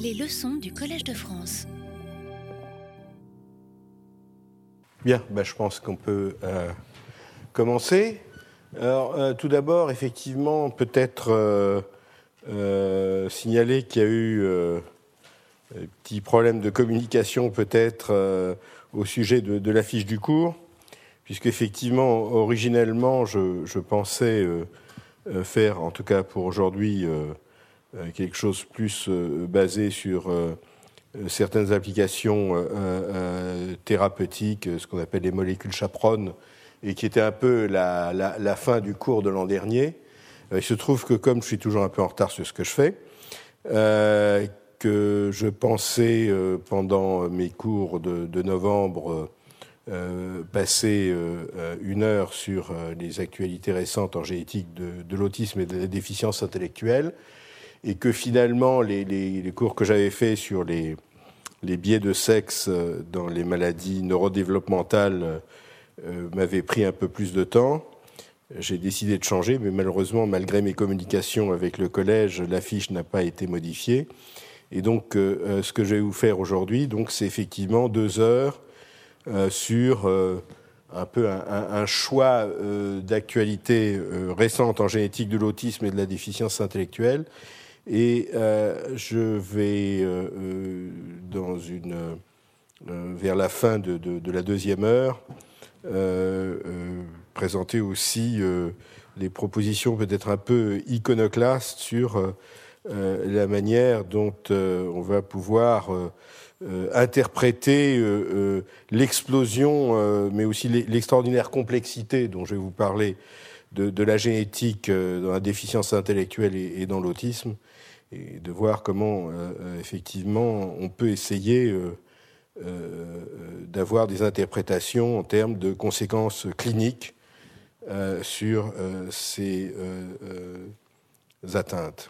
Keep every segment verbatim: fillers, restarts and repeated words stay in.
Les leçons du Collège de France. Bien, ben je pense qu'on peut euh, commencer. Alors, euh, tout d'abord, effectivement, peut-être euh, euh, signaler qu'il y a eu euh, un petit problème de communication, peut-être, euh, au sujet de, de l'affiche du cours, puisqu'effectivement, originellement, je, je pensais euh, faire, en tout cas pour aujourd'hui, euh, quelque chose plus euh, basé sur euh, certaines applications euh, euh, thérapeutiques, ce qu'on appelle les molécules chaperones, et qui était un peu la, la, la fin du cours de l'an dernier. Il se trouve que comme je suis toujours un peu en retard sur ce que je fais, euh, que je pensais euh, pendant mes cours de, de novembre euh, passer euh, une heure sur euh, les actualités récentes en génétique de, de l'autisme et de la déficience intellectuelle, et que finalement les, les, les cours que j'avais faits sur les, les biais de sexe dans les maladies neurodéveloppementales euh, m'avaient pris un peu plus de temps. J'ai décidé de changer, mais malheureusement, malgré mes communications avec le collège, l'affiche n'a pas été modifiée. Et donc, euh, ce que je vais vous faire aujourd'hui, donc, c'est effectivement deux heures euh, sur euh, un peu un, un, un choix euh, d'actualité euh, récente en génétique de l'autisme et de la déficience intellectuelle. Et euh, je vais, euh, euh, dans une, euh, vers la fin de, de, de la deuxième heure, euh, euh, présenter aussi euh, les propositions peut-être un peu iconoclastes sur euh, euh, la manière dont euh, on va pouvoir euh, euh, interpréter euh, euh, l'explosion, euh, mais aussi l'extraordinaire complexité dont je vais vous parler de, de la génétique euh, dans la déficience intellectuelle et, et dans l'autisme, et de voir comment, euh, effectivement, on peut essayer euh, euh, d'avoir des interprétations en termes de conséquences cliniques euh, sur euh, ces euh, euh, atteintes.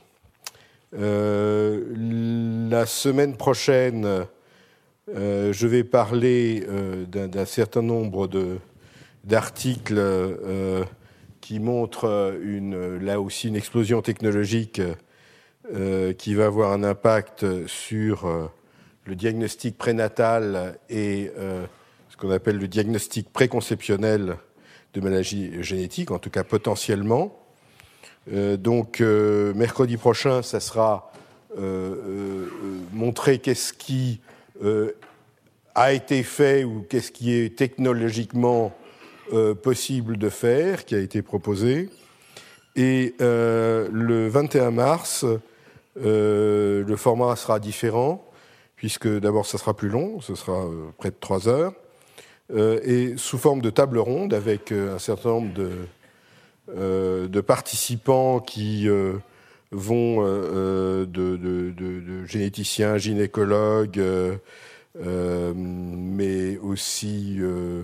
Euh, la semaine prochaine, euh, je vais parler euh, d'un, d'un certain nombre de, d'articles euh, qui montrent une, là aussi une explosion technologique Euh, qui va avoir un impact sur euh, le diagnostic prénatal et euh, ce qu'on appelle le diagnostic préconceptionnel de maladies génétiques, en tout cas potentiellement. Euh, donc, euh, mercredi prochain, ça sera euh, euh, montrer qu'est-ce qui euh, a été fait ou qu'est-ce qui est technologiquement euh, possible de faire, qui a été proposé. Et euh, le vingt et un mars, Euh, le format sera différent, puisque d'abord ça sera plus long, ce sera euh, près de trois heures, euh, et sous forme de table ronde avec euh, un certain nombre de, euh, de participants qui euh, vont euh, de, de, de, de généticiens, gynécologues, euh, euh, mais aussi euh,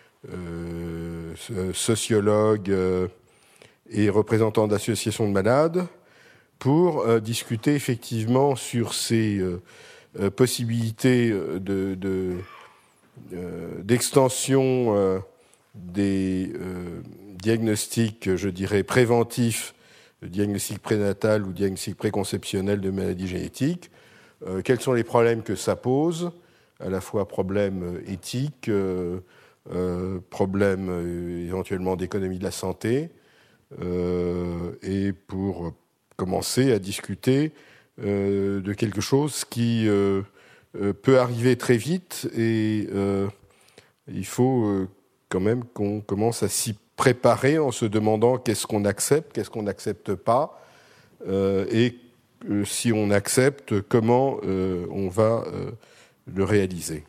euh, sociologues euh, et représentants d'associations de malades, pour euh, discuter effectivement sur ces euh, euh, possibilités de, de, euh, d'extension euh, des euh, diagnostics, je dirais, préventifs, le diagnostic prénatal ou diagnostic préconceptionnel de maladies génétiques, euh, quels sont les problèmes que ça pose, à la fois problèmes éthiques, euh, euh, problèmes euh, éventuellement d'économie de la santé, euh, et pour commencer à discuter euh, de quelque chose qui euh, euh, peut arriver très vite, et euh, il faut euh, quand même qu'on commence à s'y préparer en se demandant qu'est-ce qu'on accepte, qu'est-ce qu'on n'accepte pas, euh, et euh, si on accepte, comment euh, on va euh, le réaliser.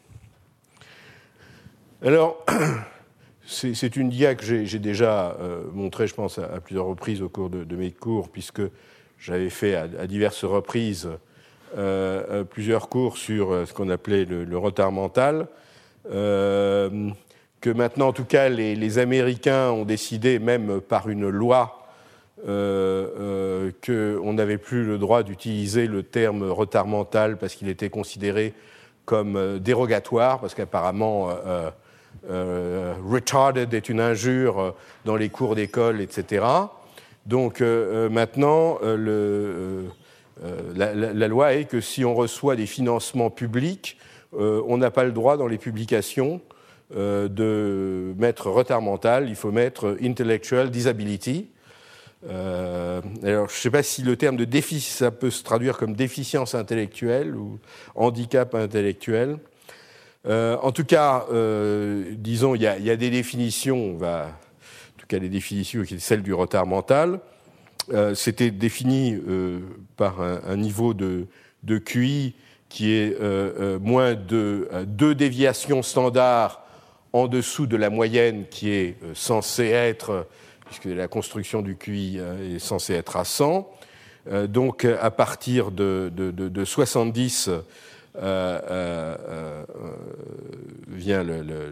Alors, c'est, c'est une dia que j'ai, j'ai déjà euh, montrée, je pense, à, à plusieurs reprises au cours de, de mes cours, puisque j'avais fait à, à diverses reprises euh, plusieurs cours sur ce qu'on appelait le, le retard mental, euh, que maintenant, en tout cas, les, les Américains ont décidé, même par une loi, euh, euh, qu'on n'avait plus le droit d'utiliser le terme retard mental parce qu'il était considéré comme dérogatoire, parce qu'apparemment, euh, euh, retarded est une injure dans les cours d'école, et cetera. Donc euh, maintenant, euh, le, euh, la, la, la loi est que si on reçoit des financements publics, euh, on n'a pas le droit dans les publications euh, de mettre retard mental, il faut mettre intellectual disability. Euh, alors, je ne sais pas si le terme de déficit, ça peut se traduire comme déficience intellectuelle ou handicap intellectuel. Euh, en tout cas, euh, disons, il y, y a des définitions, on va, en tout cas les définitions qui sont celles du retard mental. Euh, c'était défini euh, par un, un niveau de, de Q I qui est euh, euh, moins de euh, deux déviations standards en dessous de la moyenne qui est euh, censée être, puisque la construction du Q I euh, est censée être à cent. Euh, donc, à partir de, de, de, de soixante-dix, euh, euh, euh, vient le, le,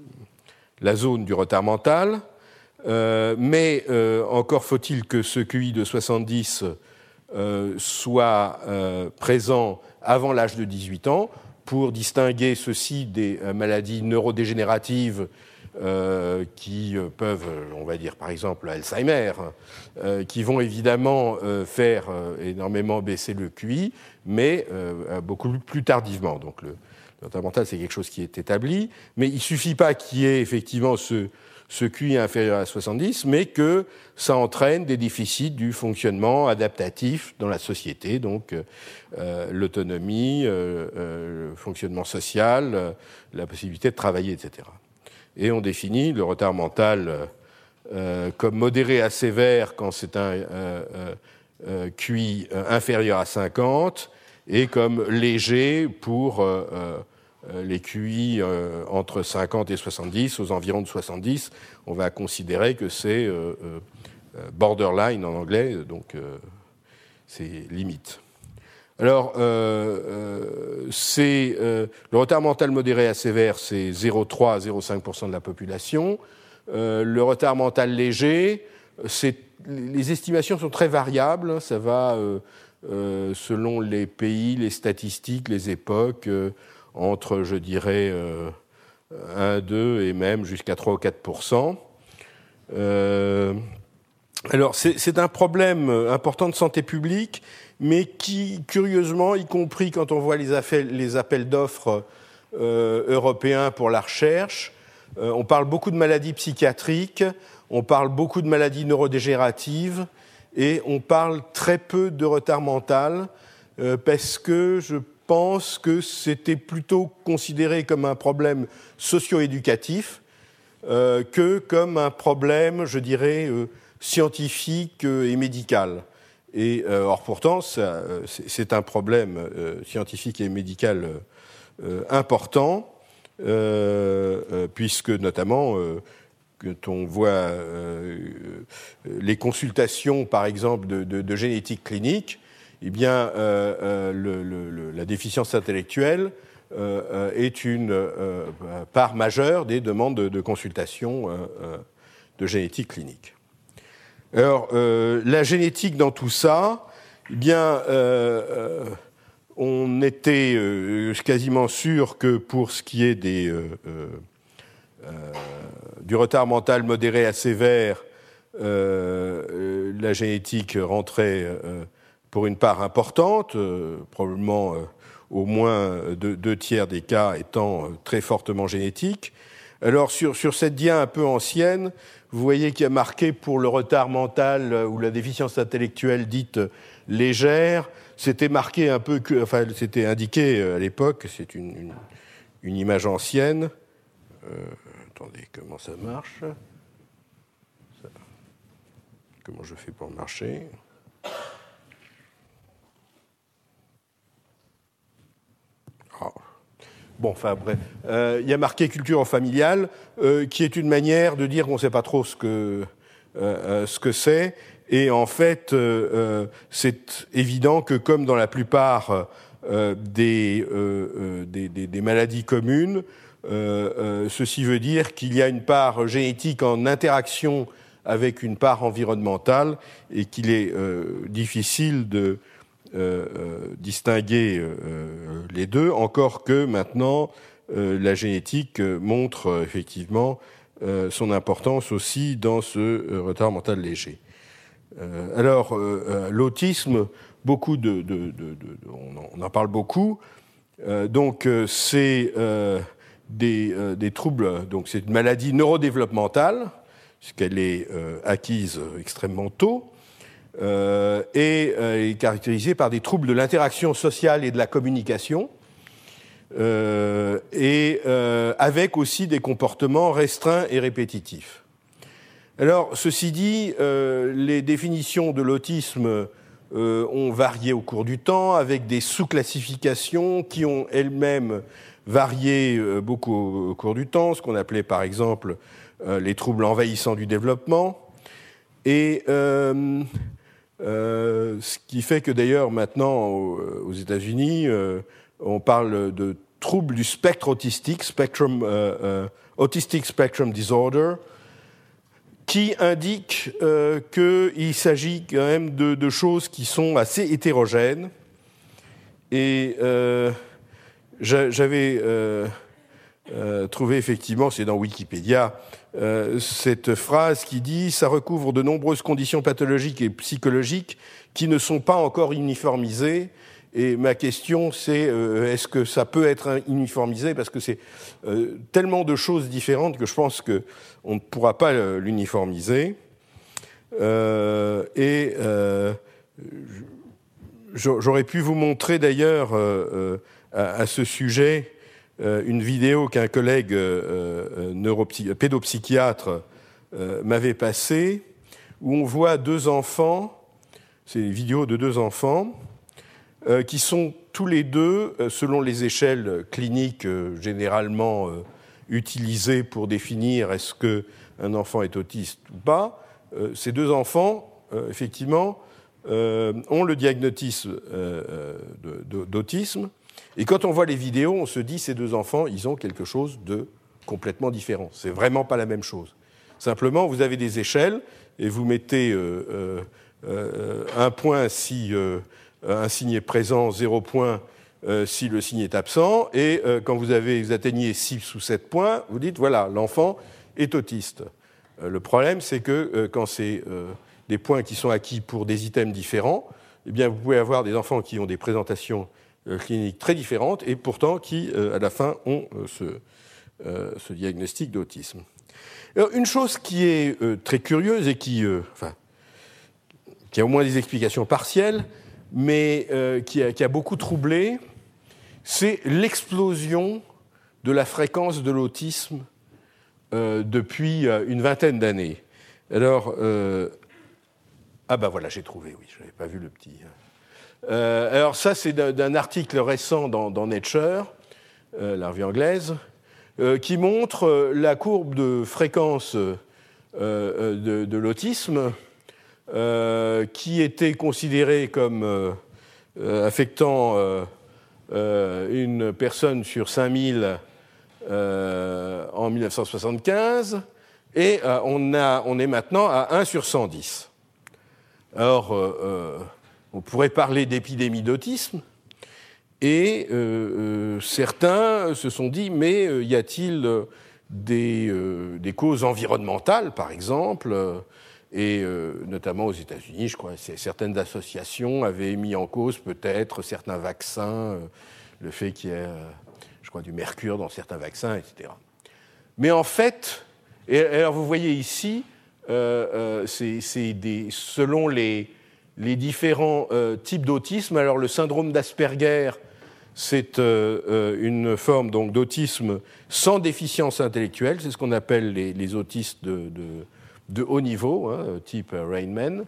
la zone du retard mental. Euh, mais euh, encore faut-il que ce Q I de soixante-dix euh, soit euh, présent avant l'âge de dix-huit ans pour distinguer ceci des euh, maladies neurodégénératives euh, qui euh, peuvent, on va dire par exemple Alzheimer, euh, qui vont évidemment euh, faire euh, énormément baisser le Q I, mais euh, beaucoup plus tardivement. Donc le, le retard mental, c'est quelque chose qui est établi, mais il ne suffit pas qu'il y ait effectivement ce ce Q I inférieur à soixante-dix, mais que ça entraîne des déficits du fonctionnement adaptatif dans la société, donc euh, l'autonomie, euh, euh, le fonctionnement social, euh, la possibilité de travailler, et cetera. Et on définit le retard mental euh, comme modéré à sévère quand c'est un euh, euh, Q I inférieur à cinquante, et comme léger pour euh, euh, les Q I euh, entre cinquante et soixante-dix, aux environs de soixante-dix, on va considérer que c'est euh, euh, borderline en anglais, donc euh, c'est limite. Alors, euh, euh, c'est, euh, le retard mental modéré à sévère, c'est zéro virgule trois à zéro virgule cinq pour cent de la population. Euh, le retard mental léger, c'est, les estimations sont très variables, ça va euh, euh, selon les pays, les statistiques, les époques, euh, entre, je dirais, euh, un, deux et même jusqu'à trois ou quatre pour cent. Euh, alors, c'est, c'est un problème important de santé publique, mais qui, curieusement, y compris quand on voit les appels, les appels d'offres euh, européens pour la recherche, euh, on parle beaucoup de maladies psychiatriques, on parle beaucoup de maladies neurodégénératives, et on parle très peu de retard mental, euh, parce que je Je pense que c'était plutôt considéré comme un problème socio-éducatif euh, que comme un problème, je dirais, euh, scientifique euh, et médical. Et euh, or pourtant, ça, c'est, c'est un problème euh, scientifique et médical euh, important, euh, euh, puisque notamment, euh, quand on voit euh, les consultations, par exemple, de, de, de génétique clinique, eh bien, euh, euh, le, le, la déficience intellectuelle euh, est une euh, part majeure des demandes de, de consultation euh, de génétique clinique. Alors, euh, la génétique dans tout ça, eh bien, euh, euh, on était euh, quasiment sûr que pour ce qui est des, euh, euh, du retard mental modéré à sévère, euh, la génétique rentrait euh, pour une part importante, euh, probablement euh, au moins deux, deux tiers des cas étant euh, très fortement génétiques. Alors sur, sur cette dia un peu ancienne, vous voyez qu'il y a marqué pour le retard mental euh, ou la déficience intellectuelle dite légère, c'était marqué un peu, que, enfin c'était indiqué à l'époque, c'est une, une, une image ancienne. Euh, attendez, comment ça marche ? ça, Comment je fais pour marcher ? Oh. Bon, enfin bref, euh, il y a marqué culture familiale, euh, qui est une manière de dire qu'on ne sait pas trop ce que euh, ce que c'est, et en fait, euh, c'est évident que comme dans la plupart euh, des, euh, des, des, des maladies communes, euh, euh, ceci veut dire qu'il y a une part génétique en interaction avec une part environnementale, et qu'il est euh, difficile de Euh, euh, distinguer euh, les deux, encore que maintenant euh, la génétique euh, montre euh, effectivement euh, son importance aussi dans ce euh, retard mental léger. Euh, alors, euh, l'autisme, beaucoup de, de, de, de, de on, en, on en parle beaucoup. Euh, donc euh, c'est euh, des, euh, des troubles, donc c'est une maladie neurodéveloppementale, puisqu'elle est euh, acquise extrêmement tôt, euh, et euh, est caractérisée par des troubles de l'interaction sociale et de la communication, euh, et euh, avec aussi des comportements restreints et répétitifs. Alors, ceci dit, euh, les définitions de l'autisme euh, ont varié au cours du temps, avec des sous-classifications qui ont elles-mêmes varié euh, beaucoup au, au cours du temps, ce qu'on appelait par exemple euh, les troubles envahissants du développement. Et euh, euh, ce qui fait que d'ailleurs maintenant aux, aux États-Unis, euh, on parle de troubles du spectre autistique, spectrum, euh, euh, Autistic Spectrum Disorder, qui indique euh, qu'il s'agit quand même de, de choses qui sont assez hétérogènes. Et euh, j'avais euh, euh, trouvé effectivement, c'est dans Wikipédia, euh, cette phrase qui dit « Ça recouvre de nombreuses conditions pathologiques et psychologiques qui ne sont pas encore uniformisées ». Et ma question, c'est euh, est-ce que ça peut être uniformisé ? Parce que c'est euh, tellement de choses différentes que je pense qu'on ne pourra pas l'uniformiser. Euh, et euh, j'aurais pu vous montrer d'ailleurs euh, à, à ce sujet euh, une vidéo qu'un collègue euh, neuropsy- pédopsychiatre euh, m'avait passée, où on voit deux enfants, c'est une vidéo de deux enfants, Euh, qui sont tous les deux, euh, selon les échelles cliniques euh, généralement euh, utilisées pour définir est-ce qu'un enfant est autiste ou pas, euh, ces deux enfants, euh, effectivement, euh, ont le diagnostic euh, de, de, d'autisme. Et quand on voit les vidéos, on se dit ces deux enfants, ils ont quelque chose de complètement différent. C'est vraiment pas la même chose. Simplement, vous avez des échelles et vous mettez euh, euh, euh, un point si... Euh, un signe est présent, zéro point euh, si le signe est absent, et euh, quand vous, avez, vous atteignez six ou sept points, vous dites, voilà, l'enfant est autiste. Euh, le problème, c'est que euh, quand c'est euh, des points qui sont acquis pour des items différents, eh bien, vous pouvez avoir des enfants qui ont des présentations euh, cliniques très différentes, et pourtant qui, euh, à la fin, ont euh, ce, euh, ce diagnostic d'autisme. Alors, une chose qui est euh, très curieuse, et qui, euh, enfin, qui a au moins des explications partielles, mais euh, qui, a, qui a beaucoup troublé, c'est l'explosion de la fréquence de l'autisme euh, depuis euh, une vingtaine d'années. Alors, euh, ah ben voilà, j'ai trouvé, oui, je n'avais pas vu le petit. Euh, alors ça, c'est d'un, d'un article récent dans, dans Nature, euh, la revue anglaise, euh, qui montre euh, la courbe de fréquence euh, de, de l'autisme, Euh, qui était considéré comme euh, euh, affectant euh, euh, une personne sur cinq mille euh, en dix-neuf cent soixante-quinze, et euh, on, a, on est maintenant à un sur cent dix. Alors, euh, euh, on pourrait parler d'épidémie d'autisme, et euh, euh, certains se sont dit, mais euh, y a-t-il des, euh, des causes environnementales, par exemple ? Et euh, notamment aux États-Unis, je crois, certaines associations avaient mis en cause peut-être certains vaccins, euh, le fait qu'il y ait, euh, je crois, du mercure dans certains vaccins, et cetera. Mais en fait, et alors vous voyez ici, euh, euh, c'est, c'est des, selon les, les différents euh, types d'autisme, alors le syndrome d'Asperger, c'est euh, euh, une forme donc, d'autisme sans déficience intellectuelle, c'est ce qu'on appelle les, les autistes de... de de haut niveau, hein, type Rainman,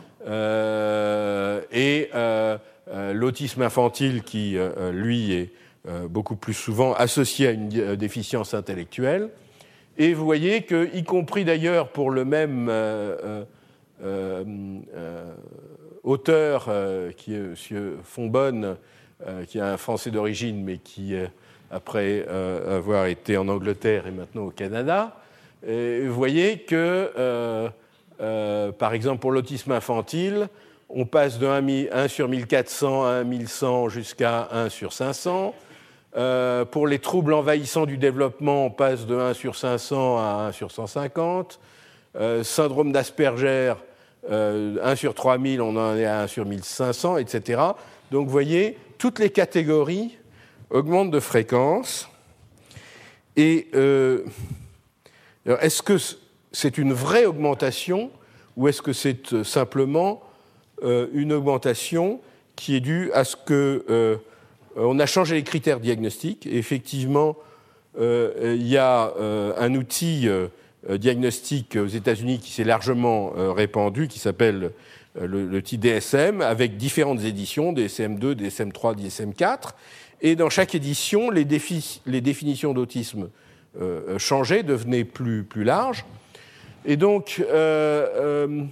euh, et euh, euh, l'autisme infantile qui, euh, lui, est euh, beaucoup plus souvent associé à une euh, déficience intellectuelle. Et vous voyez que, y compris d'ailleurs pour le même euh, euh, euh, auteur, euh, qui est M. Fonbonne, euh, qui est un Français d'origine, mais qui, euh, après euh, avoir été en Angleterre, est maintenant au Canada, et vous voyez que, euh, euh, par exemple, pour l'autisme infantile, on passe de un sur mille quatre cents à un mille cent jusqu'à un sur cinq cents. Euh, pour les troubles envahissants du développement, on passe de un sur cinq cents à un sur cent cinquante. Euh, syndrome d'Asperger, euh, un sur trois mille, on en est à un sur mille cinq cents, et cetera. Donc, vous voyez, toutes les catégories augmentent de fréquence. Et euh, alors, est-ce que c'est une vraie augmentation ou est-ce que c'est simplement euh, une augmentation qui est due à ce que euh, on a changé les critères diagnostiques. Et effectivement, euh, il y a euh, un outil euh, diagnostique aux États-Unis qui s'est largement euh, répandu, qui s'appelle euh, le, le T D S M, avec différentes éditions, D S M deux, D S M trois, D S M quatre. Et dans chaque édition, les, défi- les définitions d'autisme euh, changeaient, devenaient plus, plus larges. Et donc, euh, euh,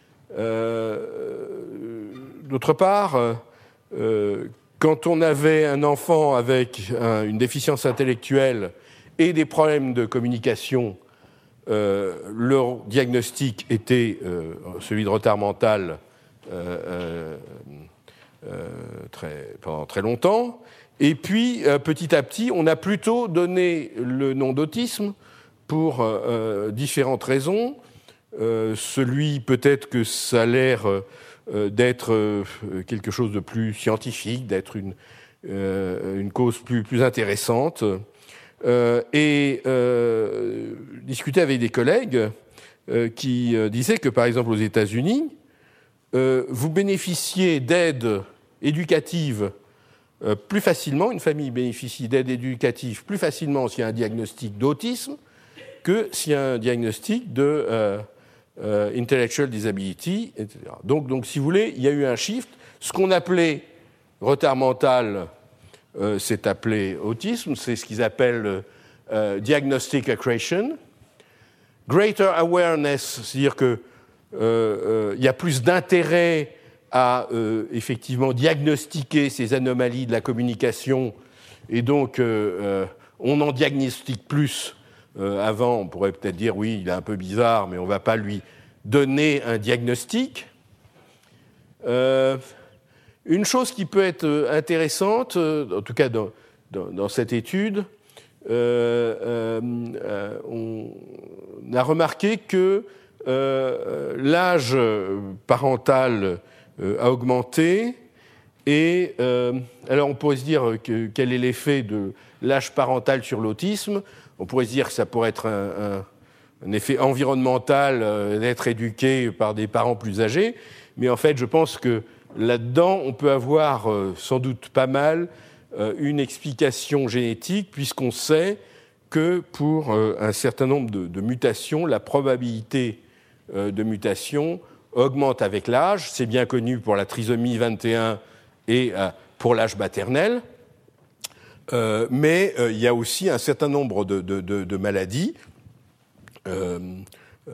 euh, d'autre part, euh, quand on avait un enfant avec un, une déficience intellectuelle et des problèmes de communication, euh, leur diagnostic était euh, celui de retard mental euh, euh, très, pendant très longtemps. Et puis, euh, petit à petit, on a plutôt donné le nom d'autisme pour euh, différentes raisons. Euh, celui, peut-être que ça a l'air euh, d'être euh, quelque chose de plus scientifique, d'être une, euh, une cause plus, plus intéressante. Euh, et euh, discuter avec des collègues euh, qui euh, disaient que, par exemple, aux États-Unis, euh, vous bénéficiez d'aide éducative euh, plus facilement, une famille bénéficie d'aide éducative plus facilement s'il y a un diagnostic d'autisme que s'il y a un diagnostic de euh, euh, intellectual disability, et cetera. Donc, donc, si vous voulez, il y a eu un shift. Ce qu'on appelait retard mental, euh, c'est appelé autisme, c'est ce qu'ils appellent euh, diagnostic accretion. Greater awareness, c'est-à-dire qu'il euh, euh, y a plus d'intérêt à euh, effectivement diagnostiquer ces anomalies de la communication, et donc euh, euh, on en diagnostique plus. Euh, avant, on pourrait peut-être dire oui, il est un peu bizarre, mais on ne va pas lui donner un diagnostic. Euh, une chose qui peut être intéressante, euh, en tout cas dans, dans, dans cette étude, euh, euh, euh, on a remarqué que euh, l'âge parental euh, a augmenté. Et euh, alors on pourrait se dire que, quel est l'effet de l'âge parental sur l'autisme. On pourrait se dire que ça pourrait être un, un, un effet environnemental euh, d'être éduqué par des parents plus âgés, mais en fait, je pense que là-dedans, on peut avoir euh, sans doute pas mal euh, une explication génétique, puisqu'on sait que pour euh, un certain nombre de, de mutations, la probabilité euh, de mutation augmente avec l'âge. C'est bien connu pour la trisomie vingt et un et euh, pour l'âge maternel. Euh, mais euh, il y a aussi un certain nombre de, de, de, de maladies, euh, euh,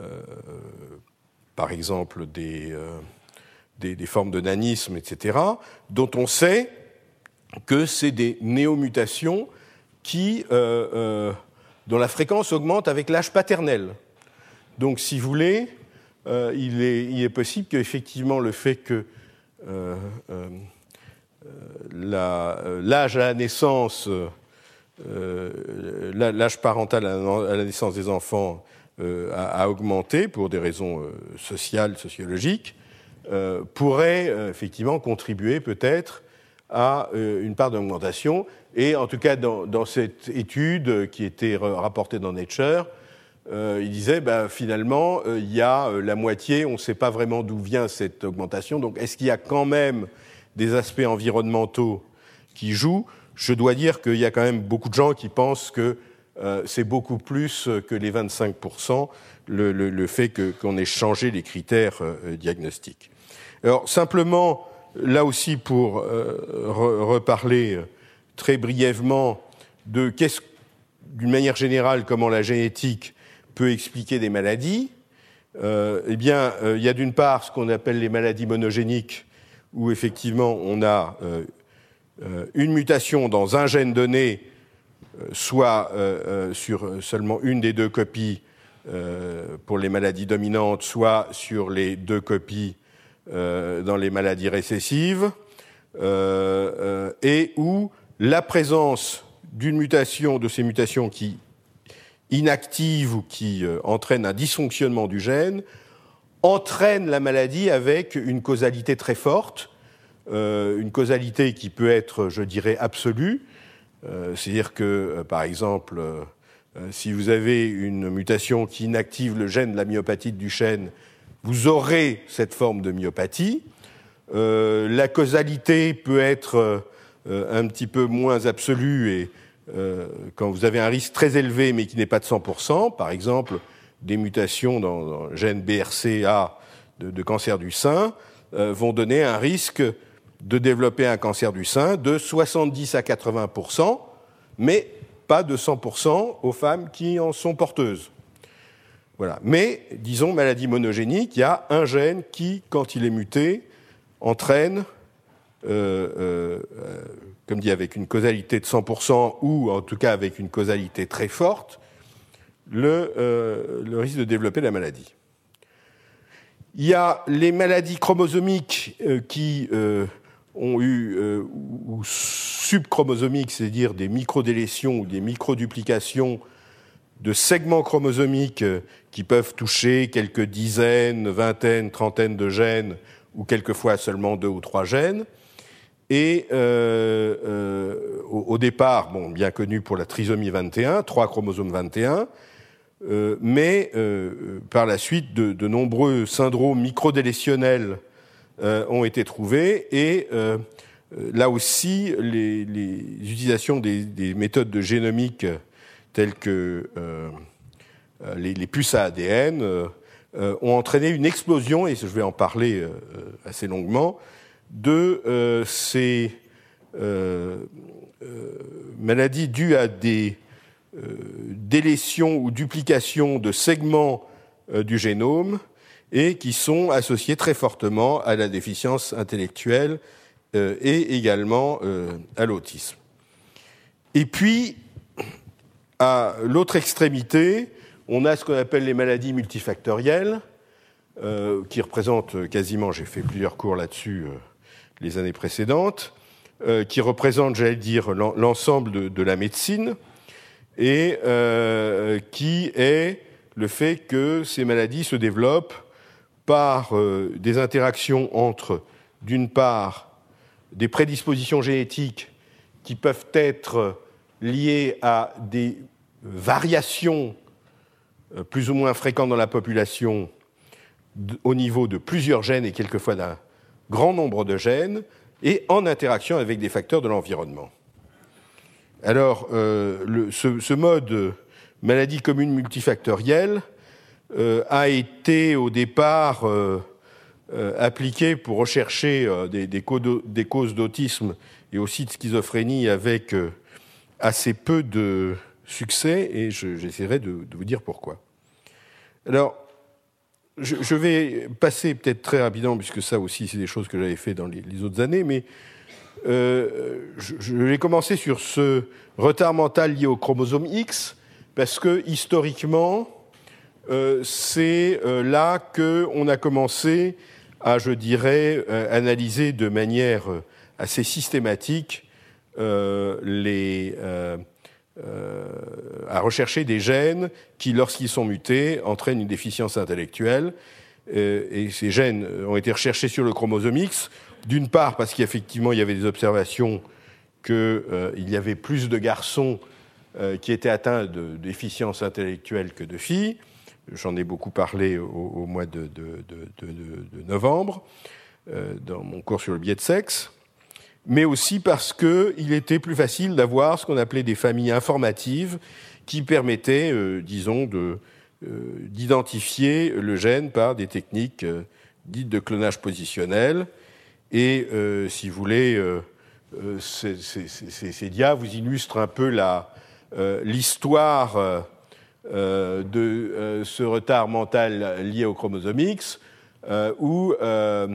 par exemple des, euh, des, des formes de nanisme, et cetera, dont on sait que c'est des néomutations qui, euh, euh, dont la fréquence augmente avec l'âge paternel. Donc, si vous voulez, euh, il, est, il est possible qu'effectivement le fait que euh, euh, La, l'âge à la naissance, euh, l'âge parental à la naissance des enfants euh, a, a augmenté pour des raisons euh, sociales, sociologiques, euh, pourrait euh, effectivement contribuer peut-être à euh, une part d'augmentation. Et en tout cas, dans, dans cette étude qui était rapportée dans Nature, euh, il disait ben, finalement, euh, il y a euh, la moitié, on ne sait pas vraiment d'où vient cette augmentation. Donc, est-ce qu'il y a quand même des aspects environnementaux qui jouent? Je dois dire qu'il y a quand même beaucoup de gens qui pensent que euh, c'est beaucoup plus que les vingt-cinq pour cent le, le, le fait que, qu'on ait changé les critères euh, diagnostiques. Alors, simplement, là aussi, pour euh, re- reparler très brièvement de qu'est-ce, d'une manière générale, comment la génétique peut expliquer des maladies, euh, eh bien, euh, il y a d'une part ce qu'on appelle les maladies monogéniques, où effectivement on a euh, euh, une mutation dans un gène donné, euh, soit euh, euh, sur seulement une des deux copies euh, pour les maladies dominantes, soit sur les deux copies euh, dans les maladies récessives, euh, euh, et où la présence d'une mutation, de ces mutations qui inactivent ou qui euh, entraînent un dysfonctionnement du gène, entraîne la maladie avec une causalité très forte, euh, une causalité qui peut être, je dirais, absolue. Euh, c'est-à-dire que, euh, par exemple, euh, si vous avez une mutation qui inactive le gène de la myopathie de Duchenne, vous aurez cette forme de myopathie. Euh, la causalité peut être euh, un petit peu moins absolue et euh, quand vous avez un risque très élevé mais qui n'est pas de cent pour cent, par exemple des mutations dans, dans le gène B R C A de, de cancer du sein, euh, vont donner un risque de développer un cancer du sein de soixante-dix à quatre-vingts pour cent, mais pas de cent pour cent aux femmes qui en sont porteuses. Voilà. Mais, disons, maladie monogénique, il y a un gène qui, quand il est muté, entraîne, euh, euh, euh, comme dit, avec une causalité de cent pour cent, ou en tout cas avec une causalité très forte, le, euh, le risque de développer la maladie. Il y a les maladies chromosomiques euh, qui euh, ont eu, euh, ou subchromosomiques, c'est-à-dire des microdélétions ou des microduplications de segments chromosomiques qui peuvent toucher quelques dizaines, vingtaines, trentaines de gènes, ou quelquefois seulement deux ou trois gènes. Et euh, euh, au, au départ, bon, bien connu pour la trisomie vingt et un, trois chromosomes vingt et un, euh, mais euh, par la suite, de, de nombreux syndromes microdélétionnels euh, ont été trouvés, et euh, là aussi, les, les utilisations des, des méthodes de génomique telles que euh, les, les puces à A D N euh, euh, ont entraîné une explosion, et je vais en parler euh, assez longuement, de euh, ces euh, euh, maladies dues à des euh, délétions ou duplications de segments euh, du génome et qui sont associées très fortement à la déficience intellectuelle euh, et également euh, à l'autisme. Et puis, à l'autre extrémité, on a ce qu'on appelle les maladies multifactorielles, euh, qui représentent quasiment, j'ai fait plusieurs cours là-dessus euh, les années précédentes, euh, qui représentent, j'allais dire, l'ensemble de, de la médecine, et euh, qui est le fait que ces maladies se développent par euh, des interactions entre, d'une part, des prédispositions génétiques qui peuvent être liées à des variations plus ou moins fréquentes dans la population au niveau de plusieurs gènes et quelquefois d'un grand nombre de gènes, et en interaction avec des facteurs de l'environnement. Alors, euh, le, ce, ce mode maladie commune multifactorielle euh, a été au départ euh, euh, appliqué pour rechercher euh, des, des, des causes d'autisme et aussi de schizophrénie avec euh, assez peu de succès, et je, j'essaierai de, de vous dire pourquoi. Alors, je, je vais passer peut-être très rapidement, puisque ça aussi c'est des choses que j'avais fait dans les, les autres années, mais euh, je, je vais commencer sur ce retard mental lié au chromosome X, parce que historiquement, euh, c'est euh, là qu'on a commencé à, je dirais, euh, analyser de manière assez systématique euh, les... Euh, Euh, à rechercher des gènes qui, lorsqu'ils sont mutés, entraînent une déficience intellectuelle. Euh, et ces gènes ont été recherchés sur le chromosome X, d'une part parce qu'effectivement il y avait des observations qu'il euh, y avait plus de garçons euh, qui étaient atteints de déficience intellectuelle que de filles. J'en ai beaucoup parlé au, au mois de, de, de, de, de novembre, euh, dans mon cours sur le biais de sexe. Mais aussi parce qu'il était plus facile d'avoir ce qu'on appelait des familles informatives qui permettaient, euh, disons, de, euh, d'identifier le gène par des techniques euh, dites de clonage positionnel. Et, euh, si vous voulez, euh, euh, ces, ces, ces, ces dias vous illustrent un peu la, euh, l'histoire euh, de euh, ce retard mental lié au chromosome X, euh, où... Euh,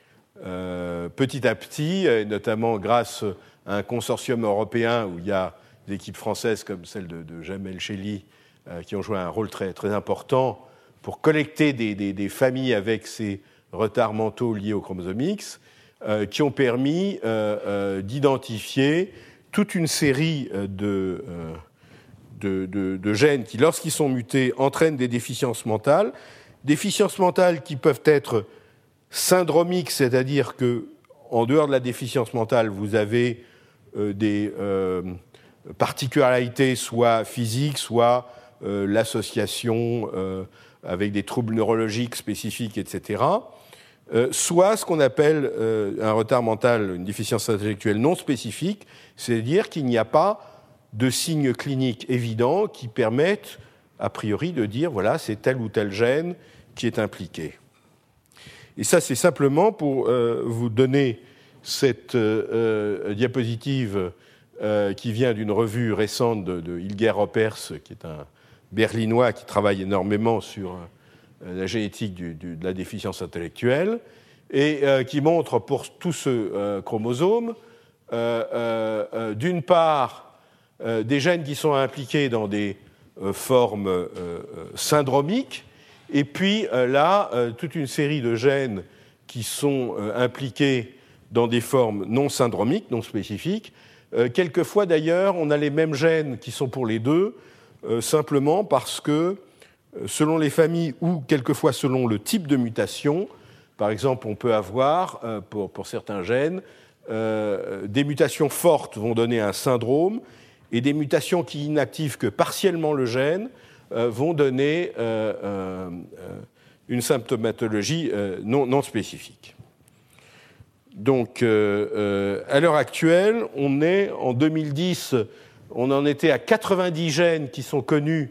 Euh, petit à petit, et notamment grâce à un consortium européen où il y a des équipes françaises comme celle de, de Jamel Cheli euh, qui ont joué un rôle très, très important pour collecter des, des, des familles avec ces retards mentaux liés au chromosome X, euh, qui ont permis euh, euh, d'identifier toute une série de, euh, de, de, de gènes qui, lorsqu'ils sont mutés, entraînent des déficiences mentales déficiences mentales qui peuvent être syndromiques, c'est-à-dire que en dehors de la déficience mentale, vous avez euh, des euh, particularités soit physiques, soit euh, l'association euh, avec des troubles neurologiques spécifiques, et cetera. Euh, soit ce qu'on appelle euh, un retard mental, une déficience intellectuelle non spécifique, c'est-à-dire qu'il n'y a pas de signes cliniques évidents qui permettent, a priori, de dire voilà, c'est tel ou tel gène qui est impliqué. Et ça, c'est simplement pour euh, vous donner cette euh, euh, diapositive euh, qui vient d'une revue récente de, de Ilger Roppers, qui est un Berlinois qui travaille énormément sur euh, la génétique du, du, de la déficience intellectuelle, et euh, qui montre pour tous ce euh, chromosome, euh, euh, euh, d'une part, euh, des gènes qui sont impliqués dans des euh, formes euh, euh, syndromiques, et puis euh, là, euh, toute une série de gènes qui sont euh, impliqués dans des formes non syndromiques, non spécifiques. Euh, quelquefois, d'ailleurs, on a les mêmes gènes qui sont pour les deux, euh, simplement parce que, euh, selon les familles ou quelquefois selon le type de mutation, par exemple, on peut avoir, euh, pour, pour certains gènes, euh, des mutations fortes vont donner un syndrome, et des mutations qui inactivent que partiellement le gène euh, vont donner euh, euh, une symptomatologie euh, non, non spécifique. Donc, euh, euh, à l'heure actuelle, on est, en deux mille dix, on en était à quatre-vingt-dix gènes qui sont connus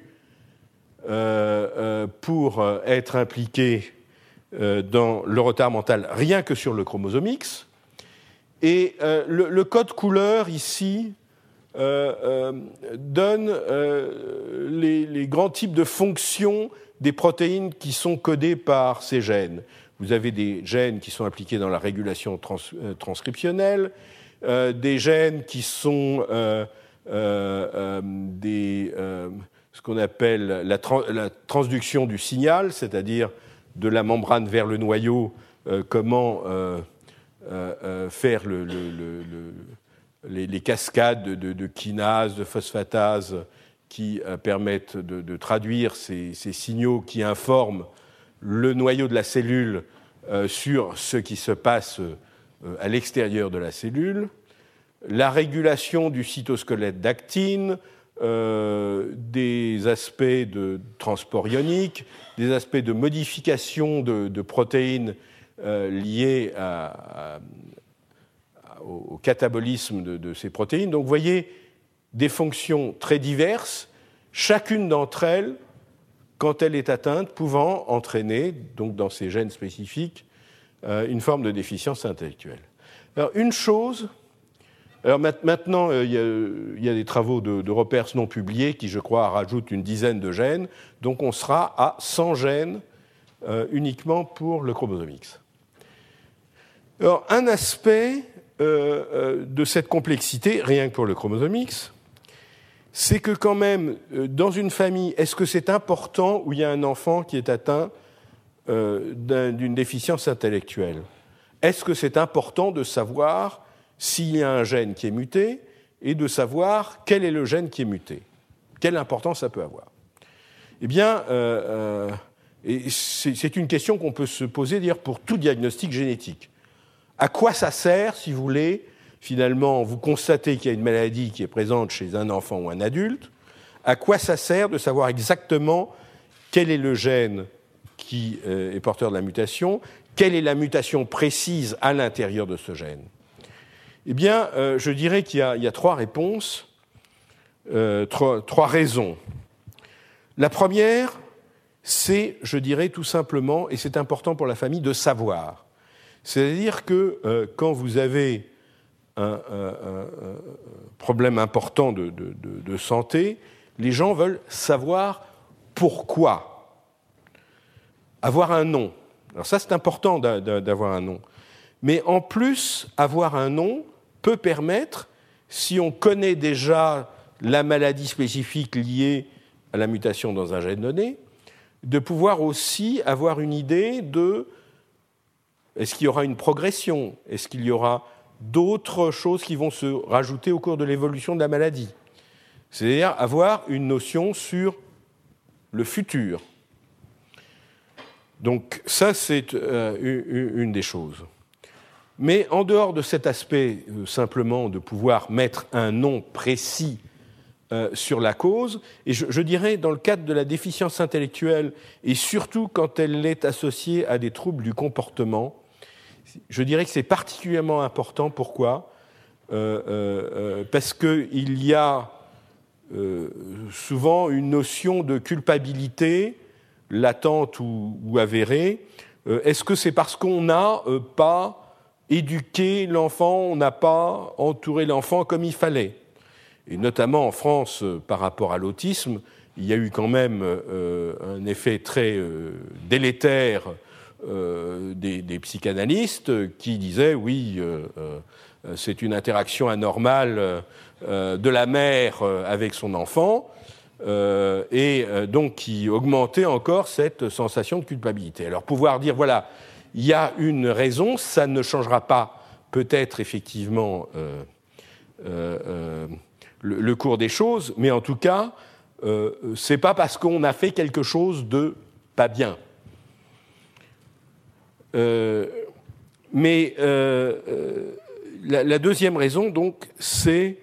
euh, euh, pour être impliqués euh, dans le retard mental, rien que sur le chromosome X. Et euh, le, le code couleur, ici, euh, euh, donne euh, les, les grands types de fonctions des protéines qui sont codées par ces gènes. Vous avez des gènes qui sont impliqués dans la régulation trans, euh, transcriptionnelle, euh, des gènes qui sont euh, euh, euh, des, euh, ce qu'on appelle la, tra- la transduction du signal, c'est-à-dire de la membrane vers le noyau, euh, comment euh, euh, euh, faire le, le, le, le, les, les cascades de, de, de kinase, de phosphatase qui euh, permettent de, de traduire ces, ces signaux qui informent le noyau de la cellule euh, sur ce qui se passe euh, à l'extérieur de la cellule, la régulation du cytosquelette d'actine, euh, des aspects de transport ionique, des aspects de modification de, de protéines euh, liées à, à, au, au catabolisme de, de ces protéines. Donc vous voyez des fonctions très diverses, chacune d'entre elles, quand elle est atteinte, pouvant entraîner, donc dans ces gènes spécifiques, euh, une forme de déficience intellectuelle. Alors, une chose, alors maintenant, euh, il, y a, il y a des travaux de, de Roppers non publiés qui, je crois, rajoutent une dizaine de gènes, donc on sera à cent gènes euh, uniquement pour le chromosome X. Alors, un aspect euh, euh, de cette complexité, rien que pour le chromosome X, c'est que quand même, dans une famille, est-ce que c'est important où il y a un enfant qui est atteint euh, d'un, d'une déficience intellectuelle? Est-ce que c'est important de savoir s'il y a un gène qui est muté et de savoir quel est le gène qui est muté? Quelle importance ça peut avoir? Eh bien, euh, euh, et c'est, c'est une question qu'on peut se poser d'ailleurs pour tout diagnostic génétique. À quoi ça sert, si vous voulez, finalement, vous constatez qu'il y a une maladie qui est présente chez un enfant ou un adulte, à quoi ça sert de savoir exactement quel est le gène qui est porteur de la mutation, quelle est la mutation précise à l'intérieur de ce gène? Eh bien, euh, je dirais qu'il y a, il y a trois réponses, euh, trois, trois raisons. La première, c'est, je dirais tout simplement, et c'est important pour la famille, de savoir. C'est-à-dire que euh, quand vous avez Un, un, un problème important de, de, de, de santé, les gens veulent savoir pourquoi. Avoir un nom. Alors ça, c'est important d'avoir un nom. Mais en plus, avoir un nom peut permettre, si on connaît déjà la maladie spécifique liée à la mutation dans un gène donné, de pouvoir aussi avoir une idée de est-ce qu'il y aura une progression, est-ce qu'il y aura d'autres choses qui vont se rajouter au cours de l'évolution de la maladie. C'est-à-dire avoir une notion sur le futur. Donc ça, c'est euh, une des choses. Mais en dehors de cet aspect euh, simplement de pouvoir mettre un nom précis euh, sur la cause, et je, je dirais dans le cadre de la déficience intellectuelle, et surtout quand elle est associée à des troubles du comportement, je dirais que c'est particulièrement important. Pourquoi ? euh, euh, Parce qu'il y a euh, souvent une notion de culpabilité, latente ou, ou avérée. Euh, est-ce que c'est parce qu'on n'a euh, pas éduquer l'enfant, on n'a pas entouré l'enfant comme il fallait. Et notamment en France, euh, par rapport à l'autisme, il y a eu quand même euh, un effet très euh, délétère euh, des, des psychanalystes qui disaient oui, euh, euh, c'est une interaction anormale euh, de la mère euh, avec son enfant, euh, et euh, donc qui augmentait encore cette sensation de culpabilité. Alors pouvoir dire voilà, il y a une raison, ça ne changera pas peut-être effectivement euh, euh, euh, le, le cours des choses, mais en tout cas, euh, c'est pas parce qu'on a fait quelque chose de pas bien. Euh, mais euh, euh, la, la deuxième raison, donc, c'est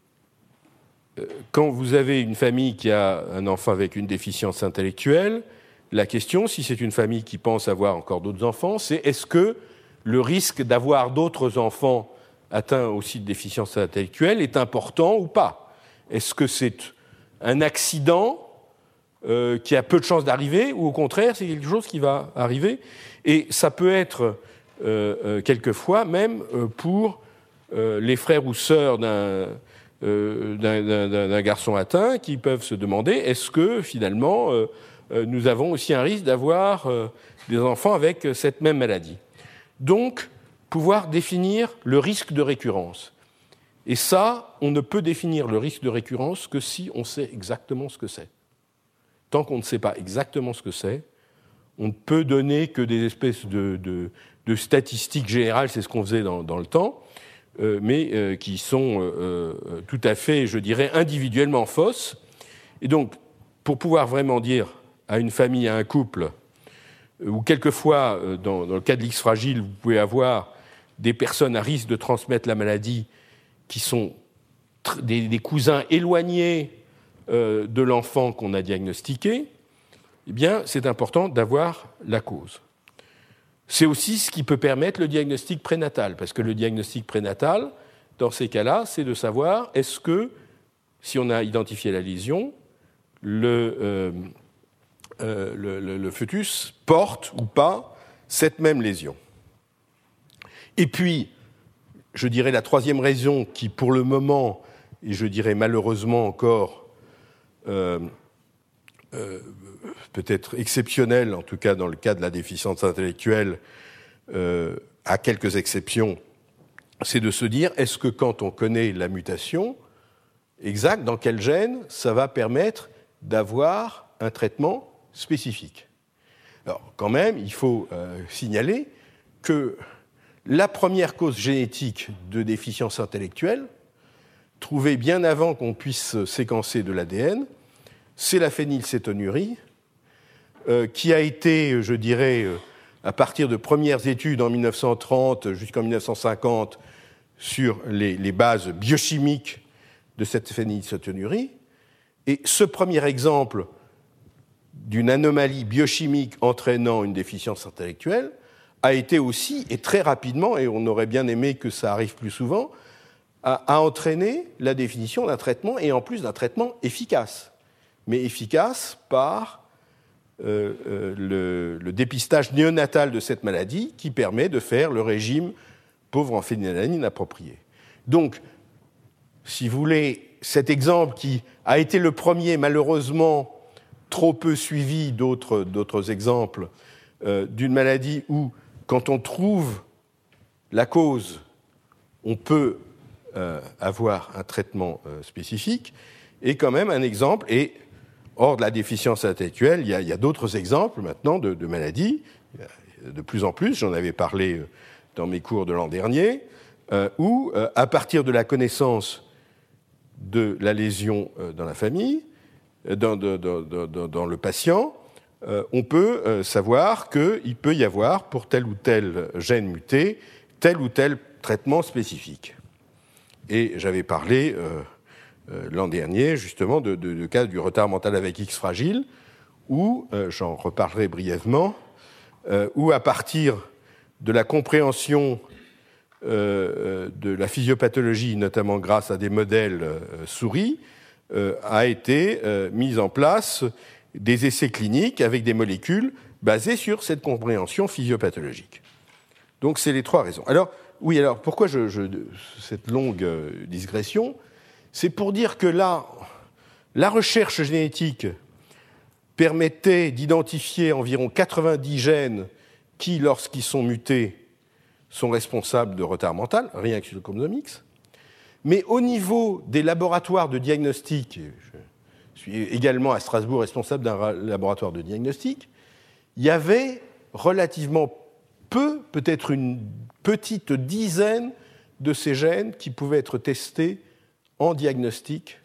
euh, quand vous avez une famille qui a un enfant avec une déficience intellectuelle. La question, si c'est une famille qui pense avoir encore d'autres enfants, c'est est-ce que le risque d'avoir d'autres enfants atteints aussi de déficience intellectuelle est important ou pas ? Est-ce que c'est un accident euh, qui a peu de chances d'arriver ou au contraire, c'est quelque chose qui va arriver ? Et ça peut être euh, euh, quelquefois même euh, pour euh, les frères ou sœurs d'un, euh, d'un, d'un, d'un garçon atteint qui peuvent se demander est-ce que finalement... Euh, nous avons aussi un risque d'avoir euh, des enfants avec cette même maladie. Donc, pouvoir définir le risque de récurrence. Et ça, on ne peut définir le risque de récurrence que si on sait exactement ce que c'est. Tant qu'on ne sait pas exactement ce que c'est, on ne peut donner que des espèces de, de, de statistiques générales, c'est ce qu'on faisait dans, dans le temps, euh, mais euh, qui sont euh, euh, tout à fait, je dirais, individuellement fausses. Et donc, pour pouvoir vraiment dire à une famille, à un couple, ou quelquefois, dans, dans le cas de l'X fragile, vous pouvez avoir des personnes à risque de transmettre la maladie qui sont tr- des, des cousins éloignés euh, de l'enfant qu'on a diagnostiqué, eh bien, c'est important d'avoir la cause. C'est aussi ce qui peut permettre le diagnostic prénatal, parce que le diagnostic prénatal, dans ces cas-là, c'est de savoir est-ce que, si on a identifié la lésion, le... Euh, Euh, le, le, le fœtus porte ou pas cette même lésion. Et puis, je dirais la troisième raison qui, pour le moment, et je dirais malheureusement encore, euh, euh, peut-être exceptionnelle, en tout cas dans le cas de la déficience intellectuelle, euh, à quelques exceptions, c'est de se dire, est-ce que quand on connaît la mutation exacte, dans quel gène, ça va permettre d'avoir un traitement spécifique. Alors, quand même, il faut euh, signaler que la première cause génétique de déficience intellectuelle, trouvée bien avant qu'on puisse séquencer de l'A D N, c'est la phénylcétonurie, euh, qui a été, je dirais, euh, à partir de premières études en dix-neuf cent trente jusqu'en dix-neuf cent cinquante, sur les, les bases biochimiques de cette phénylcétonurie. Et ce premier exemple d'une anomalie biochimique entraînant une déficience intellectuelle a été aussi, et très rapidement, et on aurait bien aimé que ça arrive plus souvent, a, a entraîné la définition d'un traitement, et en plus d'un traitement efficace. Mais efficace par euh, euh, le, le dépistage néonatal de cette maladie qui permet de faire le régime pauvre en phénylalanine approprié. Donc, si vous voulez, cet exemple qui a été le premier, malheureusement, trop peu suivi d'autres, d'autres exemples euh, d'une maladie où, quand on trouve la cause, on peut euh, avoir un traitement euh, spécifique, est quand même un exemple. Et hors de la déficience intellectuelle, il y a, il y a d'autres exemples maintenant de, de maladies, de plus en plus, j'en avais parlé dans mes cours de l'an dernier, euh, où, euh, à partir de la connaissance de la lésion euh, dans la famille, Dans, dans, dans, dans le patient, euh, on peut euh, savoir qu'il peut y avoir, pour tel ou tel gène muté, tel ou tel traitement spécifique. Et j'avais parlé euh, euh, l'an dernier, justement, de, de, de cas du retard mental avec X fragile, où, euh, j'en reparlerai brièvement, euh, où à partir de la compréhension euh, de la physiopathologie, notamment grâce à des modèles euh, souris, euh, a été euh, mise en place des essais cliniques avec des molécules basées sur cette compréhension physiopathologique. Donc, c'est les trois raisons. Alors, oui, alors, pourquoi je, je, cette longue euh, digression ? C'est pour dire que là, la recherche génétique permettait d'identifier environ quatre-vingt-dix gènes qui, lorsqu'ils sont mutés, sont responsables de retard mental, rien que sur le chromosomique. Mais au niveau des laboratoires de diagnostic, je suis également à Strasbourg responsable d'un laboratoire de diagnostic, il y avait relativement peu, peut-être une petite dizaine de ces gènes qui pouvaient être testés en diagnostic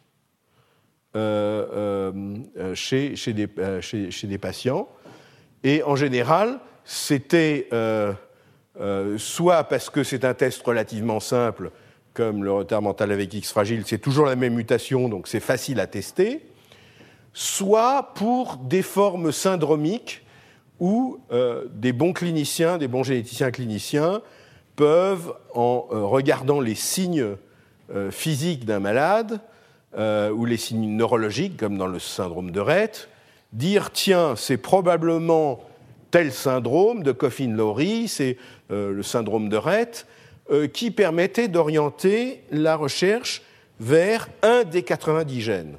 euh, euh, chez, chez, des, euh, chez, chez des patients. Et en général, c'était euh, euh, soit parce que c'est un test relativement simple, comme le retard mental avec X fragile, c'est toujours la même mutation, donc c'est facile à tester, soit pour des formes syndromiques où euh, des bons cliniciens, des bons généticiens cliniciens peuvent, en euh, regardant les signes euh, physiques d'un malade euh, ou les signes neurologiques, comme dans le syndrome de Rett, dire « tiens, c'est probablement tel syndrome de Coffin-Lowry, c'est euh, le syndrome de Rett euh, », qui permettait d'orienter la recherche vers un des quatre-vingt-dix gènes.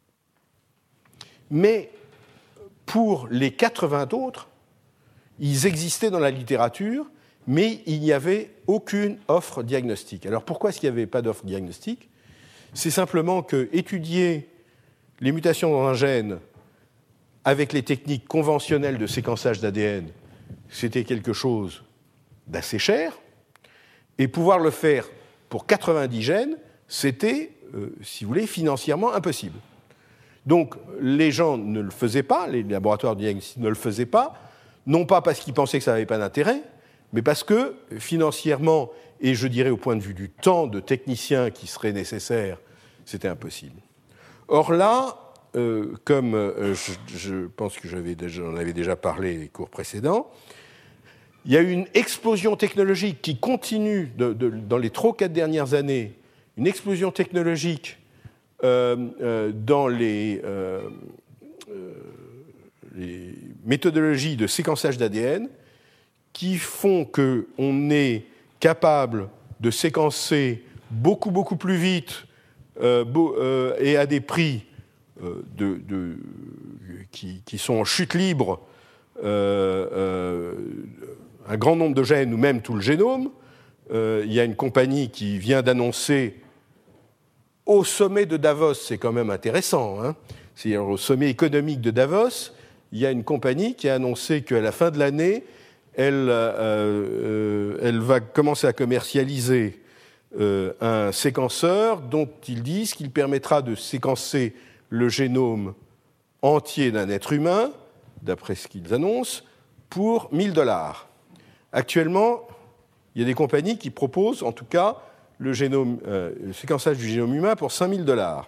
Mais pour les quatre-vingts autres, ils existaient dans la littérature, mais il n'y avait aucune offre diagnostique. Alors pourquoi est-ce qu'il n'y avait pas d'offre diagnostique ? C'est simplement que étudier les mutations dans un gène avec les techniques conventionnelles de séquençage d'A D N, c'était quelque chose d'assez cher, et pouvoir le faire pour quatre-vingt-dix gènes, c'était, euh, si vous voulez, financièrement impossible. Donc les gens ne le faisaient pas, les laboratoires de diagnostic ne le faisaient pas, non pas parce qu'ils pensaient que ça n'avait pas d'intérêt, mais parce que financièrement, et je dirais au point de vue du temps de technicien qui serait nécessaire, c'était impossible. Or là, euh, comme euh, je, je pense que j'avais déjà, j'en avais déjà parlé les cours précédents, il y a eu une explosion technologique qui continue de, de, dans les trois ou quatre dernières années, une explosion technologique euh, euh, dans les... Euh, euh, les méthodologies de séquençage d'A D N qui font qu'on est capable de séquencer beaucoup, beaucoup plus vite euh, beau, euh, et à des prix euh, de, de, qui, qui sont en chute libre euh, euh, un grand nombre de gènes ou même tout le génome. Euh, il y a une compagnie qui vient d'annoncer au sommet de Davos, c'est quand même intéressant, hein, c'est-à-dire au sommet économique de Davos, il y a une compagnie qui a annoncé qu'à la fin de l'année, elle, euh, euh, elle va commencer à commercialiser euh, un séquenceur dont ils disent qu'il permettra de séquencer le génome entier d'un être humain, d'après ce qu'ils annoncent, pour mille dollars. Actuellement, il y a des compagnies qui proposent, en tout cas, le, génome, euh, le séquençage du génome humain pour cinq mille dollars.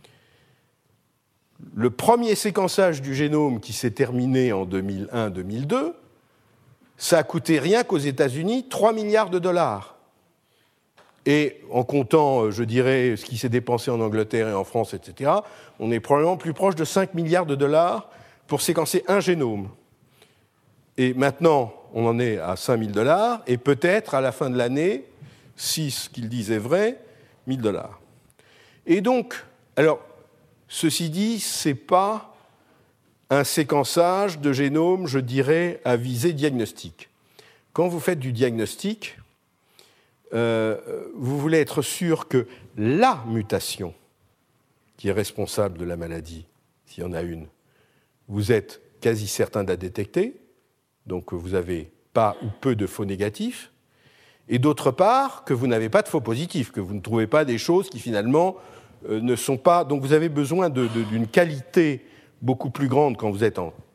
Le premier séquençage du génome qui s'est terminé en deux mille un deux mille deux, ça a coûté rien qu'aux États-Unis trois milliards de dollars. Et en comptant, je dirais, ce qui s'est dépensé en Angleterre et en France, et cetera, on est probablement plus proche de cinq milliards de dollars pour séquencer un génome. Et maintenant, on en est à cinq mille dollars, et peut-être à la fin de l'année, si ce qu'ils disent est vrai, mille dollars. Et donc, alors, ceci dit, ce n'est pas un séquençage de génome, je dirais, à visée diagnostique. Quand vous faites du diagnostic, euh, vous voulez être sûr que la mutation qui est responsable de la maladie, s'il y en a une, vous êtes quasi certain de la détecter, donc vous n'avez pas ou peu de faux négatifs, et d'autre part, que vous n'avez pas de faux positifs, que vous ne trouvez pas des choses qui finalement euh, ne sont pas... Donc vous avez besoin de, de, d'une qualité beaucoup plus grande quand vous êtes en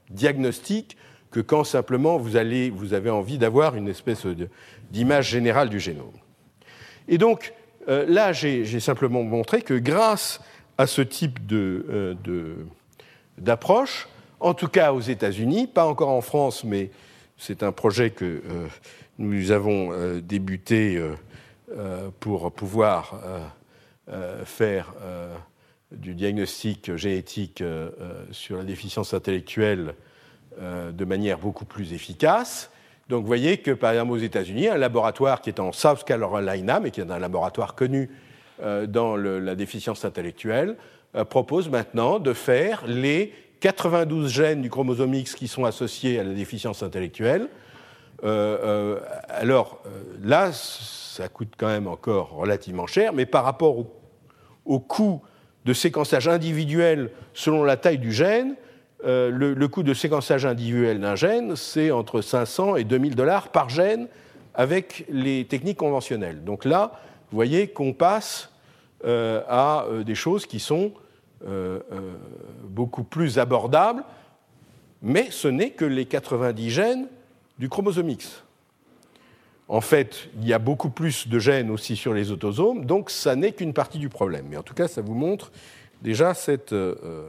diagnostic que quand simplement vous, allez, vous avez envie d'avoir une espèce de, d'image générale du génome. Et donc, euh, là, j'ai, j'ai simplement montré que grâce à ce type de, euh, de, d'approche, en tout cas aux États-Unis, pas encore en France, mais c'est un projet que euh, nous avons euh, débuté euh, euh, pour pouvoir euh, euh, faire euh, du diagnostic génétique euh, euh, sur la déficience intellectuelle euh, de manière beaucoup plus efficace. Donc vous voyez que, par exemple, aux États-Unis, un laboratoire qui est en South Carolina, mais qui est un laboratoire connu euh, dans le, la déficience intellectuelle, euh, propose maintenant de faire les quatre-vingt-douze gènes du chromosome X qui sont associés à la déficience intellectuelle. Euh, euh, alors euh, là, ça coûte quand même encore relativement cher, mais par rapport au, au coût de séquençage individuel selon la taille du gène, euh, le, le coût de séquençage individuel d'un gène, c'est entre cinq cents et deux mille dollars par gène avec les techniques conventionnelles. Donc là, vous voyez qu'on passe euh, à euh, des choses qui sont Euh, euh, beaucoup plus abordable, mais ce n'est que les quatre-vingt-dix gènes du chromosome X. En fait, il y a beaucoup plus de gènes aussi sur les autosomes, donc ça n'est qu'une partie du problème. Mais en tout cas, ça vous montre déjà cette... Euh...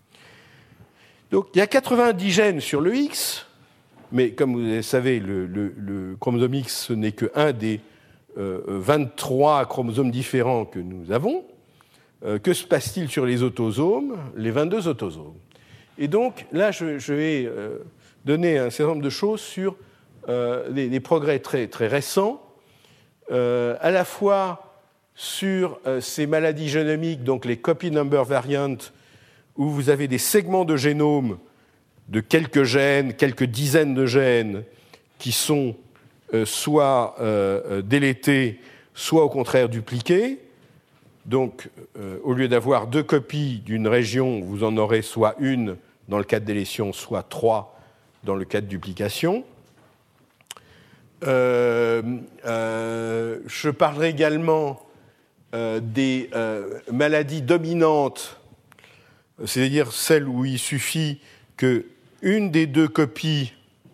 Donc, il y a quatre-vingt-dix gènes sur le X, mais comme vous le savez, le, le, le chromosome X, ce n'est qu'un des euh, vingt-trois chromosomes différents que nous avons. Euh, que se passe-t-il sur les autosomes, les vingt-deux autosomes? Et donc, là, je, je vais euh, donner un certain nombre de choses sur euh, les, les progrès très, très récents, euh, à la fois sur euh, ces maladies génomiques, donc les copy number variants, où vous avez des segments de génome de quelques gènes, quelques dizaines de gènes, qui sont euh, soit euh, délétés, soit au contraire dupliqués. Donc, euh, au lieu d'avoir deux copies d'une région, vous en aurez soit une dans le cas de délétion, soit trois dans le cas de duplication. Euh, euh, je parlerai également euh, des euh, maladies dominantes, c'est-à-dire celles où il suffit qu'une des deux copies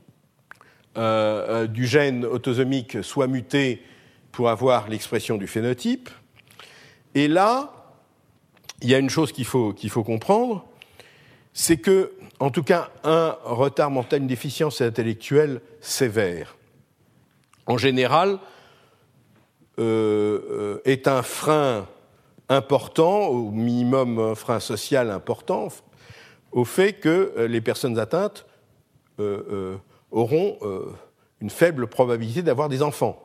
euh, du gène autosomique soit mutée pour avoir l'expression du phénotype. Et là, il y a une chose qu'il faut, qu'il faut comprendre, c'est que, en tout cas, un retard mental, une déficience intellectuelle sévère, en général, euh, est un frein important, au minimum un frein social important, au fait que les personnes atteintes euh, euh, auront euh, une faible probabilité d'avoir des enfants.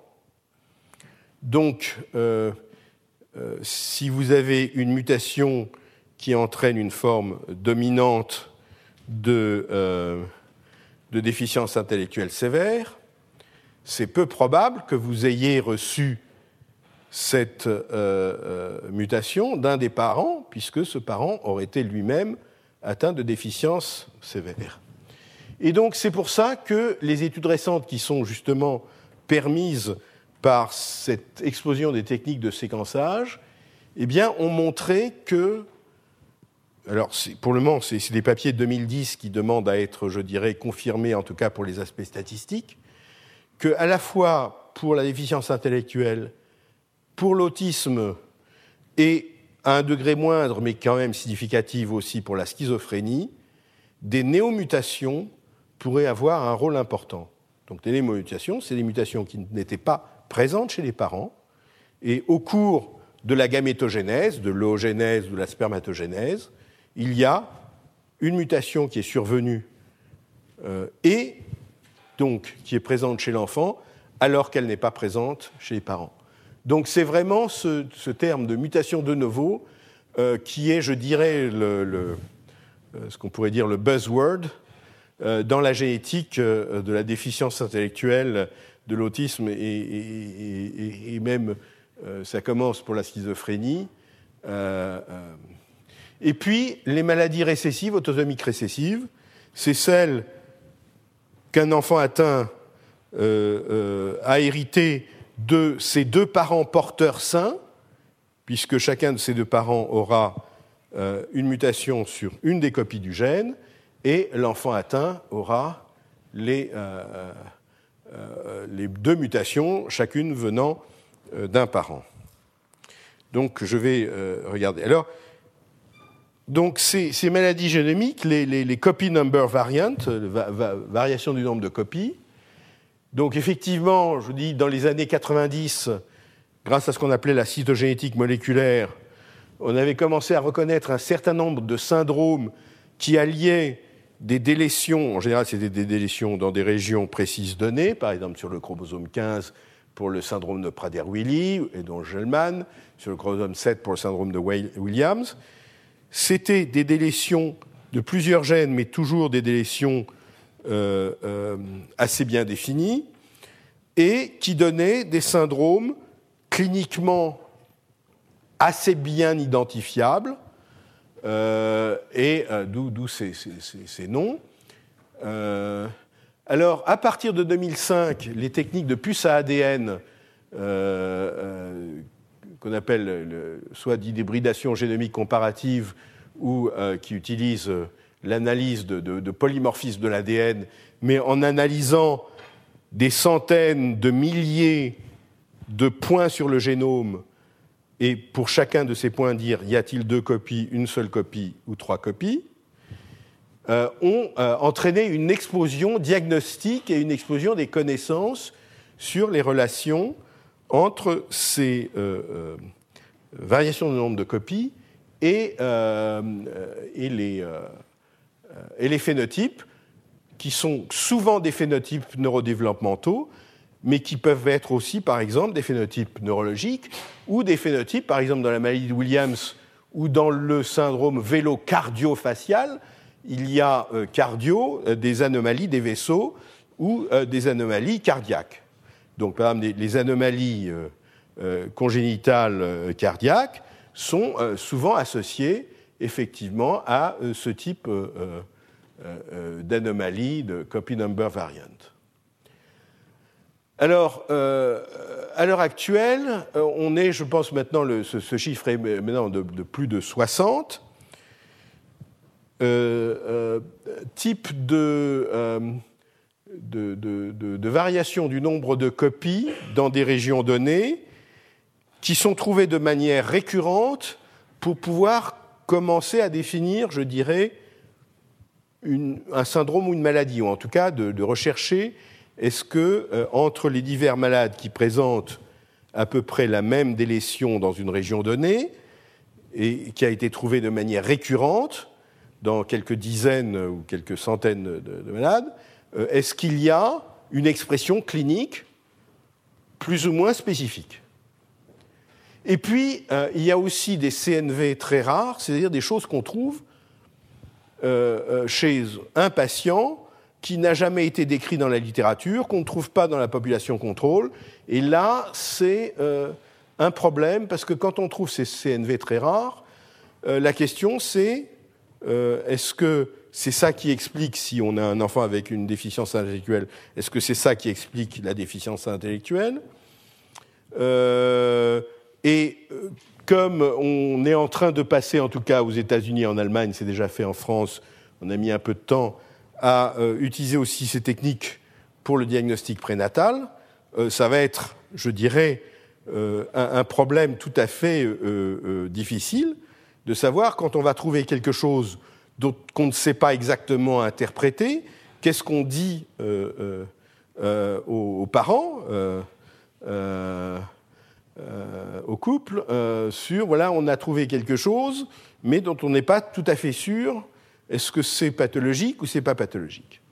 Donc, euh, Euh, si vous avez une mutation qui entraîne une forme dominante de, euh, de déficience intellectuelle sévère, c'est peu probable que vous ayez reçu cette euh, euh, mutation d'un des parents, puisque ce parent aurait été lui-même atteint de déficience sévère. Et donc c'est pour ça que les études récentes qui sont justement permises par cette explosion des techniques de séquençage, eh bien, ont montré que, alors c'est, pour le moment, c'est, c'est des papiers de deux mille dix qui demandent à être, je dirais, confirmés, en tout cas pour les aspects statistiques, qu'à la fois pour la déficience intellectuelle, pour l'autisme et à un degré moindre, mais quand même significative aussi pour la schizophrénie, des néomutations pourraient avoir un rôle important. Donc les néomutations, c'est des mutations qui n'étaient pas présentes chez les parents, et au cours de la gamétogénèse, de l'oogénèse ou de la spermatogénèse, il y a une mutation qui est survenue euh, et donc qui est présente chez l'enfant, alors qu'elle n'est pas présente chez les parents. Donc c'est vraiment ce, ce terme de mutation de novo euh, qui est, je dirais, le, le, ce qu'on pourrait dire le buzzword euh, dans la génétique euh, de la déficience intellectuelle, de l'autisme et, et, et, et même euh, ça commence pour la schizophrénie. Euh, euh. Et puis les maladies récessives, autosomiques récessives, c'est celles qu'un enfant atteint euh, euh, a hérité de ses deux parents porteurs sains, puisque chacun de ces deux parents aura euh, une mutation sur une des copies du gène, et l'enfant atteint aura les, euh, euh, les deux mutations, chacune venant euh, d'un parent. Donc, je vais euh, regarder. Alors, donc, ces, ces maladies génomiques, les, les, les copy number variants, va, va, variation du nombre de copies, donc effectivement, je vous dis, dans les années quatre-vingt-dix, grâce à ce qu'on appelait la cytogénétique moléculaire, on avait commencé à reconnaître un certain nombre de syndromes qui alliaient des délétions, en général c'était des délétions dans des régions précises données, par exemple sur le chromosome quinze pour le syndrome de Prader-Willi et d'Angelman, sur le chromosome sept pour le syndrome de Williams. C'était des délétions de plusieurs gènes, mais toujours des délétions euh, euh, assez bien définies, et qui donnaient des syndromes cliniquement assez bien identifiables, euh, et euh, d'où, d'où ces, ces, ces, ces noms. Euh, alors, à partir de deux mille cinq, les techniques de puces à A D N, euh, euh, qu'on appelle le, soit d'hybridation génomique comparative, ou euh, qui utilisent l'analyse de, de, de polymorphisme de l'A D N, mais en analysant des centaines de milliers de points sur le génome, et pour chacun de ces points dire y a-t-il deux copies, une seule copie ou trois copies, euh, ont euh, entraîné une explosion diagnostique et une explosion des connaissances sur les relations entre ces euh, euh, variations de nombre de copies et, euh, et, les, euh, et les phénotypes, qui sont souvent des phénotypes neurodéveloppementaux, mais qui peuvent être aussi, par exemple, des phénotypes neurologiques ou des phénotypes, par exemple, dans la maladie de Williams ou dans le syndrome vélo-cardio-facial, il y a euh, cardio, euh, des anomalies des vaisseaux ou euh, des anomalies cardiaques. Donc, par exemple, les, les anomalies euh, euh, congénitales euh, cardiaques sont euh, souvent associées, effectivement, à euh, ce type euh, euh, euh, d'anomalie de copy number variant. Alors, euh, à l'heure actuelle, euh, on est, je pense maintenant, le, ce, ce chiffre est maintenant de, de plus de soixante euh, euh, types de, euh, de, de, de, de variations du nombre de copies dans des régions données qui sont trouvées de manière récurrente pour pouvoir commencer à définir, je dirais, une, un syndrome ou une maladie, ou en tout cas de, de rechercher est-ce que, euh, entre les divers malades qui présentent à peu près la même délétion dans une région donnée, et qui a été trouvée de manière récurrente dans quelques dizaines ou quelques centaines de, de malades, euh, est-ce qu'il y a une expression clinique plus ou moins spécifique? Et puis, euh, il y a aussi des C N V très rares, c'est-à-dire des choses qu'on trouve euh, euh, chez un patient qui n'a jamais été décrit dans la littérature, qu'on ne trouve pas dans la population contrôle. Et là, c'est euh, un problème, parce que quand on trouve ces C N V très rares, euh, la question c'est, euh, est-ce que c'est ça qui explique, si on a un enfant avec une déficience intellectuelle, est-ce que c'est ça qui explique la déficience intellectuelle? euh, Et euh, comme on est en train de passer, en tout cas aux États-Unis et en Allemagne, c'est déjà fait en France, on a mis un peu de temps à euh, utiliser aussi ces techniques pour le diagnostic prénatal, euh, ça va être, je dirais, euh, un, un problème tout à fait euh, euh, difficile de savoir, quand on va trouver quelque chose dont, qu'on ne sait pas exactement interpréter, qu'est-ce qu'on dit euh, euh, euh, aux, aux parents, euh, euh, euh, au couple, euh, sur, voilà, on a trouvé quelque chose, mais dont on n'est pas tout à fait sûr. Est-ce que c'est pathologique ou c'est pas pathologique?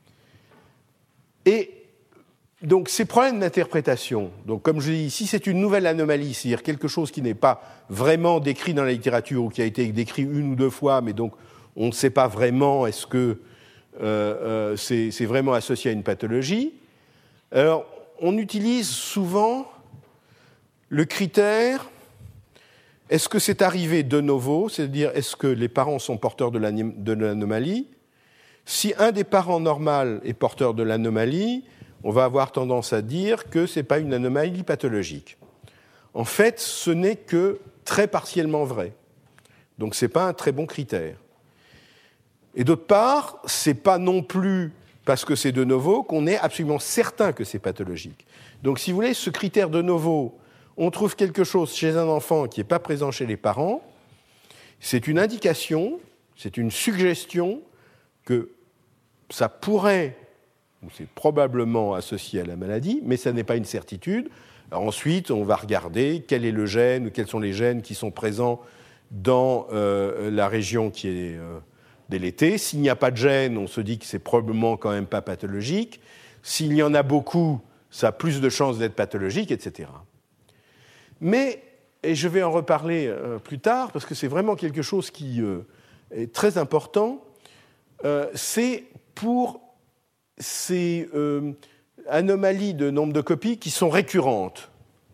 Et donc, ces problèmes d'interprétation, donc, comme je dis ici, c'est une nouvelle anomalie, c'est-à-dire quelque chose qui n'est pas vraiment décrit dans la littérature ou qui a été décrit une ou deux fois, mais donc on ne sait pas vraiment est-ce que euh, euh, c'est, c'est vraiment associé à une pathologie. Alors, on utilise souvent le critère. Est-ce que c'est arrivé de novo, c'est-à-dire est-ce que les parents sont porteurs de, de l'anomalie? Si un des parents normal est porteur de l'anomalie, on va avoir tendance à dire que ce n'est pas une anomalie pathologique. En fait, ce n'est que très partiellement vrai. Donc ce n'est pas un très bon critère. Et d'autre part, ce n'est pas non plus parce que c'est de novo qu'on est absolument certain que c'est pathologique. Donc, si vous voulez, ce critère de novo, on trouve quelque chose chez un enfant qui n'est pas présent chez les parents, c'est une indication, c'est une suggestion que ça pourrait, ou c'est probablement associé à la maladie, mais ça n'est pas une certitude. Alors ensuite, on va regarder quel est le gène, ou quels sont les gènes qui sont présents dans euh, la région qui est euh, délétée. S'il n'y a pas de gène, on se dit que c'est probablement quand même pas pathologique. S'il y en a beaucoup, ça a plus de chances d'être pathologique, et cetera. Mais, et je vais en reparler euh, plus tard, parce que c'est vraiment quelque chose qui euh, est très important, euh, c'est pour ces euh, anomalies de nombre de copies qui sont récurrentes.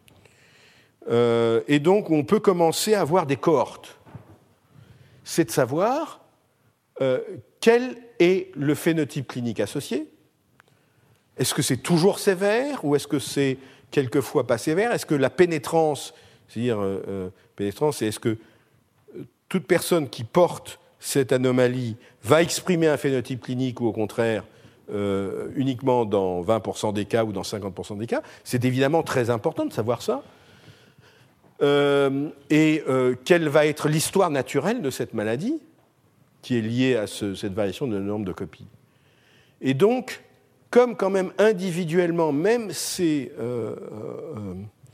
Euh, et donc, on peut commencer à avoir des cohortes. C'est de savoir euh, quel est le phénotype clinique associé. Est-ce que c'est toujours sévère ou est-ce que c'est quelquefois pas sévère? Est-ce que la pénétrance, c'est-à-dire euh, euh, pénétrance, c'est est-ce que toute personne qui porte cette anomalie va exprimer un phénotype clinique ou au contraire euh, uniquement dans vingt pour cent des cas ou dans cinquante pour cent des cas? C'est évidemment très important de savoir ça. Euh, et euh, quelle va être l'histoire naturelle de cette maladie qui est liée à ce, cette variation de nombre de copies? Et donc, comme quand même individuellement, même ces, euh, euh,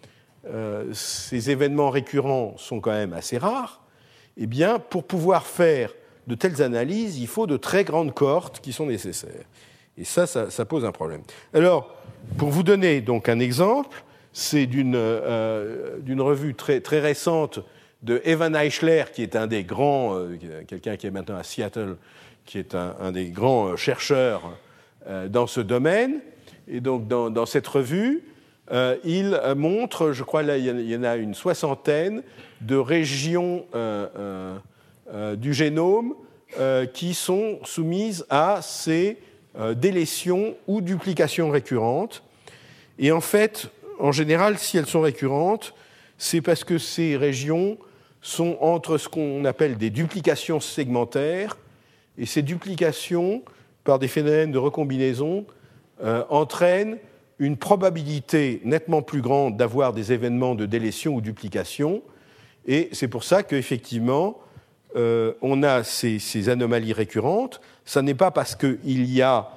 euh, ces événements récurrents sont quand même assez rares, eh bien, pour pouvoir faire de telles analyses, il faut de très grandes cohortes qui sont nécessaires. Et ça, ça, ça pose un problème. Alors, pour vous donner donc un exemple, c'est d'une, euh, d'une revue très, très récente de Evan Eichler, qui est un des grands, euh, quelqu'un qui est maintenant à Seattle, qui est un, un des grands chercheurs euh, dans ce domaine. Et donc, dans, dans cette revue, euh, il montre, je crois là, il y en a une soixantaine de régions euh, euh, euh, du génome euh, qui sont soumises à ces euh, délétions ou duplications récurrentes. Et en fait, en général, si elles sont récurrentes, c'est parce que ces régions sont entre ce qu'on appelle des duplications segmentaires, et ces duplications, par des phénomènes de recombinaison, euh, entraînent une probabilité nettement plus grande d'avoir des événements de délétion ou duplication, et c'est pour ça qu'effectivement, euh, on a ces, ces anomalies récurrentes. Ça n'est pas parce qu'il y a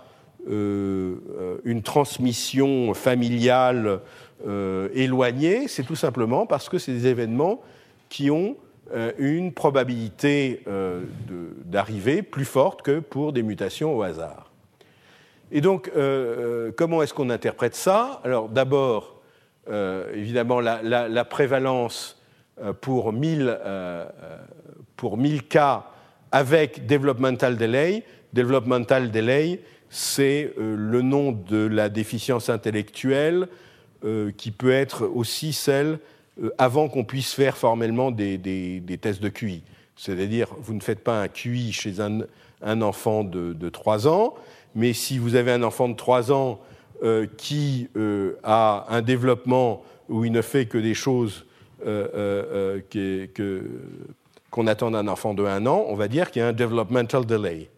euh, une transmission familiale euh, éloignée, c'est tout simplement parce que c'est des événements qui ont euh, une probabilité euh, de, d'arrivée plus forte que pour des mutations au hasard. Et donc, euh, comment est-ce qu'on interprète ça? Alors, d'abord, euh, évidemment, la, la, la prévalence euh, pour mille, euh, pour mille cas avec developmental delay. Developmental delay, c'est euh, le nom de la déficience intellectuelle euh, qui peut être aussi celle euh, avant qu'on puisse faire formellement des, des, des tests de Q I. C'est-à-dire, vous ne faites pas un Q I chez un, un enfant de, de trois ans, mais si vous avez un enfant de trois ans euh, qui euh, a un développement où il ne fait que des choses euh, euh, que, que, qu'on attend d'un enfant de un an, on va dire qu'il y a un developmental delay.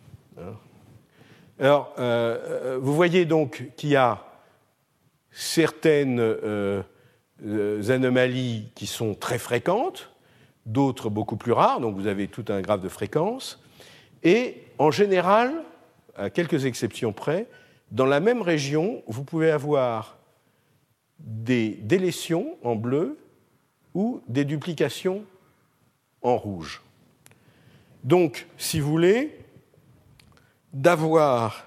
Alors, euh, vous voyez donc qu'il y a certaines euh, euh, anomalies qui sont très fréquentes, d'autres beaucoup plus rares, donc vous avez tout un graphe de fréquence, et en général, à quelques exceptions près, dans la même région, vous pouvez avoir des délétions en bleu ou des duplications en rouge. Donc, si vous voulez, d'avoir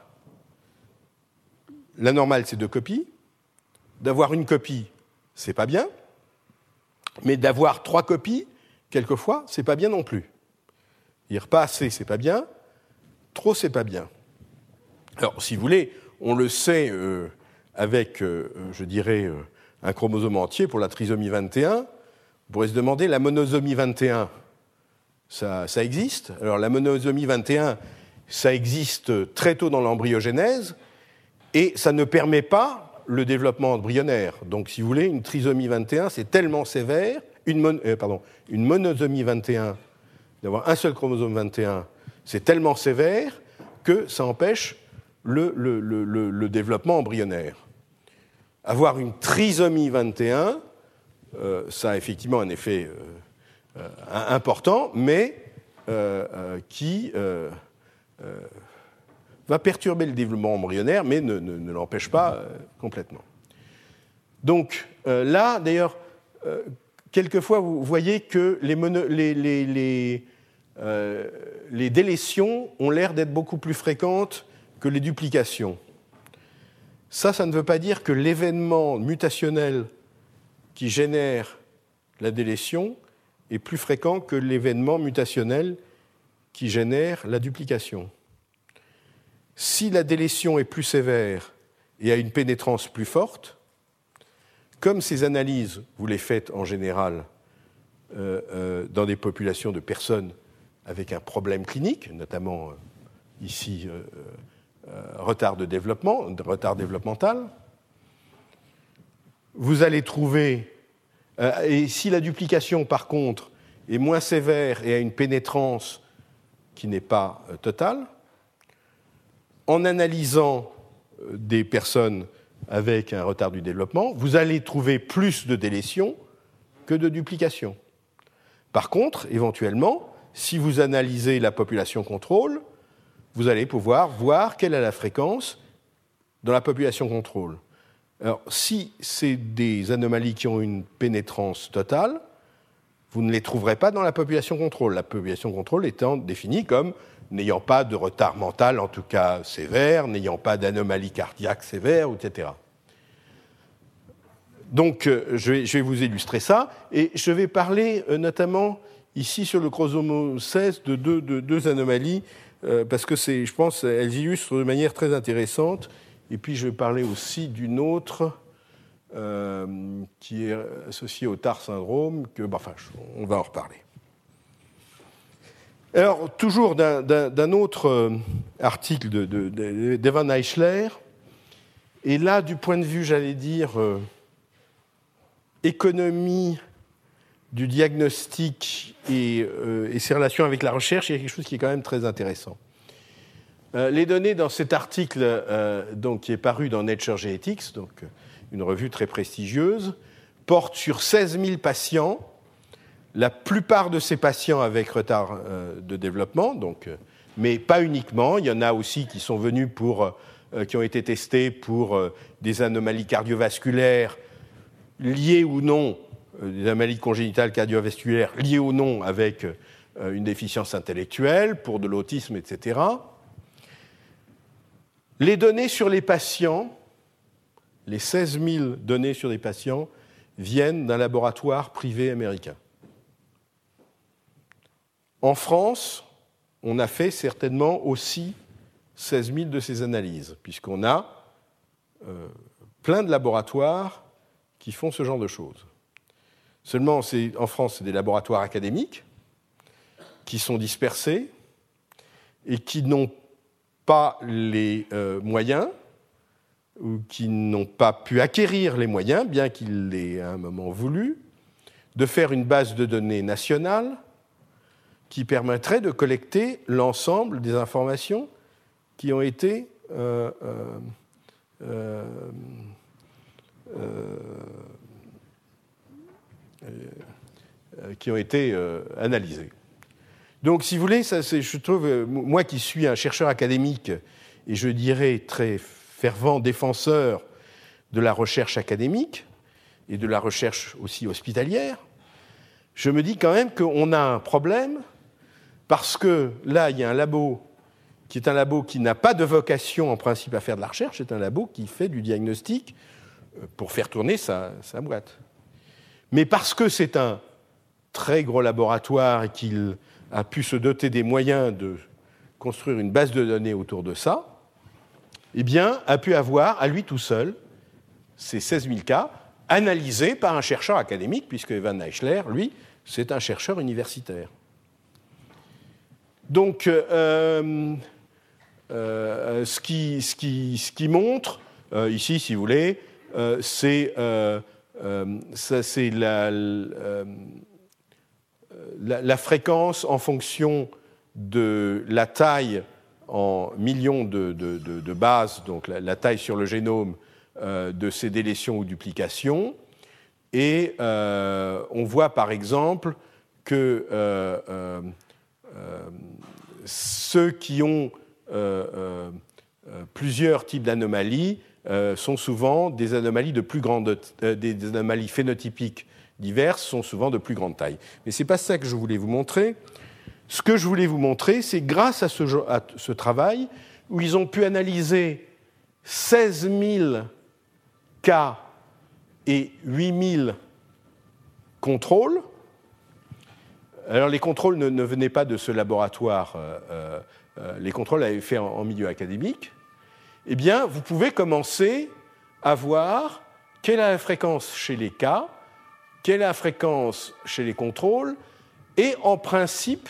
la normale, c'est deux copies, d'avoir une copie, c'est pas bien, mais d'avoir trois copies, quelquefois, c'est pas bien non plus. Dire pas assez, c'est pas bien, trop, c'est pas bien. Alors, si vous voulez, on le sait euh, avec, euh, je dirais, euh, un chromosome entier pour la trisomie vingt et un. On pourrait se demander, la monosomie vingt et un, ça, ça existe? Alors, la monosomie vingt et un, ça existe très tôt dans l'embryogénèse, et ça ne permet pas le développement embryonnaire. Donc, si vous voulez, une trisomie vingt et un, c'est tellement sévère, une, mon, euh, pardon, une monosomie vingt et un, d'avoir un seul chromosome vingt et un, C'est tellement sévère que ça empêche le, le, le, le, le développement embryonnaire. Avoir une trisomie vingt et un, euh, ça a effectivement un effet euh, euh, important, mais euh, euh, qui euh, euh, va perturber le développement embryonnaire, mais ne, ne, ne l'empêche pas euh, complètement. Donc euh, là, d'ailleurs, euh, quelquefois, vous voyez que les, mono, les, les, les, euh, les délétions ont l'air d'être beaucoup plus fréquentes que les duplications. Ça, ça ne veut pas dire que l'événement mutationnel qui génère la délétion est plus fréquent que l'événement mutationnel qui génère la duplication. Si la délétion est plus sévère et a une pénétrance plus forte, comme ces analyses, vous les faites en général euh, euh, dans des populations de personnes avec un problème clinique, notamment euh, ici euh, euh, retard de développement, retard développemental, vous allez trouver, euh, et si la duplication par contre est moins sévère et a une pénétrance qui n'est pas euh, totale, en analysant euh, des personnes avec un retard du développement, vous allez trouver plus de délétions que de duplications. Par contre, éventuellement, si vous analysez la population contrôle, vous allez pouvoir voir quelle est la fréquence dans la population contrôle. Alors, si c'est des anomalies qui ont une pénétrance totale, vous ne les trouverez pas dans la population contrôle. La population contrôle étant définie comme n'ayant pas de retard mental, en tout cas sévère, n'ayant pas d'anomalie cardiaque sévère, et cetera. Donc, je vais, je vais vous illustrer ça, et je vais parler euh, notamment ici sur le chromosome seize de deux, de deux anomalies, euh, parce que c'est, je pense elles illustrent de manière très intéressante, et puis je vais parler aussi d'une autre euh, qui est associée au T A R syndrome, que, bah, enfin, on va en reparler. Alors, toujours d'un, d'un, d'un autre euh, article de, de, de, d'Evan Eichler, et là, du point de vue, j'allais dire, euh, économie du diagnostic et, euh, et ses relations avec la recherche, il y a quelque chose qui est quand même très intéressant. Euh, les données dans cet article, euh, donc, qui est paru dans Nature Genetics, donc une revue très prestigieuse, portent sur seize mille patients. La plupart de ces patients avec retard euh, de développement, donc, euh, mais pas uniquement. Il y en a aussi qui sont venus pour, euh, qui ont été testés pour euh, des anomalies cardiovasculaires liées ou non, euh, des anomalies congénitales cardiovasculaires liées ou non avec euh, une déficience intellectuelle, pour de l'autisme, et cetera. Les données sur les patients, les seize mille données sur les patients, viennent d'un laboratoire privé américain. En France, on a fait certainement aussi seize mille de ces analyses, puisqu'on a euh, plein de laboratoires qui font ce genre de choses. Seulement, c'est, en France, c'est des laboratoires académiques qui sont dispersés et qui n'ont pas les euh, moyens ou qui n'ont pas pu acquérir les moyens, bien qu'ils l'aient à un moment voulu, de faire une base de données nationale qui permettrait de collecter l'ensemble des informations qui ont été euh, euh, euh, euh, euh, qui ont été euh, analysées. Donc, si vous voulez, ça, c'est, je trouve, euh, moi qui suis un chercheur académique et je dirais très fervent défenseur de la recherche académique et de la recherche aussi hospitalière, je me dis quand même qu'on a un problème. Parce que là, il y a un labo qui est un labo qui n'a pas de vocation en principe à faire de la recherche, c'est un labo qui fait du diagnostic pour faire tourner sa, sa boîte. Mais parce que c'est un très gros laboratoire et qu'il a pu se doter des moyens de construire une base de données autour de ça, eh bien, a pu avoir à lui tout seul ces seize mille cas analysés par un chercheur académique, puisque Evan Eichler, lui, c'est un chercheur universitaire. Donc, euh, euh, ce, qui, ce, qui, ce qui montre, euh, ici, si vous voulez, euh, c'est, euh, euh, ça, c'est la, la, la, la fréquence en fonction de la taille en millions de, de, de, de bases, donc la, la taille sur le génome euh, de ces délétions ou duplications. Et euh, on voit par exemple que euh, euh, euh, ceux qui ont euh, euh, plusieurs types d'anomalies euh, sont souvent des anomalies de plus grande, euh, des anomalies phénotypiques diverses sont souvent de plus grande taille. Mais ce n'est pas ça que je voulais vous montrer. Ce que je voulais vous montrer, c'est grâce à ce, à ce travail où ils ont pu analyser seize mille cas et huit mille contrôles. Alors les contrôles ne, ne venaient pas de ce laboratoire, euh, euh, les contrôles avaient été faits en, en milieu académique. Eh bien, vous pouvez commencer à voir quelle est la fréquence chez les cas, quelle est la fréquence chez les contrôles, et en principe,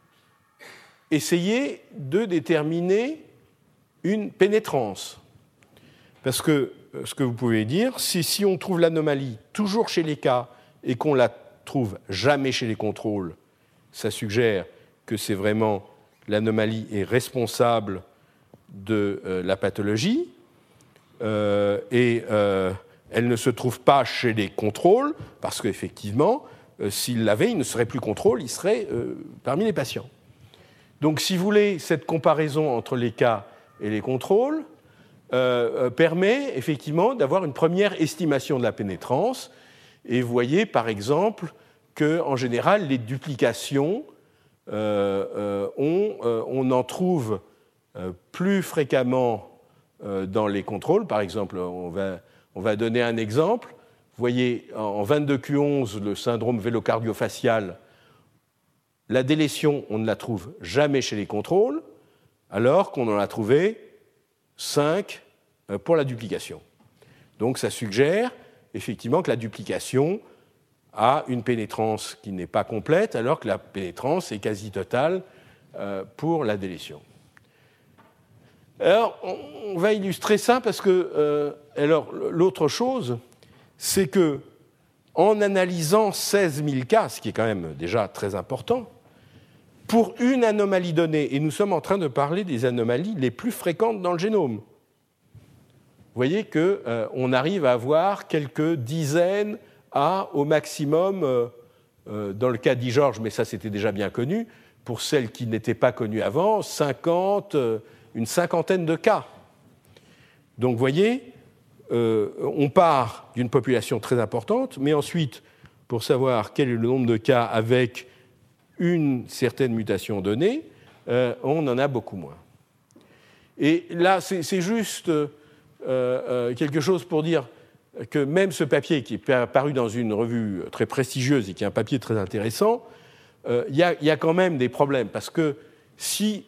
essayer de déterminer une pénétrance. Parce que ce que vous pouvez dire, c'est si on trouve l'anomalie toujours chez les cas et qu'on la trouve jamais chez les contrôles, ça suggère que c'est vraiment l'anomalie est responsable de euh, la pathologie euh, et euh, elle ne se trouve pas chez les contrôles parce qu'effectivement, euh, s'il l'avait, il ne serait plus contrôle, il serait euh, parmi les patients. Donc, si vous voulez, cette comparaison entre les cas et les contrôles euh, permet effectivement d'avoir une première estimation de la pénétrance. Et vous voyez, par exemple, qu'en général, les duplications, euh, euh, on, euh, on en trouve euh, plus fréquemment euh, dans les contrôles. Par exemple, on va, on va donner un exemple. Vous voyez, en vingt-deux Q onze, le syndrome vélocardio-facial, la délétion, on ne la trouve jamais chez les contrôles, alors qu'on en a trouvé cinq pour la duplication. Donc ça suggère effectivement que la duplication a une pénétrance qui n'est pas complète, alors que la pénétrance est quasi totale pour la délétion. Alors, on va illustrer ça parce que euh, alors, l'autre chose, c'est que en analysant seize mille cas, ce qui est quand même déjà très important, pour une anomalie donnée, et nous sommes en train de parler des anomalies les plus fréquentes dans le génome. Vous voyez qu'on euh, arrive à avoir quelques dizaines à, au maximum, euh, euh, dans le cas d'I-George, mais ça c'était déjà bien connu, pour celles qui n'étaient pas connues avant, cinquante, euh, une cinquantaine de cas. Donc vous voyez, euh, on part d'une population très importante, mais ensuite, pour savoir quel est le nombre de cas avec une certaine mutation donnée, euh, on en a beaucoup moins. Et là, c'est, c'est juste euh, euh, quelque chose pour dire que même ce papier qui est paru dans une revue très prestigieuse et qui est un papier très intéressant, euh, y a, y a quand même des problèmes, parce que si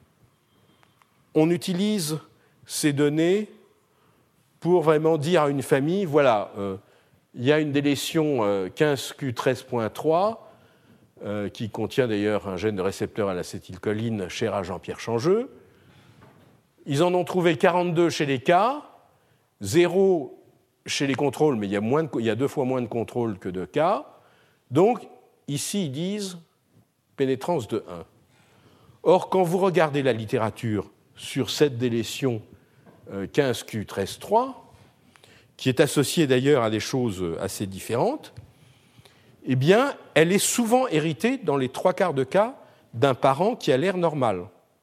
on utilise ces données pour vraiment dire à une famille, voilà, il euh, y a une délétion euh, quinze Q treize point trois, Euh, qui contient d'ailleurs un gène de récepteur à l'acétylcholine cher à Jean-Pierre Changeux. Ils en ont trouvé quarante-deux chez les cas, zéro chez les contrôles, mais il y a, moins de, il y a deux fois moins de contrôles que de cas. Donc, ici, ils disent pénétrance de un. Or, quand vous regardez la littérature sur cette délétion euh, quinze Q treize point trois, qui est associée d'ailleurs à des choses assez différentes, eh bien, elle est souvent héritée, dans les trois quarts de cas, d'un parent qui a l'air normal.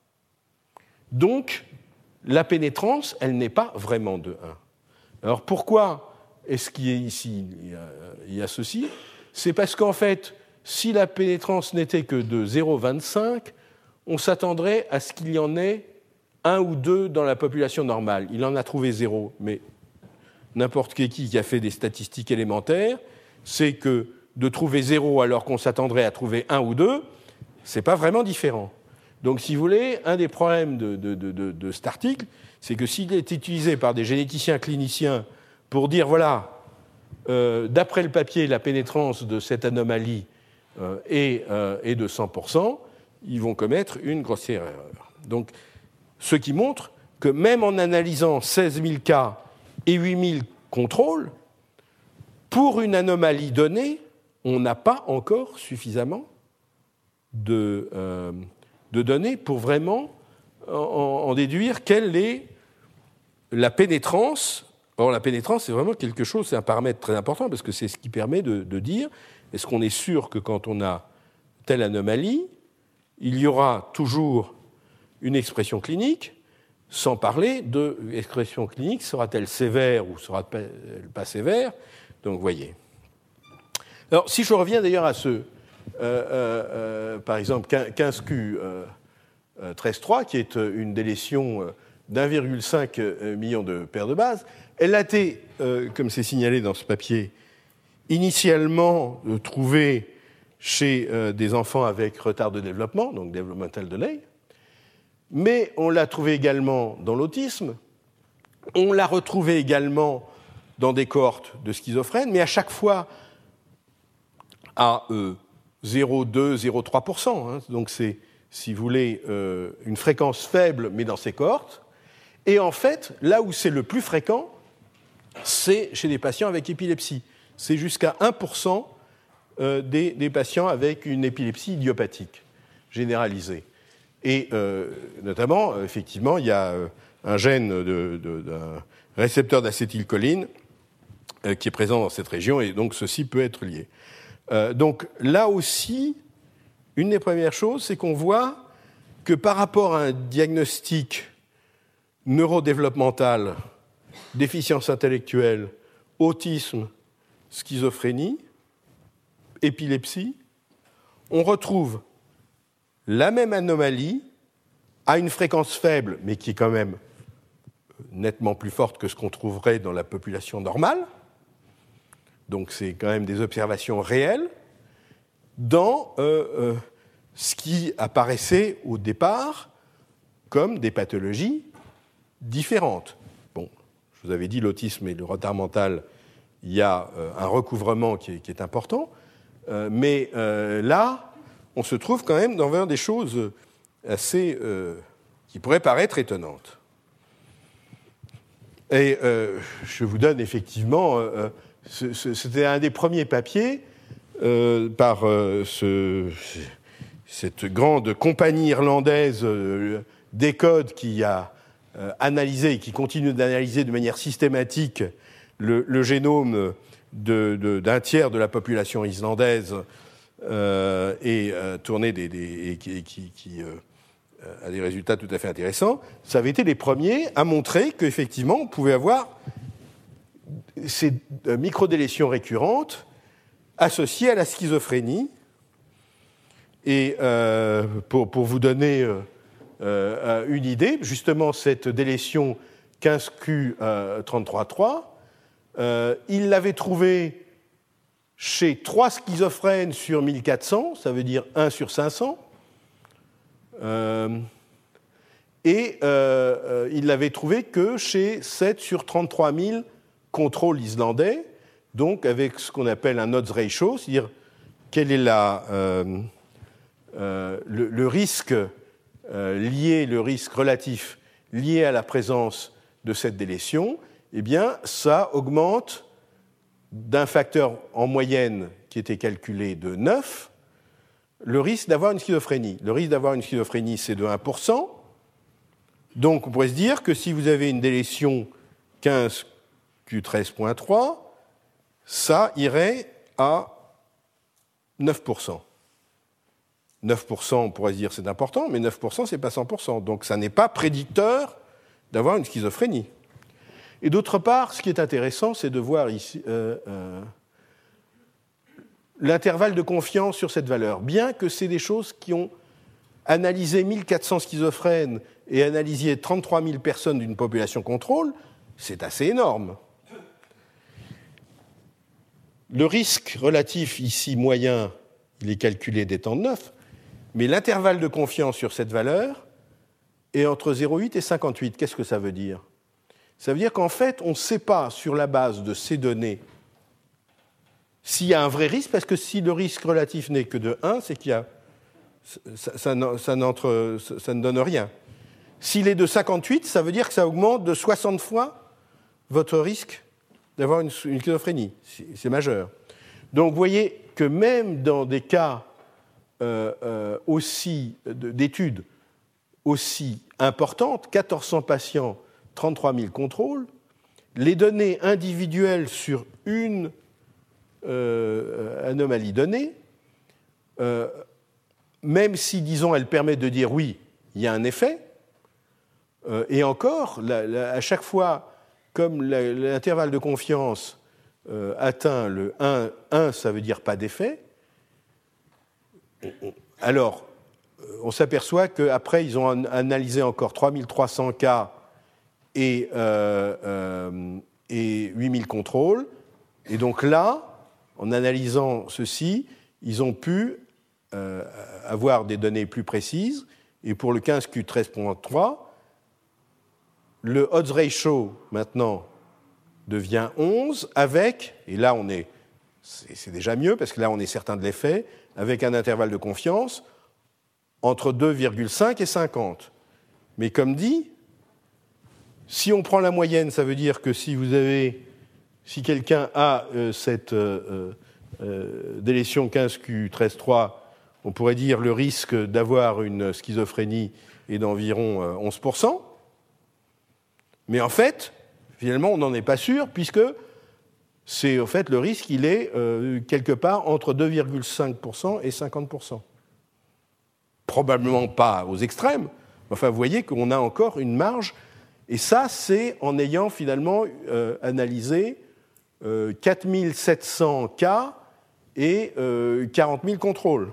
Donc, la pénétrance, elle n'est pas vraiment de un. Alors, pourquoi est-ce qu'il y a ici il y a ceci ? C'est parce qu'en fait, si la pénétrance n'était que de zéro virgule vingt-cinq, on s'attendrait à ce qu'il y en ait un ou deux dans la population normale. Il en a trouvé zéro, mais n'importe qui qui a fait des statistiques élémentaires, c'est que de trouver zéro alors qu'on s'attendrait à trouver un ou deux, ce n'est pas vraiment différent. Donc, si vous voulez, un des problèmes de, de, de, de, de cet article, c'est que s'il est utilisé par des généticiens cliniciens pour dire, voilà, euh, d'après le papier, la pénétrance de cette anomalie euh, est, euh, est de cent pour cent, ils vont commettre une grossière erreur. Donc, ce qui montre que même en analysant seize mille cas et huit mille contrôles, pour une anomalie donnée, on n'a pas encore suffisamment de, euh, de données pour vraiment en, en déduire quelle est la pénétrance. Or, la pénétrance, c'est vraiment quelque chose, c'est un paramètre très important, parce que c'est ce qui permet de, de dire, est-ce qu'on est sûr que quand on a telle anomalie, il y aura toujours une expression clinique, sans parler de l'expression clinique, sera-t-elle sévère ou sera-t-elle pas sévère? Donc, vous voyez. Alors, si je reviens d'ailleurs à ce, euh, euh, par exemple, quinze Q treize trois, qui est une délétion d'un virgule cinq million de paires de bases, elle a été, euh, comme c'est signalé dans ce papier, initialement euh, trouvée chez euh, des enfants avec retard de développement, donc developmental delay, mais on l'a trouvée également dans l'autisme, on l'a retrouvée également dans des cohortes de schizophrènes, mais à chaque fois à euh, zéro virgule deux à zéro virgule trois pour cent. Hein, donc c'est, si vous voulez, euh, une fréquence faible, mais dans ces cohortes. Et en fait, là où c'est le plus fréquent, c'est chez des patients avec épilepsie. C'est jusqu'à un pour cent euh, des, des patients avec une épilepsie idiopathique généralisée. Et euh, notamment, euh, effectivement, il y a euh, un gène de, de, d'un récepteur d'acétylcholine euh, qui est présent dans cette région, et donc ceci peut être lié. Euh, donc là aussi, une des premières choses, c'est qu'on voit que par rapport à un diagnostic neurodéveloppemental, déficience intellectuelle, autisme, schizophrénie, épilepsie, on retrouve la même anomalie à une fréquence faible, mais qui est quand même nettement plus forte que ce qu'on trouverait dans la population normale. Donc c'est quand même des observations réelles dans euh, euh, ce qui apparaissait au départ comme des pathologies différentes. Bon, je vous avais dit, l'autisme et le retard mental, il y a euh, un recouvrement qui est, qui est important, euh, mais euh, là, on se trouve quand même dans des choses assez euh, qui pourraient paraître étonnantes. Et euh, je vous donne effectivement, euh, ce, ce, c'était un des premiers papiers euh, par euh, ce, cette grande compagnie irlandaise euh, Decode qui a euh, analysé et qui continue d'analyser de manière systématique le, le génome de, de, d'un tiers de la population islandaise euh, et euh, tourné des, des, et qui, qui, qui euh, a des résultats tout à fait intéressants. Ça avait été les premiers à montrer qu'effectivement, on pouvait avoir ces microdélétions récurrentes associées à la schizophrénie. Et euh, pour, pour vous donner euh, euh, une idée, justement, cette délétion quinze Q trente-trois trois, euh, il l'avait trouvée chez trois schizophrènes sur mille quatre cents, ça veut dire un sur cinq cents. Euh, et euh, euh, il l'avait trouvé que chez sept sur trente-trois mille contrôles islandais, donc avec ce qu'on appelle un odds ratio, c'est-à-dire quel est la, euh, euh, le, le risque euh, lié, le risque relatif lié à la présence de cette délétion, eh bien, ça augmente d'un facteur en moyenne qui était calculé de neuf, le risque d'avoir une schizophrénie. Le risque d'avoir une schizophrénie, c'est de un pour cent. Donc, on pourrait se dire que si vous avez une délétion quinze Q treize trois, ça irait à neuf pour cent. neuf pour cent, on pourrait se dire c'est important, mais neuf pour cent, c'est pas cent pour cent. Donc, ça n'est pas prédicteur d'avoir une schizophrénie. Et d'autre part, ce qui est intéressant, c'est de voir ici euh, euh, l'intervalle de confiance sur cette valeur. Bien que c'est des choses qui ont analysé mille quatre cents schizophrènes et analysé trente-trois mille personnes d'une population contrôle, c'est assez énorme. Le risque relatif ici moyen, il est calculé d'étant de neuf, mais l'intervalle de confiance sur cette valeur est entre zéro virgule huit et cinquante-huit. Qu'est-ce que ça veut dire ? Ça veut dire qu'en fait, on ne sait pas, sur la base de ces données, s'il y a un vrai risque, parce que si le risque relatif n'est que de un, c'est qu'il y a, ça, ça, ça, n'entre, ça ne donne rien. S'il est de cinquante-huit, ça veut dire que ça augmente de soixante fois votre risque d'avoir une, une schizophrénie. C'est, c'est majeur. Donc vous voyez que même dans des cas euh, euh, aussi, d'études aussi importantes, quatorze cents patients, trente-trois mille contrôles, les données individuelles sur une euh, anomalie donnée, euh, même si, disons, elle permet de dire oui, il y a un effet, euh, et encore, la, la, à chaque fois, comme la, l'intervalle de confiance euh, atteint le un, un, ça veut dire pas d'effet, alors, on s'aperçoit qu'après, ils ont analysé encore trois mille trois cents cas et, euh, euh, et huit mille contrôles. Et donc là, en analysant ceci, ils ont pu euh, avoir des données plus précises. Et pour le quinze Q treize point trois, le odds ratio, maintenant, devient onze avec, et là, on est, c'est, c'est déjà mieux, parce que là, on est certain de l'effet, avec un intervalle de confiance entre deux virgule cinq et cinquante. Mais comme dit, si on prend la moyenne, ça veut dire que si vous avez, si quelqu'un a euh, cette euh, euh, délétion quinze Q treize point trois, on pourrait dire le risque d'avoir une schizophrénie est d'environ euh, onze pour cent. Mais en fait, finalement, on n'en est pas sûr, puisque c'est, en fait, le risque, il est euh, quelque part entre deux virgule cinq pour cent et cinquante pour cent. Probablement pas aux extrêmes, enfin, vous voyez qu'on a encore une marge, et ça, c'est en ayant finalement euh, analysé euh, quatre mille sept cents cas et euh, quarante mille contrôles.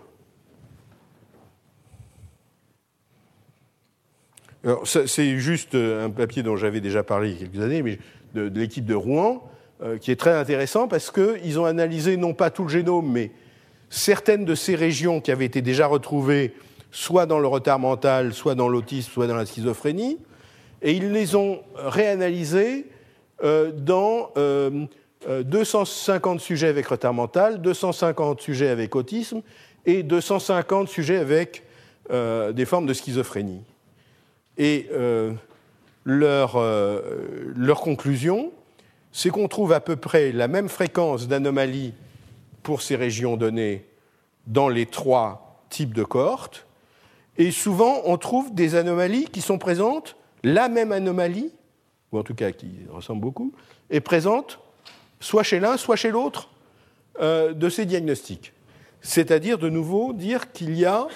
Alors, ça, c'est juste un papier dont j'avais déjà parlé il y a quelques années, mais de, de l'équipe de Rouen, euh, qui est très intéressant parce qu'ils ont analysé non pas tout le génome, mais certaines de ces régions qui avaient été déjà retrouvées soit dans le retard mental, soit dans l'autisme, soit dans la schizophrénie, et ils les ont réanalysées euh, dans euh, deux cent cinquante sujets avec retard mental, deux cent cinquante sujets avec autisme et deux cent cinquante sujets avec euh, des formes de schizophrénie. Et euh, leur, euh, leur conclusion, c'est qu'on trouve à peu près la même fréquence d'anomalies pour ces régions données dans les trois types de cohortes. Et souvent, on trouve des anomalies qui sont présentes, la même anomalie, ou en tout cas qui ressemble beaucoup, est présente soit chez l'un, soit chez l'autre euh, de ces diagnostics. C'est-à-dire, de nouveau, dire qu'il y a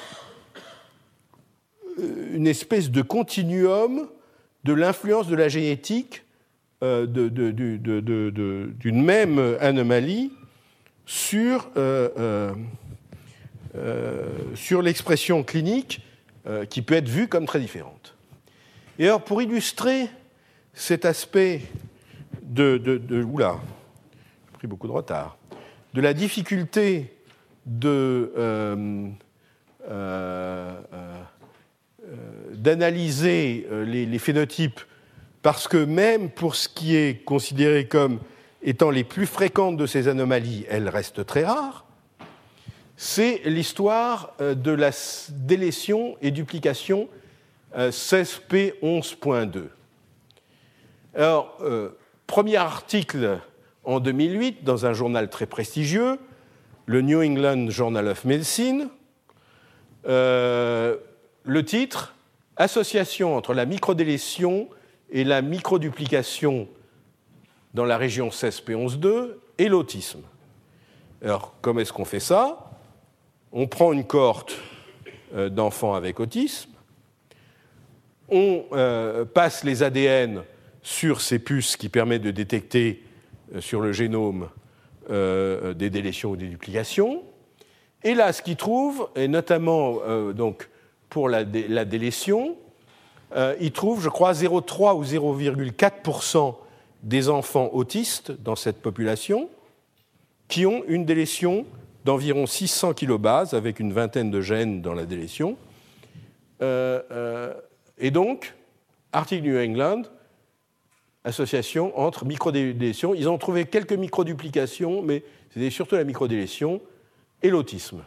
une espèce de continuum de l'influence de la génétique euh, de, de, de, de, de, de, d'une même anomalie sur, euh, euh, euh, sur l'expression clinique euh, qui peut être vue comme très différente. Et alors, pour illustrer cet aspect de... de, de oula, j'ai pris beaucoup de retard, de la difficulté de... Euh, euh, euh, d'analyser les, les phénotypes, parce que même pour ce qui est considéré comme étant les plus fréquentes de ces anomalies, elles restent très rares, c'est l'histoire de la délétion et duplication seize P onze point deux. Alors, euh, premier article en deux mille huit dans un journal très prestigieux, le New England Journal of Medicine, euh, le titre « Association entre la microdélétion et la microduplication dans la région seize P onze point deux et l'autisme ». Alors, comment est-ce qu'on fait ça ? On prend une cohorte euh, d'enfants avec autisme, on euh, passe les A D N sur ces puces qui permettent de détecter euh, sur le génome euh, des délétions ou des duplications, et là, ce qu'ils trouvent, et notamment euh, donc, pour la, dé- la délétion, euh, ils trouvent, je crois, zéro virgule trois ou zéro virgule quatre pour cent des enfants autistes dans cette population qui ont une délétion d'environ six cents kilobases, avec une vingtaine de gènes dans la délétion. Euh, euh, et donc, article New England, association entre microdélétions. Ils ont trouvé quelques microduplications, mais c'était surtout la microdélétion et l'autisme.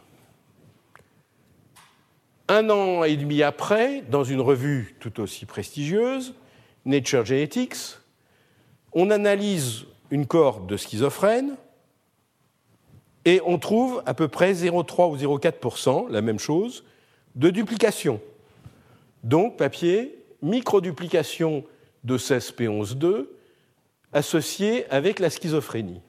Un an et demi après, dans une revue tout aussi prestigieuse, Nature Genetics, on analyse une cohorte de schizophrènes Et on trouve à peu près zéro virgule trois ou zéro virgule quatre pour cent, la même chose, de duplication. Donc, papier, microduplication de seize p onze deux associée avec la schizophrénie.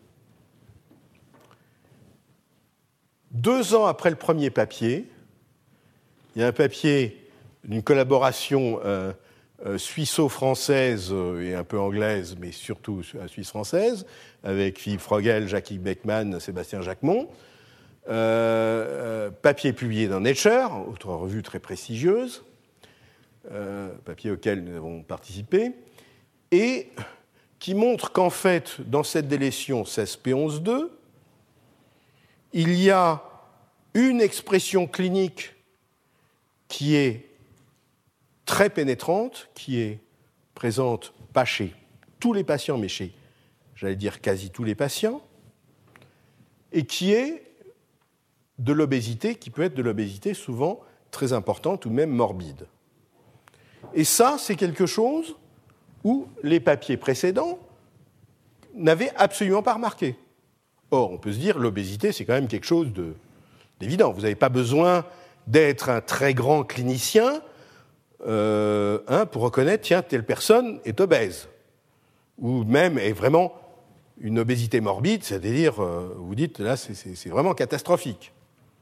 Deux ans après le premier papier, il y a un papier d'une collaboration euh, euh, suisse-française euh, et un peu anglaise, mais surtout suisse-française, avec Philippe Frogel, Jacques Beckman, Sébastien Jacquemont. Euh, euh, papier publié dans Nature, autre revue très prestigieuse, euh, papier auquel nous avons participé, et qui montre qu'en fait, dans cette délétion seize p onze deux, il y a une expression clinique qui est très pénétrante, qui est présente pas chez tous les patients, mais chez, j'allais dire, quasi tous les patients, et qui est de l'obésité, qui peut être de l'obésité souvent très importante ou même morbide. Et ça, c'est quelque chose où les papiers précédents n'avaient absolument pas remarqué. Or, on peut se dire, l'obésité, c'est quand même quelque chose de, d'évident. Vous n'avez pas besoin d'être un très grand clinicien euh, hein, pour reconnaître, tiens, telle personne est obèse. Ou même est vraiment une obésité morbide, c'est-à-dire, euh, vous dites, là, c'est, c'est, c'est vraiment catastrophique.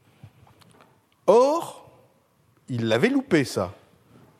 Or, il l'avait loupé, ça. Pourquoi ?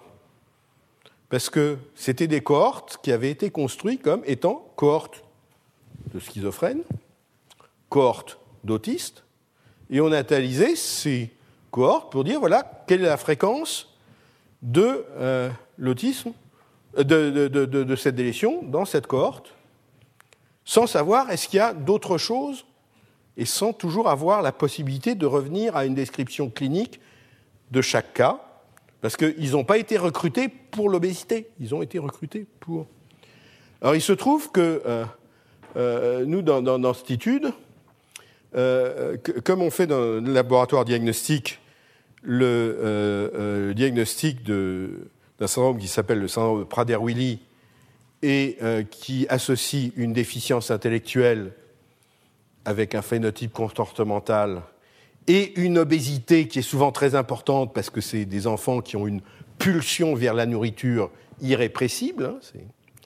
Parce que c'était des cohortes qui avaient été construites comme étant cohortes de schizophrènes, cohortes d'autistes, et on a analysé ces cohortes pour dire, voilà, quelle est la fréquence de euh, l'autisme, de, de, de, de, de cette délétion dans cette cohorte, sans savoir est-ce qu'il y a d'autres choses, et sans toujours avoir la possibilité de revenir à une description clinique de chaque cas, parce qu'ils n'ont pas été recrutés pour l'obésité, ils ont été recrutés pour... Alors il se trouve que euh, euh, nous, dans, dans, dans cette étude, euh, que, comme on fait dans le laboratoire diagnostique, le euh, euh, diagnostic de, d'un syndrome qui s'appelle le syndrome de Prader-Willi et euh, qui associe une déficience intellectuelle avec un phénotype comportemental et une obésité qui est souvent très importante parce que c'est des enfants qui ont une pulsion vers la nourriture irrépressible. Hein, c'est...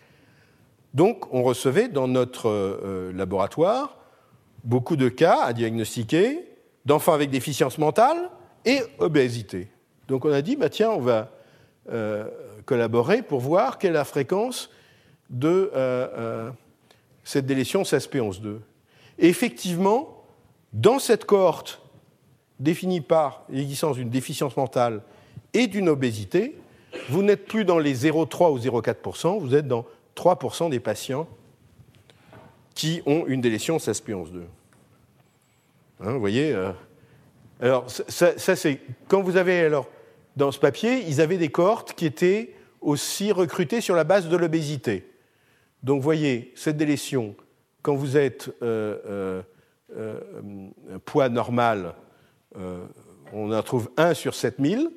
Donc, on recevait dans notre euh, laboratoire beaucoup de cas à diagnostiquer d'enfants avec déficience mentale et obésité. Donc, on a dit, bah, tiens, on va euh, collaborer pour voir quelle est la fréquence de euh, euh, cette délétion seize p onze deux. Et effectivement, dans cette cohorte définie par l'existence d'une déficience mentale et d'une obésité, vous n'êtes plus dans les zéro virgule trois ou zéro virgule quatre pour cent, vous êtes dans trois pour cent des patients qui ont une délétion seize p onze deux. Hein, vous voyez euh, alors, ça, ça, c'est... Quand vous avez... Alors, dans ce papier, ils avaient des cohortes qui étaient aussi recrutées sur la base de l'obésité. Donc, vous voyez, cette délétion, quand vous êtes euh, euh, euh, poids normal, euh, on en trouve un sur sept mille.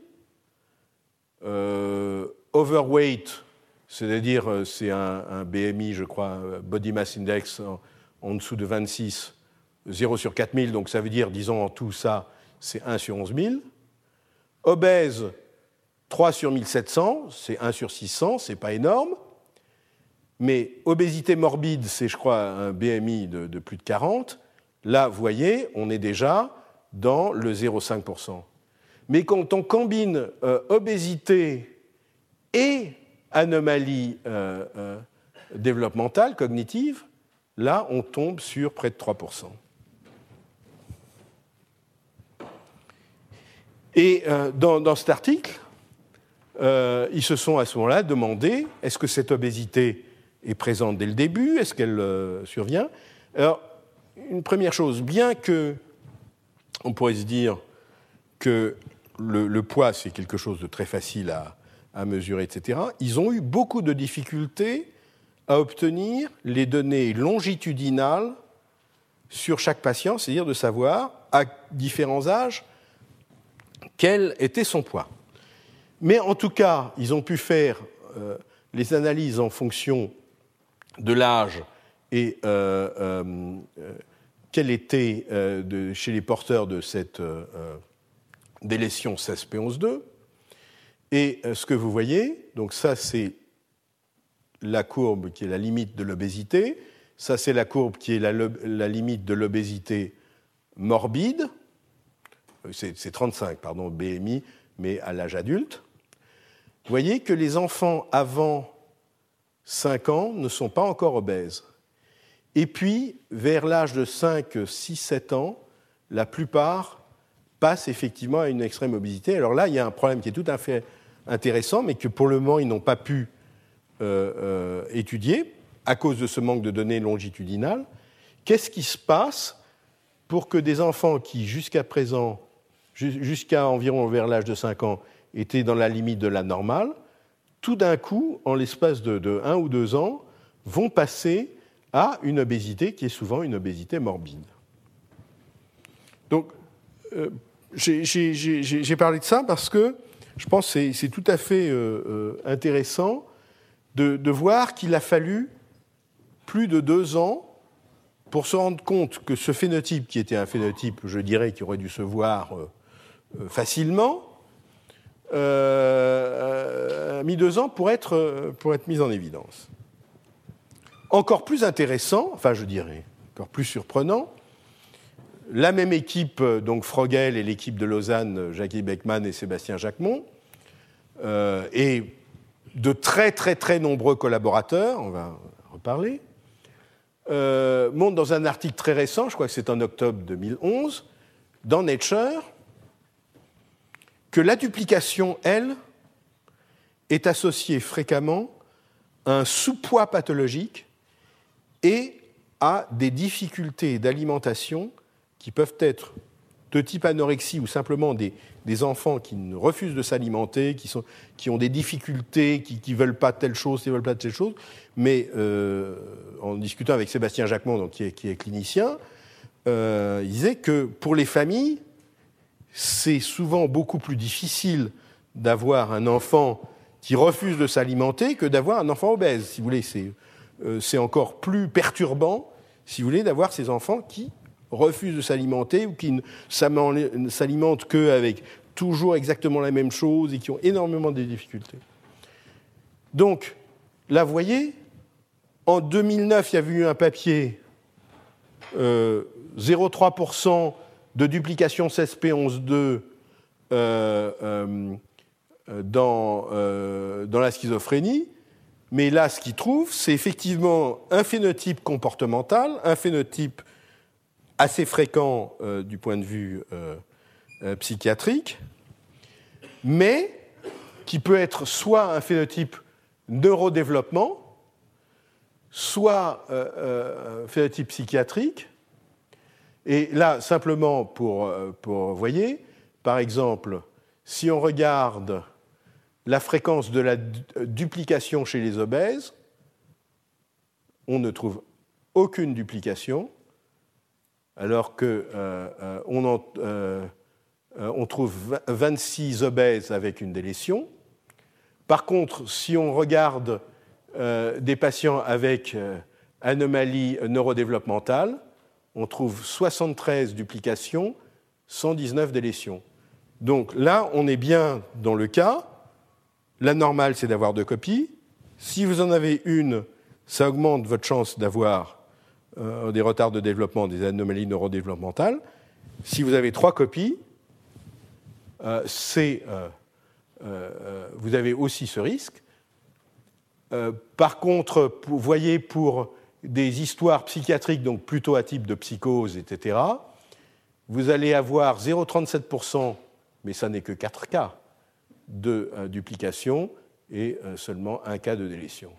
Euh, overweight, c'est-à-dire euh, c'est un, un B M I, je crois, un Body Mass Index en, en dessous de vingt-six, zéro sur quatre mille, donc ça veut dire, disons en tout ça, c'est un sur onze mille. Obèse, trois sur mille sept cents, c'est un sur six cents, c'est pas énorme. Mais obésité morbide, c'est, je crois, un B M I de, de plus de quarante. Là, vous voyez, on est déjà dans le zéro virgule cinq pour cent. Mais quand on combine euh, obésité et anomalie euh, euh, développementale, cognitive, là, on tombe sur près de trois pour cent. Et euh, dans, dans cet article, euh, ils se sont à ce moment-là demandé, est-ce que cette obésité est présente dès le début, est-ce qu'elle euh, survient ? Alors, une première chose, bien que on pourrait se dire que le, le poids, c'est quelque chose de très facile à, à mesurer, et cetera, ils ont eu beaucoup de difficultés à obtenir les données longitudinales sur chaque patient, c'est-à-dire de savoir, à différents âges, quel était son poids. Mais en tout cas, ils ont pu faire euh, les analyses en fonction de l'âge et euh, euh, quelle était euh, de, chez les porteurs de cette euh, délétion seize p onze deux. Et euh, ce que vous voyez, donc ça c'est la courbe qui est la limite de l'obésité, ça c'est la courbe qui est la, la limite de l'obésité morbide, c'est, c'est trente-cinq, pardon, B M I, mais à l'âge adulte. Vous voyez que les enfants avant cinq ans ne sont pas encore obèses. Et puis, vers l'âge de cinq, six, sept ans, la plupart passent effectivement à une extrême obésité. Alors là, il y a un problème qui est tout à fait intéressant, mais que pour le moment, ils n'ont pas pu euh, euh, étudier à cause de ce manque de données longitudinales. Qu'est-ce qui se passe pour que des enfants qui, jusqu'à présent, jusqu'à environ vers l'âge de cinq ans, étaient dans la limite de la normale, tout d'un coup, en l'espace de, de un ou deux ans, vont passer à une obésité qui est souvent une obésité morbide. Donc, euh, j'ai, j'ai, j'ai, j'ai parlé de ça parce que je pense que c'est, c'est tout à fait euh, euh, intéressant de, de voir qu'il a fallu plus de deux ans pour se rendre compte que ce phénotype, qui était un phénotype, je dirais, qui aurait dû se voir euh, euh, facilement, euh, a mis deux ans pour être, pour être mis en évidence. Encore plus intéressant, enfin je dirais, encore plus surprenant, la même équipe, donc Frogel et l'équipe de Lausanne, Jackie Beckman et Sébastien Jacquemont, euh, et de très très très nombreux collaborateurs, on va en reparler, euh, montrent dans un article très récent, je crois que c'est en octobre deux mille onze, dans Nature, que la duplication, elle, est associée fréquemment à un sous-poids pathologique et à des difficultés d'alimentation qui peuvent être de type anorexie ou simplement des, des enfants qui ne refusent de s'alimenter, qui, sont, qui ont des difficultés, qui ne veulent pas telle chose, qui ne veulent pas telle chose. Mais euh, en discutant avec Sébastien Jacquemont, donc, qui, est, qui est clinicien, euh, il disait que pour les familles, c'est souvent beaucoup plus difficile d'avoir un enfant qui refuse de s'alimenter que d'avoir un enfant obèse. Si vous voulez, c'est, euh, c'est encore plus perturbant, si vous voulez, d'avoir ces enfants qui refusent de s'alimenter ou qui ne s'alimentent qu'avec toujours exactement la même chose et qui ont énormément de difficultés. Donc, là, vous voyez, en deux mille neuf, il y avait eu un papier, euh, zéro virgule trois pour cent de duplication seize p onze deux euh, euh, dans, euh, dans la schizophrénie. Mais là, ce qu'ils trouvent, c'est effectivement un phénotype comportemental, un phénotype assez fréquent euh, du point de vue euh, euh, psychiatrique, mais qui peut être soit un phénotype neurodéveloppement, soit euh, euh, un phénotype psychiatrique. Et là, simplement pour, pour, vous voyez, par exemple, si on regarde la fréquence de la duplication chez les obèses, on ne trouve aucune duplication, alors qu'on euh, euh, euh, on trouve vingt-six obèses avec une délétion. Par contre, si on regarde euh, des patients avec euh, anomalie neurodéveloppementale, on trouve soixante-treize duplications, cent dix-neuf délétions. Donc là, on est bien dans le cas. La normale, c'est d'avoir deux copies. Si vous en avez une, ça augmente votre chance d'avoir euh, des retards de développement, des anomalies neurodéveloppementales. Si vous avez trois copies, euh, c'est, euh, euh, vous avez aussi ce risque. Euh, par contre, vous voyez, pour des histoires psychiatriques, donc plutôt à type de psychose, et cetera, vous allez avoir zéro virgule trente-sept pour cent, mais ça n'est que quatre cas de euh, duplication et euh, seulement un cas de délétion.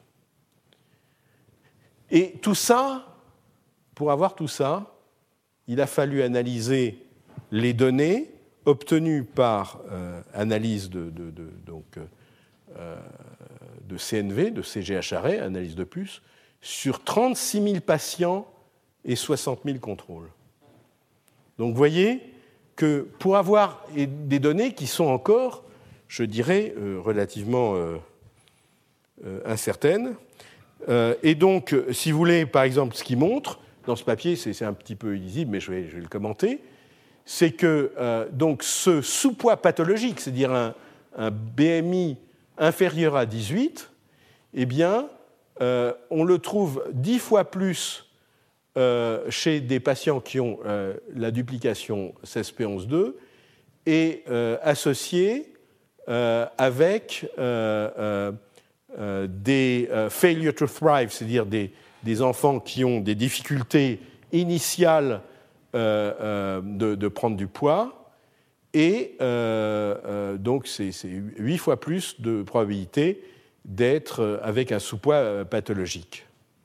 Et tout ça, pour avoir tout ça, il a fallu analyser les données obtenues par euh, analyse de, de, de, donc, euh, de C N V, de C G H R A, analyse de puce, sur trente-six mille patients et soixante mille contrôles. Donc vous voyez que pour avoir des données qui sont encore, je dirais, euh, relativement euh, euh, incertaines, euh, et donc, si vous voulez, par exemple, ce qui montre dans ce papier, c'est, c'est un petit peu illisible, mais je vais, je vais le commenter, c'est que euh, donc ce sous-poids pathologique, c'est-à-dire un, un B M I inférieur à dix-huit, eh bien, euh, on le trouve dix fois plus euh, chez des patients qui ont euh, la duplication seize p onze deux et euh, associé euh, avec euh, euh, euh, des euh, failure to thrive, c'est-à-dire des, des enfants qui ont des difficultés initiales euh, euh, de, de prendre du poids, et euh, euh, donc c'est, c'est huit fois plus de probabilité d'être avec un sous-poids pathologique.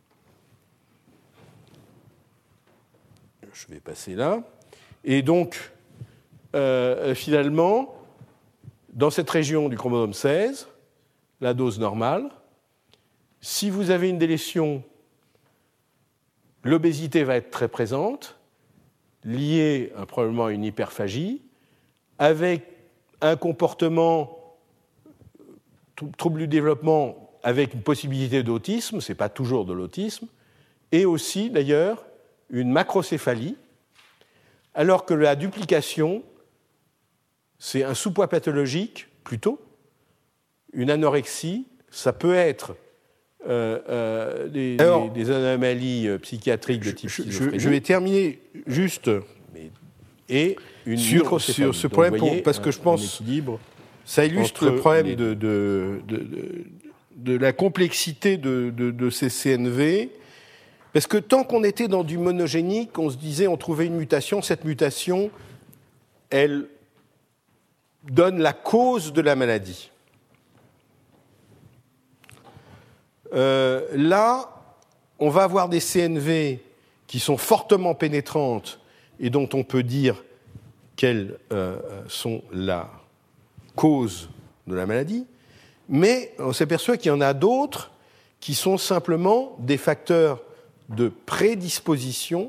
Je vais passer là. Et donc, euh, finalement, dans cette région du chromosome seize, la dose normale, si vous avez une délétion, l'obésité va être très présente, liée à, probablement à une hyperphagie, avec un comportement trouble du développement avec une possibilité d'autisme, ce n'est pas toujours de l'autisme, et aussi d'ailleurs une macrocéphalie, alors que la duplication, c'est un sous-poids pathologique plutôt, une anorexie, ça peut être euh, euh, des, alors, des, des anomalies psychiatriques de type schizophrénie. Je vais terminer juste et une sur, sur ce problème, pour, parce que je pense ça illustre le problème les... de, de, de, de, de la complexité de, de, de ces C N V, parce que tant qu'on était dans du monogénique, on se disait, on trouvait une mutation, cette mutation, elle donne la cause de la maladie. Euh, là, on va avoir des C N V qui sont fortement pénétrantes et dont on peut dire qu'elles euh, sont la cause de la maladie, mais on s'aperçoit qu'il y en a d'autres qui sont simplement des facteurs de prédisposition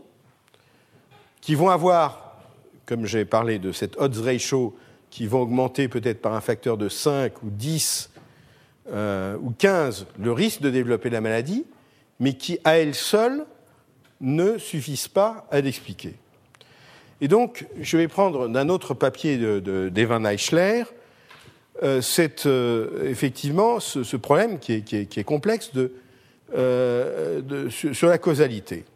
qui vont avoir, comme j'ai parlé de cette odds ratio, qui vont augmenter peut-être par un facteur de cinq ou dix euh, ou quinze le risque de développer la maladie, mais qui, à elles seules, ne suffisent pas à l'expliquer. Et donc, je vais prendre d'un autre papier de, de, d'Evan Eichler, euh, cette, euh, effectivement ce, ce problème qui est, qui est, qui est complexe de, euh, de, sur, sur la causalité.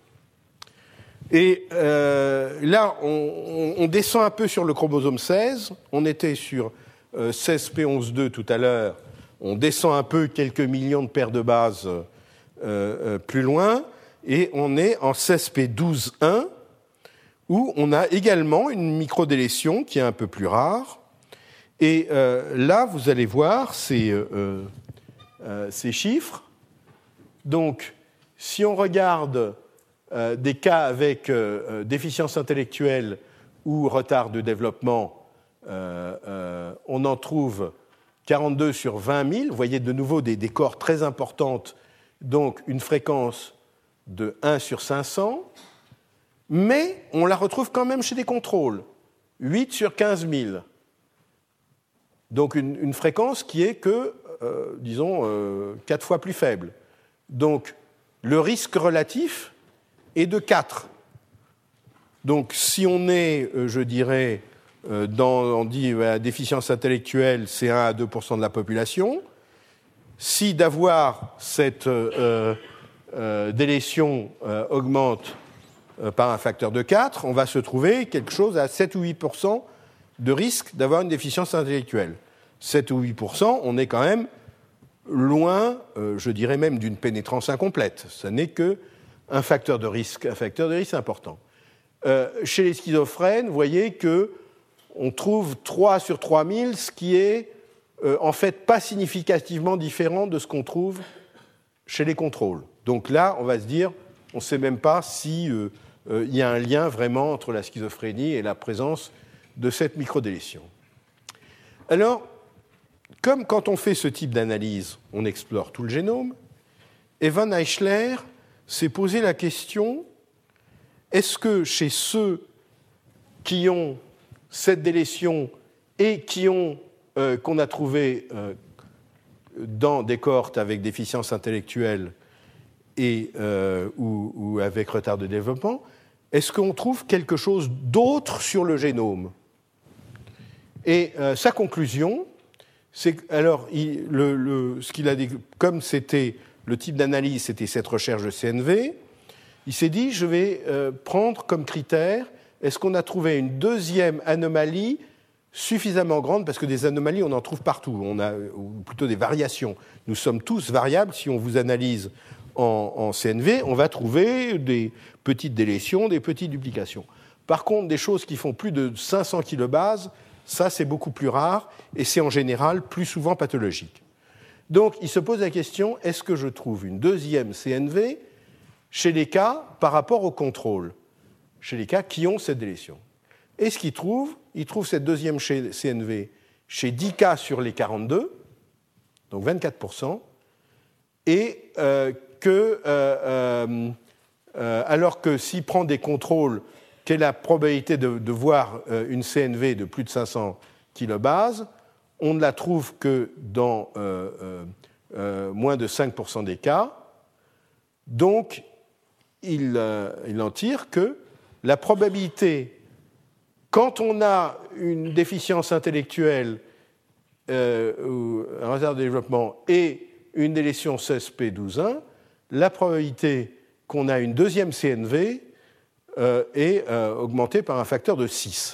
Et euh, là, on, on descend un peu sur le chromosome seize. On était sur euh, seize p onze deux tout à l'heure. On descend un peu quelques millions de paires de bases euh, euh, plus loin. Et on est en seize p douze un, où on a également une microdélétion qui est un peu plus rare. Et euh, là, vous allez voir ces, euh, euh, ces chiffres. Donc, si on regarde euh, des cas avec euh, déficience intellectuelle ou retard de développement, euh, euh, on en trouve quarante-deux sur vingt mille. Vous voyez de nouveau des, des corps très importantes, donc une fréquence de un sur cinq cents. Mais on la retrouve quand même chez des contrôles, huit sur quinze mille. Donc une, une fréquence qui est que, euh, disons, euh, quatre fois plus faible. Donc le risque relatif est de quatre. Donc si on est, euh, je dirais, euh, dans, on dit la euh, déficience intellectuelle, c'est un à deux pour cent de la population. Si d'avoir cette euh, euh, délétion euh, augmente euh, par un facteur de quatre, on va se trouver quelque chose à sept ou huit pour cent de risque d'avoir une déficience intellectuelle. sept ou huit pour cent, on est quand même loin, euh, je dirais même, d'une pénétrance incomplète. Ce n'est qu'un facteur de risque, un facteur de risque important. Euh, chez les schizophrènes, vous voyez qu'on trouve trois sur trois mille, ce qui est euh, en fait pas significativement différent de ce qu'on trouve chez les contrôles. Donc là, on va se dire, on ne sait même pas s'il euh, euh, y a un lien vraiment entre la schizophrénie et la présence de cette microdélétion. Alors, comme quand on fait ce type d'analyse, on explore tout le génome, Evan Eichler s'est posé la question, est-ce que chez ceux qui ont cette délétion et qui ont, euh, qu'on a trouvé euh, dans des cohortes avec déficience intellectuelle, et, euh, ou, ou avec retard de développement, est-ce qu'on trouve quelque chose d'autre sur le génome? Et euh, sa conclusion, c'est que, alors, il, le, le, ce qu'il a dit, comme c'était le type d'analyse, c'était cette recherche de C N V, il s'est dit, je vais euh, prendre comme critère, est-ce qu'on a trouvé une deuxième anomalie suffisamment grande, parce que des anomalies, on en trouve partout, on a, ou plutôt des variations. Nous sommes tous variables, si on vous analyse en, en C N V, on va trouver des petites délétions, des petites duplications. Par contre, des choses qui font plus de cinq cents kilobases, ça, c'est beaucoup plus rare, et c'est en général plus souvent pathologique. Donc, il se pose la question, est-ce que je trouve une deuxième C N V chez les cas par rapport au contrôle, chez les cas qui ont cette délétion? Et ce qu'il trouve, il trouve cette deuxième C N V chez dix cas sur les quarante-deux, donc vingt-quatre pour cent, et euh, que, euh, euh, euh, alors que s'il prend des contrôles, quelle est la probabilité de, de voir euh, une C N V de plus de cinq cents kilobases, on ne la trouve que dans euh, euh, euh, moins de cinq pour cent des cas. Donc, il, euh, il en tire que la probabilité, quand on a une déficience intellectuelle, euh, ou un retard de développement et une délétion C E S P douze un, la probabilité qu'on a une deuxième C N V euh, est euh, augmentée par un facteur de six.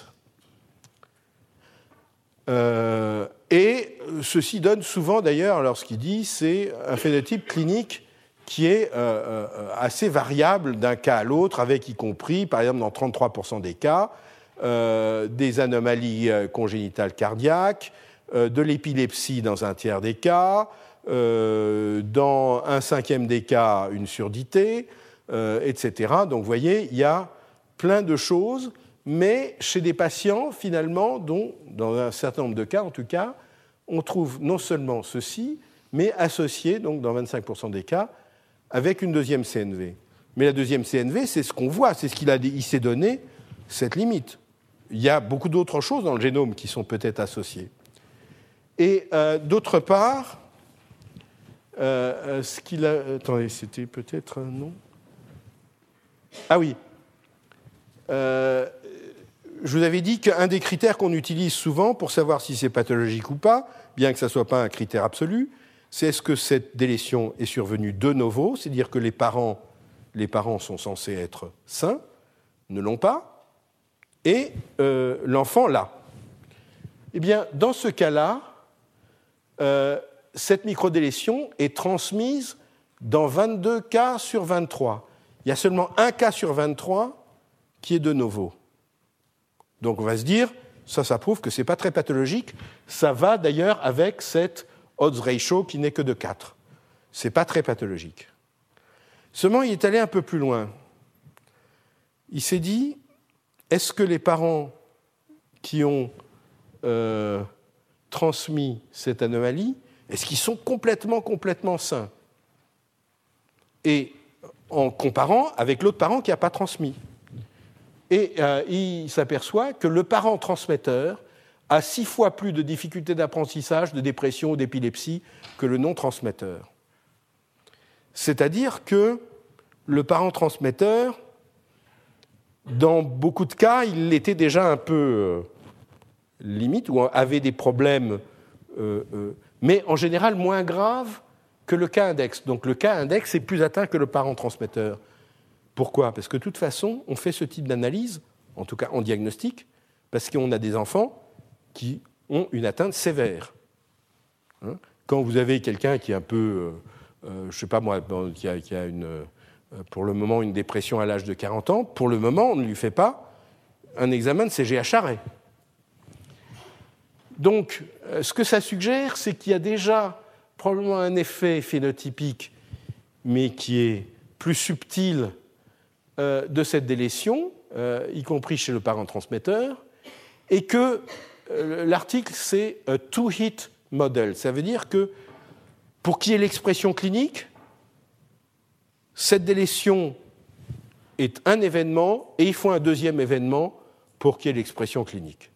Euh, et ceci donne souvent, d'ailleurs, alors ce qu'il dit, c'est un phénotype clinique qui est euh, assez variable d'un cas à l'autre, avec y compris, par exemple, dans trente-trois pour cent des cas, euh, des anomalies congénitales cardiaques, euh, de l'épilepsie dans un tiers des cas, euh, dans un cinquième des cas, une surdité, euh, et cetera. Donc, vous voyez, il y a plein de choses, mais chez des patients, finalement, dont, dans un certain nombre de cas, en tout cas, on trouve non seulement ceci, mais associé, donc dans vingt-cinq pour cent des cas, avec une deuxième C N V. Mais la deuxième C N V, c'est ce qu'on voit, c'est ce qu'il a, il s'est donné, cette limite. Il y a beaucoup d'autres choses dans le génome qui sont peut-être associées. Et euh, d'autre part, euh, ce qu'il a... Attendez, c'était peut-être... Non Ah oui. Euh, je vous avais dit qu'un des critères qu'on utilise souvent pour savoir si c'est pathologique ou pas, bien que ça ne soit pas un critère absolu, c'est est-ce que cette délétion est survenue de novo, c'est-à-dire que les parents, les parents sont censés être sains, ne l'ont pas, et euh, l'enfant l'a. Eh bien, dans ce cas-là, euh, cette microdélétion est transmise dans vingt-deux cas sur vingt-trois. Il y a seulement un cas sur vingt-trois qui est de novo. Donc on va se dire, ça, ça prouve que ce n'est pas très pathologique. Ça va d'ailleurs avec cette odds ratio qui n'est que de quatre. Ce n'est pas très pathologique. Seulement, il est allé un peu plus loin. Il s'est dit, est-ce que les parents qui ont euh, transmis cette anomalie, est-ce qu'ils sont complètement, complètement sains? Et en comparant avec l'autre parent qui n'a pas transmis. Et euh, il s'aperçoit que le parent transmetteur a six fois plus de difficultés d'apprentissage, de dépression ou d'épilepsie que le non-transmetteur. C'est-à-dire que le parent transmetteur, dans beaucoup de cas, il était déjà un peu euh, limite, ou avait des problèmes, euh, euh, mais en général moins graves que le cas index. Donc le cas index est plus atteint que le parent transmetteur. Pourquoi ? Parce que de toute façon, on fait ce type d'analyse, en tout cas en diagnostic, parce qu'on a des enfants qui ont une atteinte sévère. Hein ? Quand vous avez quelqu'un qui est un peu, euh, euh, je ne sais pas moi, qui a, qui a une, euh, pour le moment une dépression à l'âge de quarante ans, pour le moment, on ne lui fait pas un examen de C G H arrêt. Donc, euh, ce que ça suggère, c'est qu'il y a déjà probablement un effet phénotypique, mais qui est plus subtil euh, de cette délétion, euh, y compris chez le parent transmetteur, et que euh, l'article, c'est a two-hit model. Ça veut dire que pour qu'il y ait l'expression clinique, cette délétion est un événement et il faut un deuxième événement pour qu'il y ait l'expression clinique.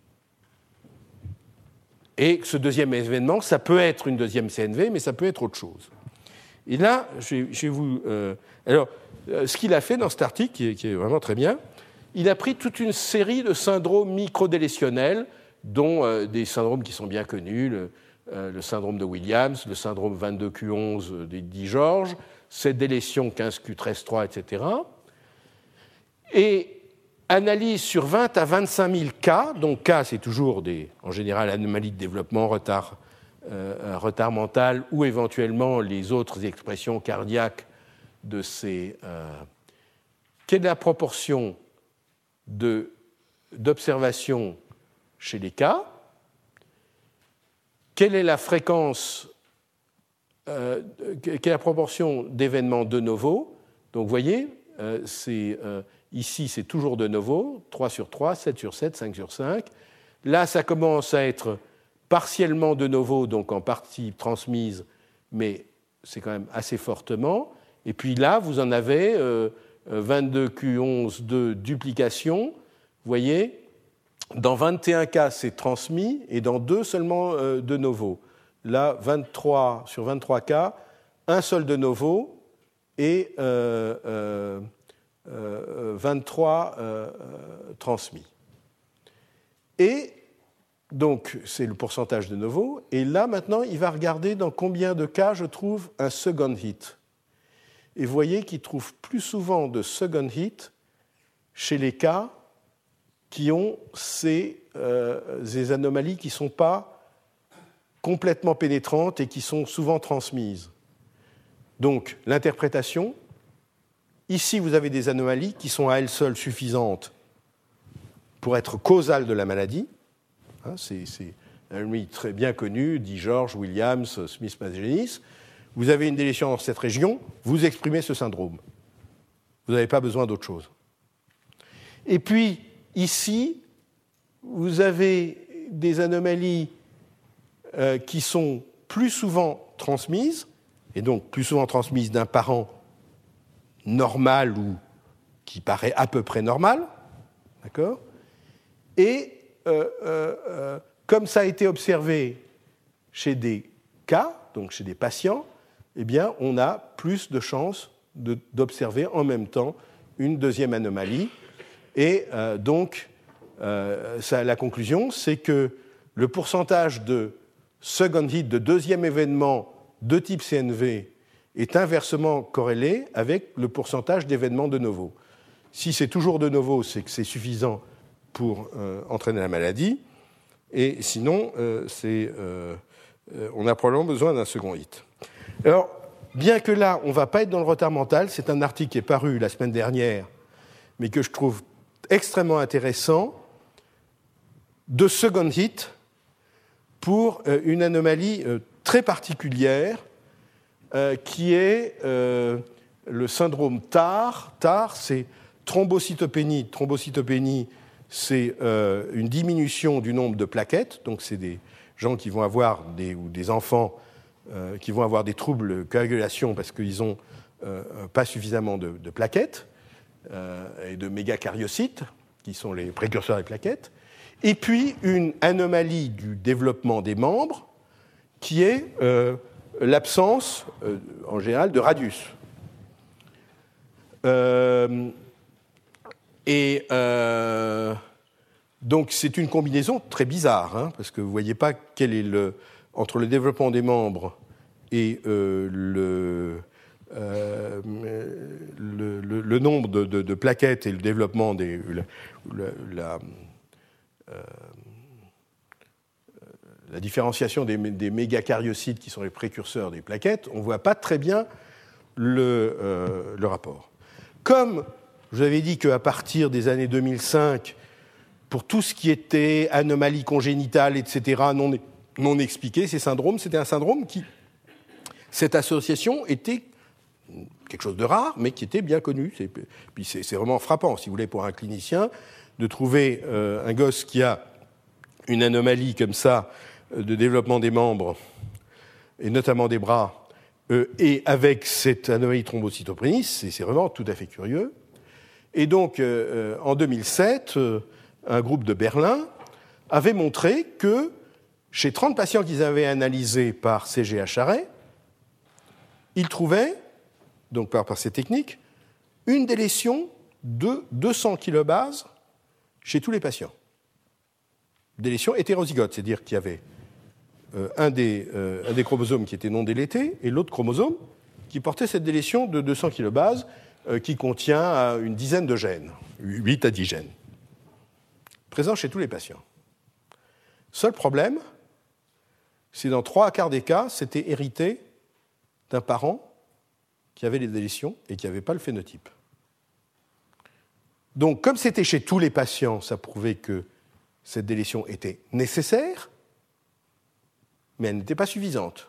Et ce deuxième événement, ça peut être une deuxième C N V, mais ça peut être autre chose. Et là, je vais, je vais vous... Euh, alors, euh, ce qu'il a fait dans cet article, qui est, qui est vraiment très bien, il a pris toute une série de syndromes microdélétionnels, dont euh, des syndromes qui sont bien connus, le, euh, le syndrome de Williams, le syndrome vingt-deux Q onze dit George, cette délétion quinze Q treize trois, et cetera. Et analyse sur vingt à vingt-cinq mille cas, donc cas, c'est toujours des, en général, anomalies de développement, retard, euh, retard mental ou éventuellement les autres expressions cardiaques de ces... Euh, quelle est la proportion de, d'observation chez les cas? Quelle est la fréquence, euh, quelle est la proportion d'événements de novo? Donc, vous voyez, euh, c'est, euh, ici, c'est toujours de novo, trois sur trois, sept sur sept, cinq sur cinq. Là, ça commence à être partiellement de novo, donc en partie transmise, mais c'est quand même assez fortement. Et puis là, vous en avez euh, vingt-deux Q onze de duplication. Vous voyez, dans vingt et un cas, c'est transmis, et dans deux seulement euh, de novo. Là, vingt-trois sur vingt-trois cas, un seul de novo et euh, euh, euh, vingt-trois euh, euh, transmis. Et donc, c'est le pourcentage de novo. Et là, maintenant, il va regarder dans combien de cas je trouve un second hit. Et vous voyez qu'il trouve plus souvent de second hit chez les cas qui ont ces, euh, ces anomalies qui ne sont pas complètement pénétrantes et qui sont souvent transmises. Donc, l'interprétation, ici, vous avez des anomalies qui sont à elles seules suffisantes pour être causales de la maladie. Hein, c'est, c'est un anomalie très bien connu, dit George, Williams, Smith-Magenis. Vous avez une délétion dans cette région, vous exprimez ce syndrome. Vous n'avez pas besoin d'autre chose. Et puis, ici, vous avez des anomalies euh, qui sont plus souvent transmises, et donc plus souvent transmises d'un parent normal ou qui paraît à peu près normal, d'accord ? Et euh, euh, euh, comme ça a été observé chez des cas, donc chez des patients, eh bien, on a plus de chances de, d'observer en même temps une deuxième anomalie. Et euh, donc, euh, ça, la conclusion, c'est que le pourcentage de second hit, de deuxième événement de type C N V, est inversement corrélé avec le pourcentage d'événements de novo. Si c'est toujours de novo, c'est que c'est suffisant pour euh, entraîner la maladie. Et sinon, euh, c'est, euh, euh, on a probablement besoin d'un second hit. Alors, bien que là, on ne va pas être dans le retard mental, c'est un article qui est paru la semaine dernière, mais que je trouve extrêmement intéressant, de second hit pour euh, une anomalie euh, très particulière euh, qui est euh, le syndrome T A R. T A R, c'est thrombocytopénie. Thrombocytopénie, c'est euh, une diminution du nombre de plaquettes, donc c'est des gens qui vont avoir, des, ou des enfants euh, qui vont avoir des troubles de coagulation parce qu'ils n'ont euh, pas suffisamment de, de plaquettes euh, et de mégacaryocytes, qui sont les précurseurs des plaquettes, et puis une anomalie du développement des membres qui est euh, l'absence, euh, en général, de radius. Euh, et euh, donc c'est une combinaison très bizarre, hein, parce que vous ne voyez pas quel est le... entre le développement des membres et euh, le, euh, le, le, le nombre de, de, de plaquettes et le développement des... La, la, la, euh, la différenciation des, des mégacaryocytes qui sont les précurseurs des plaquettes, on ne voit pas très bien le, euh, le rapport. Comme je vous avais dit qu'à partir des années deux mille cinq, pour tout ce qui était anomalie congénitale, et cetera, non, non expliqué, ces syndromes, c'était un syndrome qui, cette association était quelque chose de rare, mais qui était bien connu. C'est, puis c'est, c'est vraiment frappant, si vous voulez, pour un clinicien, de trouver euh, un gosse qui a une anomalie comme ça de développement des membres, et notamment des bras, euh, et avec cette anomalie thrombocytopénie, c'est, c'est vraiment tout à fait curieux. Et donc, euh, en deux mille sept, euh, un groupe de Berlin avait montré que chez trente patients qu'ils avaient analysés par C G H arrêt, ils trouvaient, donc par, par ces techniques, une délétion de deux cents kilobases chez tous les patients. Délétion hétérozygote, c'est-à-dire qu'il y avait euh, un, des, euh, un des chromosomes qui était non délété et l'autre chromosome qui portait cette délétion de deux cents kilobases euh, qui contient euh, une dizaine de gènes, huit à dix gènes, présents chez tous les patients. Seul problème, c'est dans trois quarts des cas, c'était hérité d'un parent qui avait les délétions et qui n'avait pas le phénotype. Donc, comme c'était chez tous les patients, ça prouvait que cette délétion était nécessaire, mais elle n'était pas suffisante.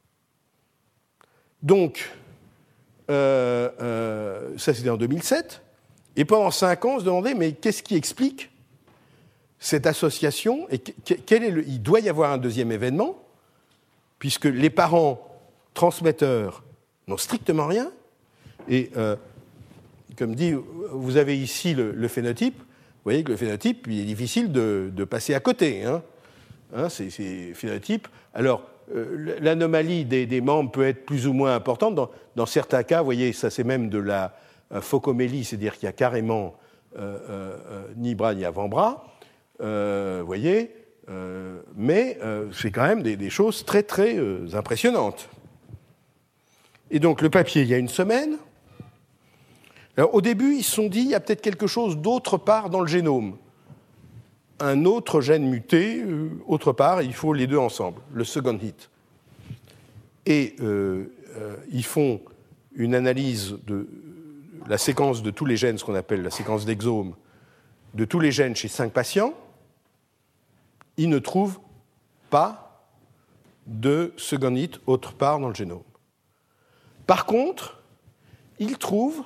Donc, euh, euh, ça c'était en deux mille sept, et pendant cinq ans, on se demandait, mais qu'est-ce qui explique cette association et quel est le... Il doit y avoir un deuxième événement, puisque les parents transmetteurs n'ont strictement rien, et euh, comme dit, vous avez ici le, le phénotype. Vous voyez que le phénotype, il est difficile de, de passer à côté. Hein. Hein, c'est, c'est phénotype. Alors, euh, l'anomalie des, des membres peut être plus ou moins importante. Dans, dans certains cas, vous voyez, ça c'est même de la euh, phocomélie, c'est-à-dire qu'il y a carrément euh, euh, ni bras ni avant-bras. Euh, vous voyez, euh, mais euh, c'est quand même des, des choses très très euh, impressionnantes. Et donc, le papier, il y a une semaine. Alors, au début, ils se sont dit, il y a peut-être quelque chose d'autre part dans le génome. Un autre gène muté, euh, autre part, il faut les deux ensemble, le second hit. Et euh, euh, ils font une analyse de la séquence de tous les gènes, ce qu'on appelle la séquence d'exome, de tous les gènes chez cinq patients. Ils ne trouvent pas de second hit autre part dans le génome. Par contre, ils trouvent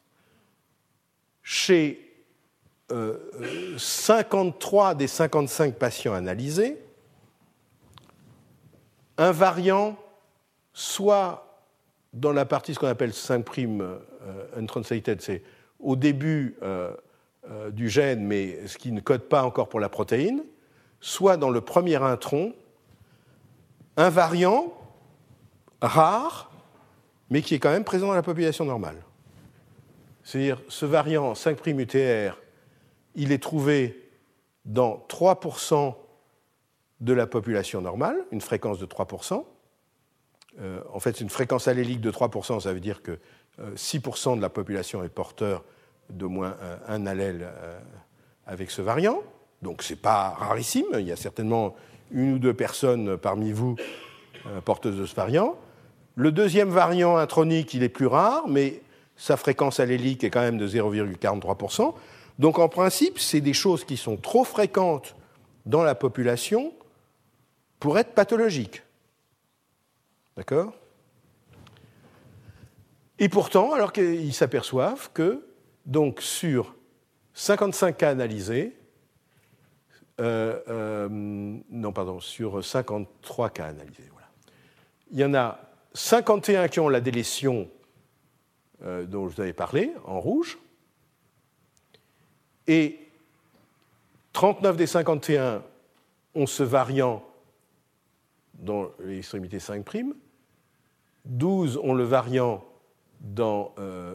chez euh, cinquante-trois des cinquante-cinq patients analysés, un variant soit dans la partie ce qu'on appelle cinq' euh, untranslated, c'est au début euh, euh, du gène, mais ce qui ne code pas encore pour la protéine, soit dans le premier intron, un variant rare, mais qui est quand même présent dans la population normale. C'est-à-dire, ce variant cinq' U T R, il est trouvé dans trois pour cent de la population normale, une fréquence de trois pour cent. Euh, en fait, c'est une fréquence allélique de trois pour cent, ça veut dire que euh, six pour cent de la population est porteur d'au moins un, un allèle euh, avec ce variant. Donc, ce n'est pas rarissime. Il y a certainement une ou deux personnes parmi vous euh, porteuses de ce variant. Le deuxième variant intronique, il est plus rare, mais sa fréquence allélique est quand même de zéro virgule quarante-trois pour cent. Donc, en principe, c'est des choses qui sont trop fréquentes dans la population pour être pathologiques. D'accord ? Et pourtant, alors qu'ils s'aperçoivent que, donc, sur cinquante-cinq cas analysés, euh, euh, non, pardon, sur cinquante-trois cas analysés, voilà, il y en a cinquante et un qui ont la délétion euh, dont je vous avais parlé, en rouge, et trente-neuf des cinquante et un ont ce variant dans l'extrémité cinq', douze ont le variant dans euh,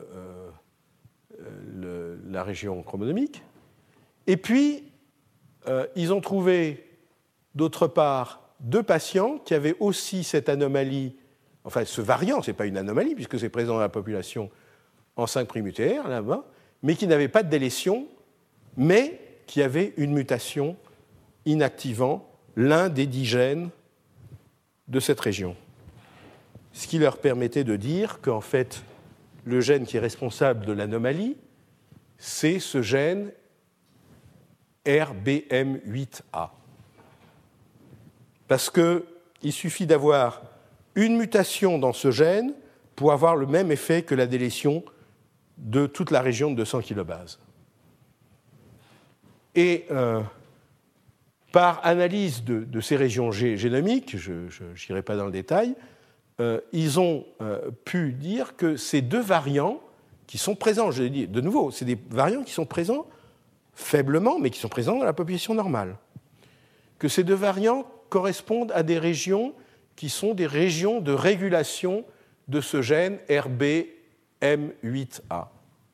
euh, le, la région chromosomique, et puis euh, ils ont trouvé d'autre part deux patients qui avaient aussi cette anomalie, enfin ce variant, ce n'est pas une anomalie puisque c'est présent dans la population en cinq' U T R là-bas, mais qui n'avaient pas de délétion, mais qui avaient une mutation inactivant l'un des dix gènes de cette région. Ce qui leur permettait de dire qu'en fait, le gène qui est responsable de l'anomalie, c'est ce gène R B M huit A. Parce qu'il suffit d'avoir une mutation dans ce gène pour avoir le même effet que la délétion de toute la région de deux cents kilobases. Et euh, par analyse de, de ces régions gé- génomiques, je n'irai pas dans le détail, euh, ils ont euh, pu dire que ces deux variants qui sont présents, je l'ai dit de nouveau, c'est des variants qui sont présents faiblement, mais qui sont présents dans la population normale, que ces deux variants correspondent à des régions qui sont des régions de régulation de ce gène R B M huit A.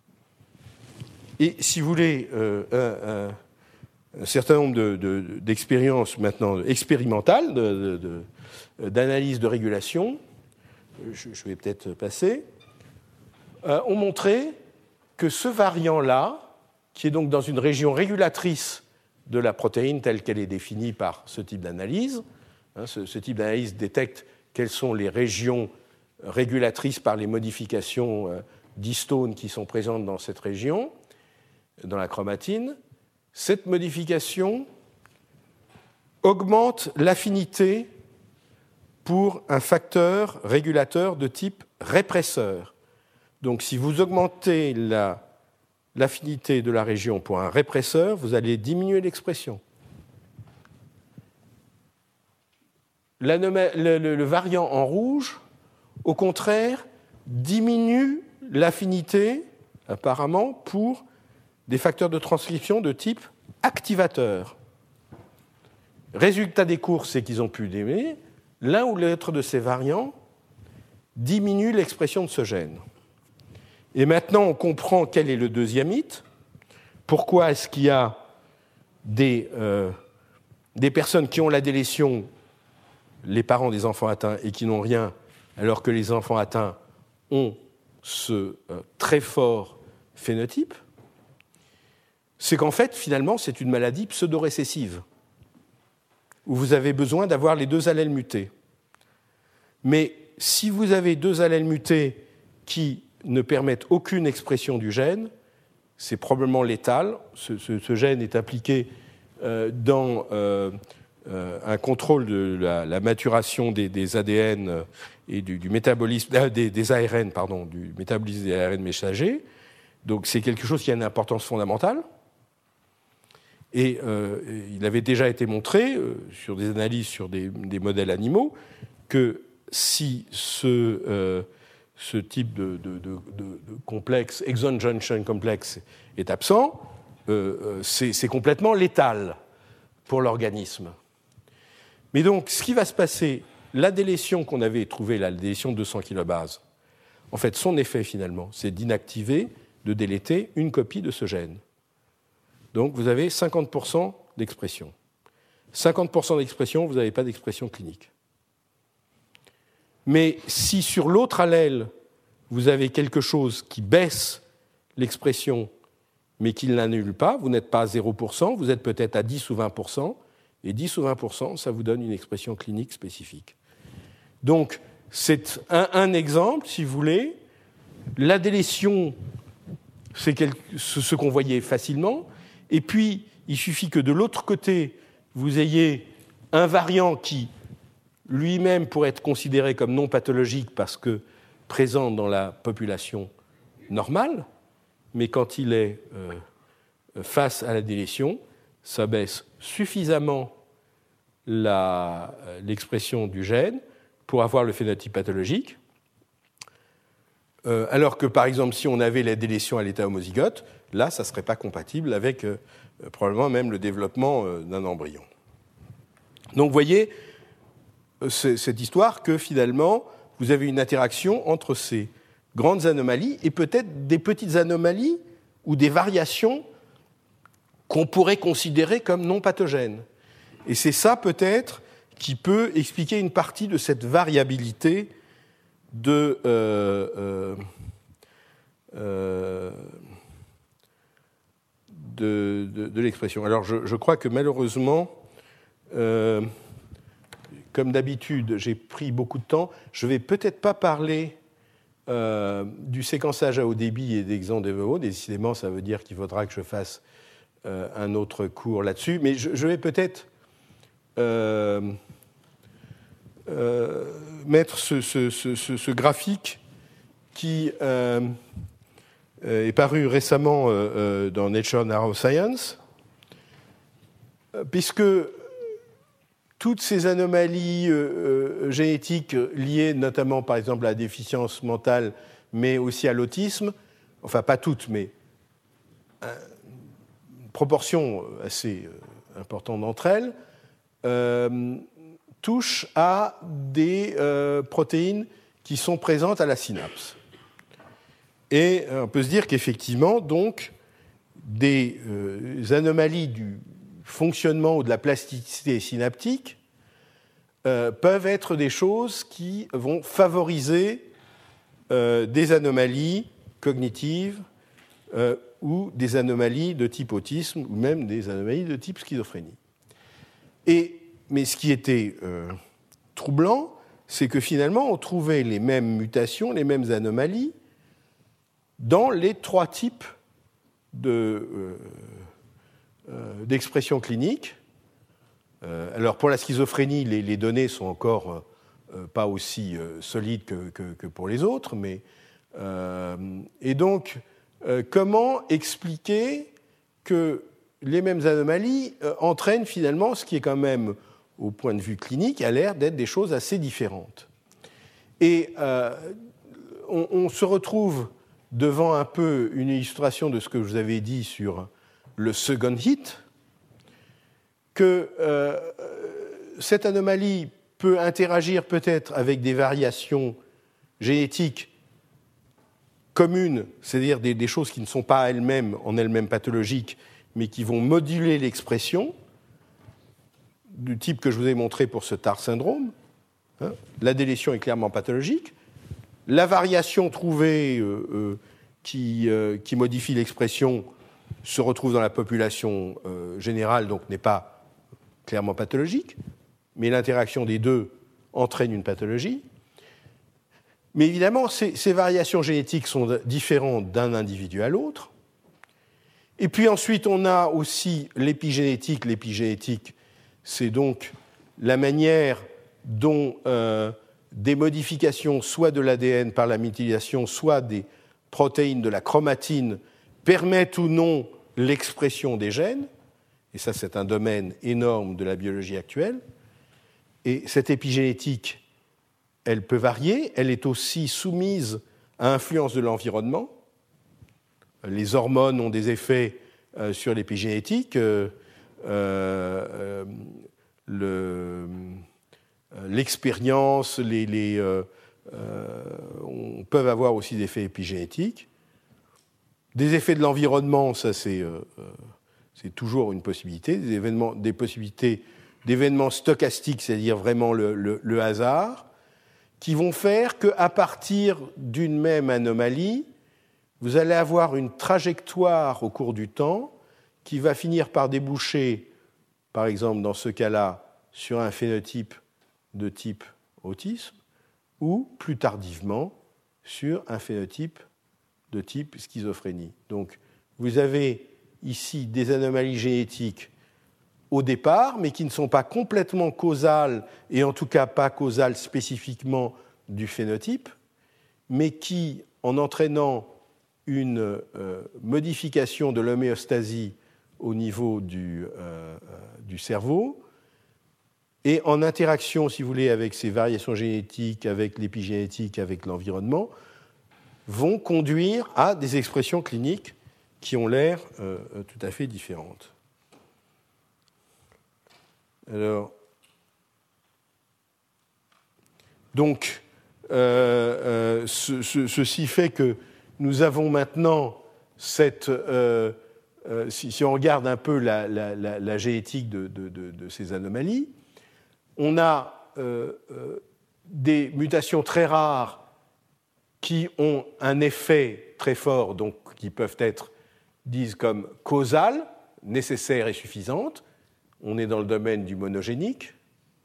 Et si vous voulez, euh, un, un, un certain nombre de, de, d'expériences maintenant expérimentales, de, de, de, d'analyse de régulation, je, je vais peut-être passer, euh, ont montré que ce variant-là, qui est donc dans une région régulatrice de la protéine telle qu'elle est définie par ce type d'analyse, hein, ce, ce type d'analyse détecte quelles sont les régions régulatrices par les modifications euh, d'histones qui sont présentes dans cette région, dans la chromatine. Cette modification augmente l'affinité pour un facteur régulateur de type répresseur. Donc si vous augmentez la, l'affinité de la région pour un répresseur, vous allez diminuer l'expression. Le, le, le variant en rouge, au contraire, diminue l'affinité, apparemment, pour des facteurs de transcription de type activateur. Résultat des courses, c'est qu'ils ont pu aimer, l'un ou l'autre de ces variants diminue l'expression de ce gène. Et maintenant, on comprend quel est le deuxième mythe. Pourquoi est-ce qu'il y a des, euh, des personnes qui ont la délétion, les parents des enfants atteints, et qui n'ont rien, alors que les enfants atteints ont ce euh, très fort phénotype? C'est qu'en fait, finalement, c'est une maladie pseudo-récessive, où vous avez besoin d'avoir les deux allèles mutés. Mais si vous avez deux allèles mutés qui ne permettent aucune expression du gène, c'est probablement létal. Ce, ce, ce gène est impliqué euh, dans euh, euh, un contrôle de la, la maturation des, des A D N et du, du métabolisme euh, des, des A R N, pardon, du métabolisme des A R N messagers. Donc c'est quelque chose qui a une importance fondamentale. Et euh, il avait déjà été montré, euh, sur des analyses sur des, des modèles animaux, que si ce, euh, ce type de, de, de, de complexe, exon junction complex, est absent, euh, c'est, c'est complètement létal pour l'organisme. Mais donc, ce qui va se passer, la délétion qu'on avait trouvée, la délétion de deux cents kilobases, en fait, son effet, finalement, c'est d'inactiver, de déléter une copie de ce gène. Donc, vous avez cinquante pour cent d'expression. cinquante pour cent d'expression, vous n'avez pas d'expression clinique. Mais si sur l'autre allèle, vous avez quelque chose qui baisse l'expression, mais qui ne l'annule pas, vous n'êtes pas à zéro pour cent, vous êtes peut-être à dix ou vingt pour cent, et dix ou vingt pour cent, ça vous donne une expression clinique spécifique. Donc, c'est un, un exemple, si vous voulez. La délétion, c'est quelque, ce qu'on voyait facilement. Et puis, il suffit que de l'autre côté, vous ayez un variant qui, lui-même, pourrait être considéré comme non pathologique parce que présent dans la population normale, mais quand il est euh, face à la délétion, ça baisse suffisamment la, l'expression du gène pour avoir le phénotype pathologique, euh, alors que, par exemple, si on avait la délétion à l'état homozygote, là, ça ne serait pas compatible avec euh, probablement même le développement euh, d'un embryon. Donc, vous voyez euh, c'est, cette histoire que, finalement, vous avez une interaction entre ces grandes anomalies et peut-être des petites anomalies ou des variations qu'on pourrait considérer comme non pathogènes. Et c'est ça, peut-être, qui peut expliquer une partie de cette variabilité de... Euh, euh, euh, De, de, de l'expression. Alors, je, je crois que malheureusement, euh, comme d'habitude, j'ai pris beaucoup de temps. Je ne vais peut-être pas parler euh, du séquençage à haut débit et d'exon D V O. Décidément, ça veut dire qu'il faudra que je fasse euh, un autre cours là-dessus. Mais je, je vais peut-être euh, euh, mettre ce, ce, ce, ce graphique qui... Euh, est paru récemment euh, dans Nature Neuroscience, puisque toutes ces anomalies euh, génétiques liées notamment, par exemple, à la déficience mentale, mais aussi à l'autisme, enfin pas toutes, mais une proportion assez importante d'entre elles, euh, touchent à des euh, protéines qui sont présentes à la synapse. Et on peut se dire qu'effectivement, donc, des euh, anomalies du fonctionnement ou de la plasticité synaptique euh, peuvent être des choses qui vont favoriser euh, des anomalies cognitives euh, ou des anomalies de type autisme ou même des anomalies de type schizophrénie. Et, mais ce qui était euh, troublant, c'est que finalement, on trouvait les mêmes mutations, les mêmes anomalies dans les trois types de, euh, euh, d'expression clinique. Euh, alors pour la schizophrénie, les, les données sont encore euh, pas aussi euh, solides que, que, que pour les autres, mais euh, et donc euh, comment expliquer que les mêmes anomalies euh, entraînent finalement ce qui est quand même, au point de vue clinique, a l'air d'être des choses assez différentes. Et euh, on, on se retrouve devant un peu une illustration de ce que je vous avais dit sur le second hit, que euh, cette anomalie peut interagir peut-être avec des variations génétiques communes, c'est-à-dire des, des choses qui ne sont pas elles-mêmes, en elles-mêmes pathologiques, mais qui vont moduler l'expression, du type que je vous ai montré pour ce T A R syndrome. Hein, la délétion est clairement pathologique. La variation trouvée euh, euh, qui, euh, qui modifie l'expression se retrouve dans la population euh, générale, donc n'est pas clairement pathologique, mais l'interaction des deux entraîne une pathologie. Mais évidemment, ces, ces variations génétiques sont différentes d'un individu à l'autre. Et puis ensuite, on a aussi l'épigénétique. L'épigénétique, c'est donc la manière dont euh, des modifications, soit de l'A D N par la méthylation, soit des protéines de la chromatine, permettent ou non l'expression des gènes. Et ça, c'est un domaine énorme de la biologie actuelle. Et cette épigénétique, elle peut varier. Elle est aussi soumise à influence de l'environnement. Les hormones ont des effets euh, sur l'épigénétique. Euh, euh, le, l'expérience, les, les, euh, euh, on peut avoir aussi des effets épigénétiques. Des effets de l'environnement, ça c'est, euh, c'est toujours une possibilité. Des, événements, des possibilités d'événements stochastiques, c'est-à-dire vraiment le, le, le hasard, qui vont faire qu'à partir d'une même anomalie, vous allez avoir une trajectoire au cours du temps qui va finir par déboucher, par exemple dans ce cas-là, sur un phénotype de type autisme, ou plus tardivement sur un phénotype de type schizophrénie. Donc vous avez ici des anomalies génétiques au départ, mais qui ne sont pas complètement causales, et en tout cas pas causales spécifiquement du phénotype, mais qui, en entraînant une euh, modification de l'homéostasie au niveau du, euh, du cerveau, et en interaction, si vous voulez, avec ces variations génétiques, avec l'épigénétique, avec l'environnement, vont conduire à des expressions cliniques qui ont l'air euh, tout à fait différentes. Alors, donc, euh, euh, ce, ce, ceci fait que nous avons maintenant cette... Euh, euh, si, si on regarde un peu la, la, la, la génétique de, de, de, de ces anomalies, on a euh, euh, des mutations très rares qui ont un effet très fort, donc qui peuvent être dites comme causales, nécessaires et suffisantes. On est dans le domaine du monogénique.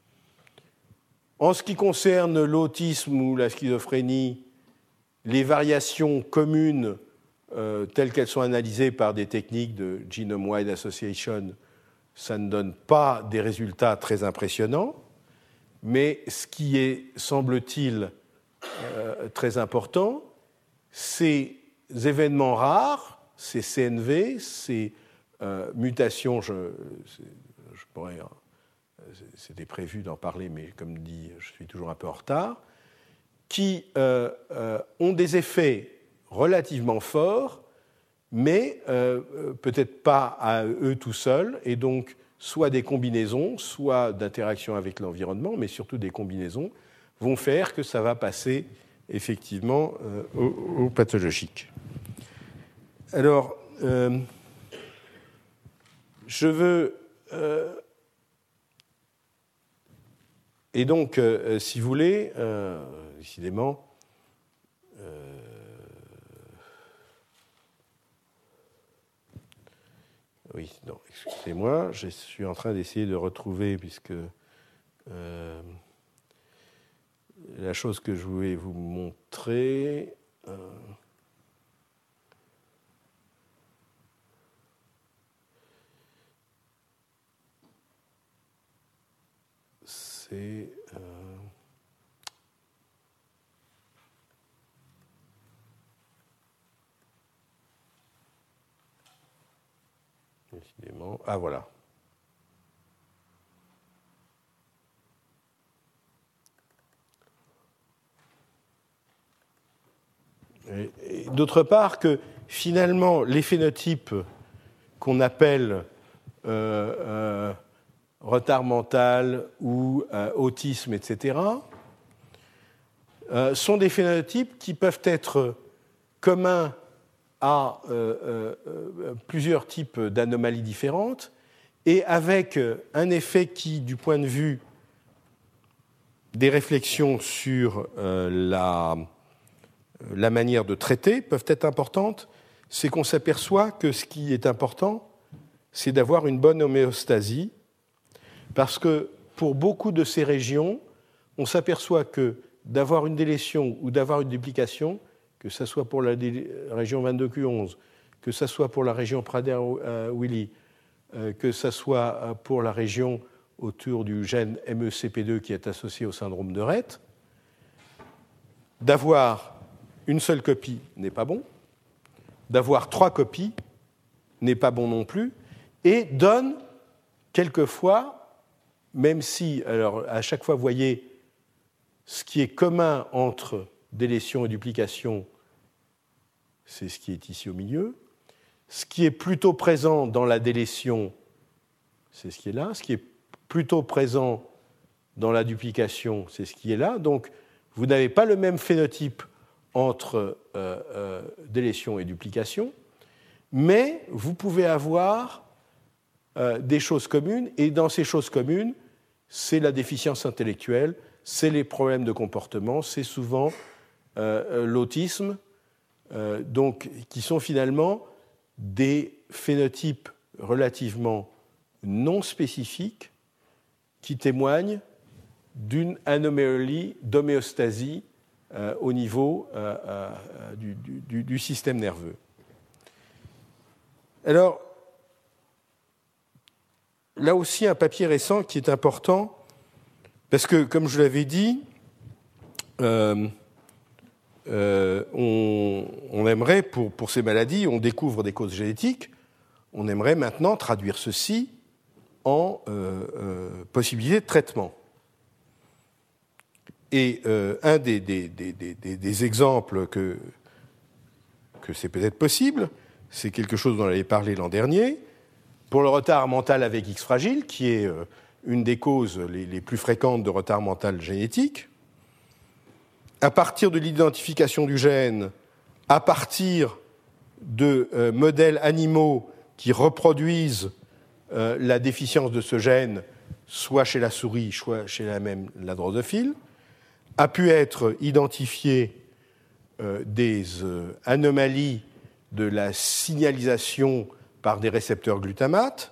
En ce qui concerne l'autisme ou la schizophrénie, les variations communes euh, telles qu'elles sont analysées par des techniques de Genome-Wide Association, ça ne donne pas des résultats très impressionnants, mais ce qui est, semble-t-il, euh, très important, ces événements rares, ces C N V, ces euh, mutations, je, je pourrais, c'était prévu d'en parler, mais comme dit, je suis toujours un peu en retard, qui euh, euh, ont des effets relativement forts, mais euh, peut-être pas à eux tout seuls, et donc soit des combinaisons, soit d'interactions avec l'environnement, mais surtout des combinaisons, vont faire que ça va passer effectivement euh, au, au pathologique. Alors, euh, je veux... Euh, et donc, euh, si vous voulez, euh, décidément, euh, oui, non, excusez-moi, je suis en train d'essayer de retrouver, puisque euh, la chose que je voulais vous montrer... Euh, c'est... Euh, décidément... Ah, voilà. Et, et d'autre part que, finalement, les phénotypes qu'on appelle... Euh, euh, retard mental ou euh, autisme, et cetera, euh, sont des phénotypes qui peuvent être communs à euh, euh, plusieurs types d'anomalies différentes et avec un effet qui, du point de vue des réflexions sur euh, la, la manière de traiter, peuvent être importantes. C'est qu'on s'aperçoit que ce qui est important, c'est d'avoir une bonne homéostasie. Parce que pour beaucoup de ces régions, on s'aperçoit que d'avoir une délétion ou d'avoir une duplication, que ce soit pour la dé- région vingt-deux Q onze, que ce soit pour la région Prader-Willi, euh, que ce soit pour la région autour du gène M E C P deux qui est associé au syndrome de Rett, d'avoir une seule copie n'est pas bon, d'avoir trois copies n'est pas bon non plus, et donne quelquefois... Même si, alors à chaque fois, vous voyez, ce qui est commun entre délétion et duplication, c'est ce qui est ici au milieu. Ce qui est plutôt présent dans la délétion, c'est ce qui est là. Ce qui est plutôt présent dans la duplication, c'est ce qui est là. Donc, vous n'avez pas le même phénotype entre euh, euh, délétion et duplication, mais vous pouvez avoir... Euh, des choses communes, et dans ces choses communes, c'est la déficience intellectuelle, c'est les problèmes de comportement, c'est souvent euh, l'autisme, euh, donc, qui sont finalement des phénotypes relativement non spécifiques qui témoignent d'une anomalie d'homéostasie euh, au niveau euh, euh, du, du, du système nerveux. Alors, là aussi, un papier récent qui est important, parce que, comme je l'avais dit, euh, euh, on, on aimerait, pour, pour ces maladies, on découvre des causes génétiques, on aimerait maintenant traduire ceci en euh, euh, possibilité de traitement. Et euh, un des, des, des, des, des exemples que, que c'est peut-être possible, c'est quelque chose dont on avait parlé l'an dernier, pour le retard mental avec X fragile, qui est euh, une des causes les, les plus fréquentes de retard mental génétique, à partir de l'identification du gène, à partir de euh, modèles animaux qui reproduisent euh, la déficience de ce gène, soit chez la souris, soit chez la même la drosophile, a pu être identifié euh, des euh, anomalies de la signalisation par des récepteurs glutamate,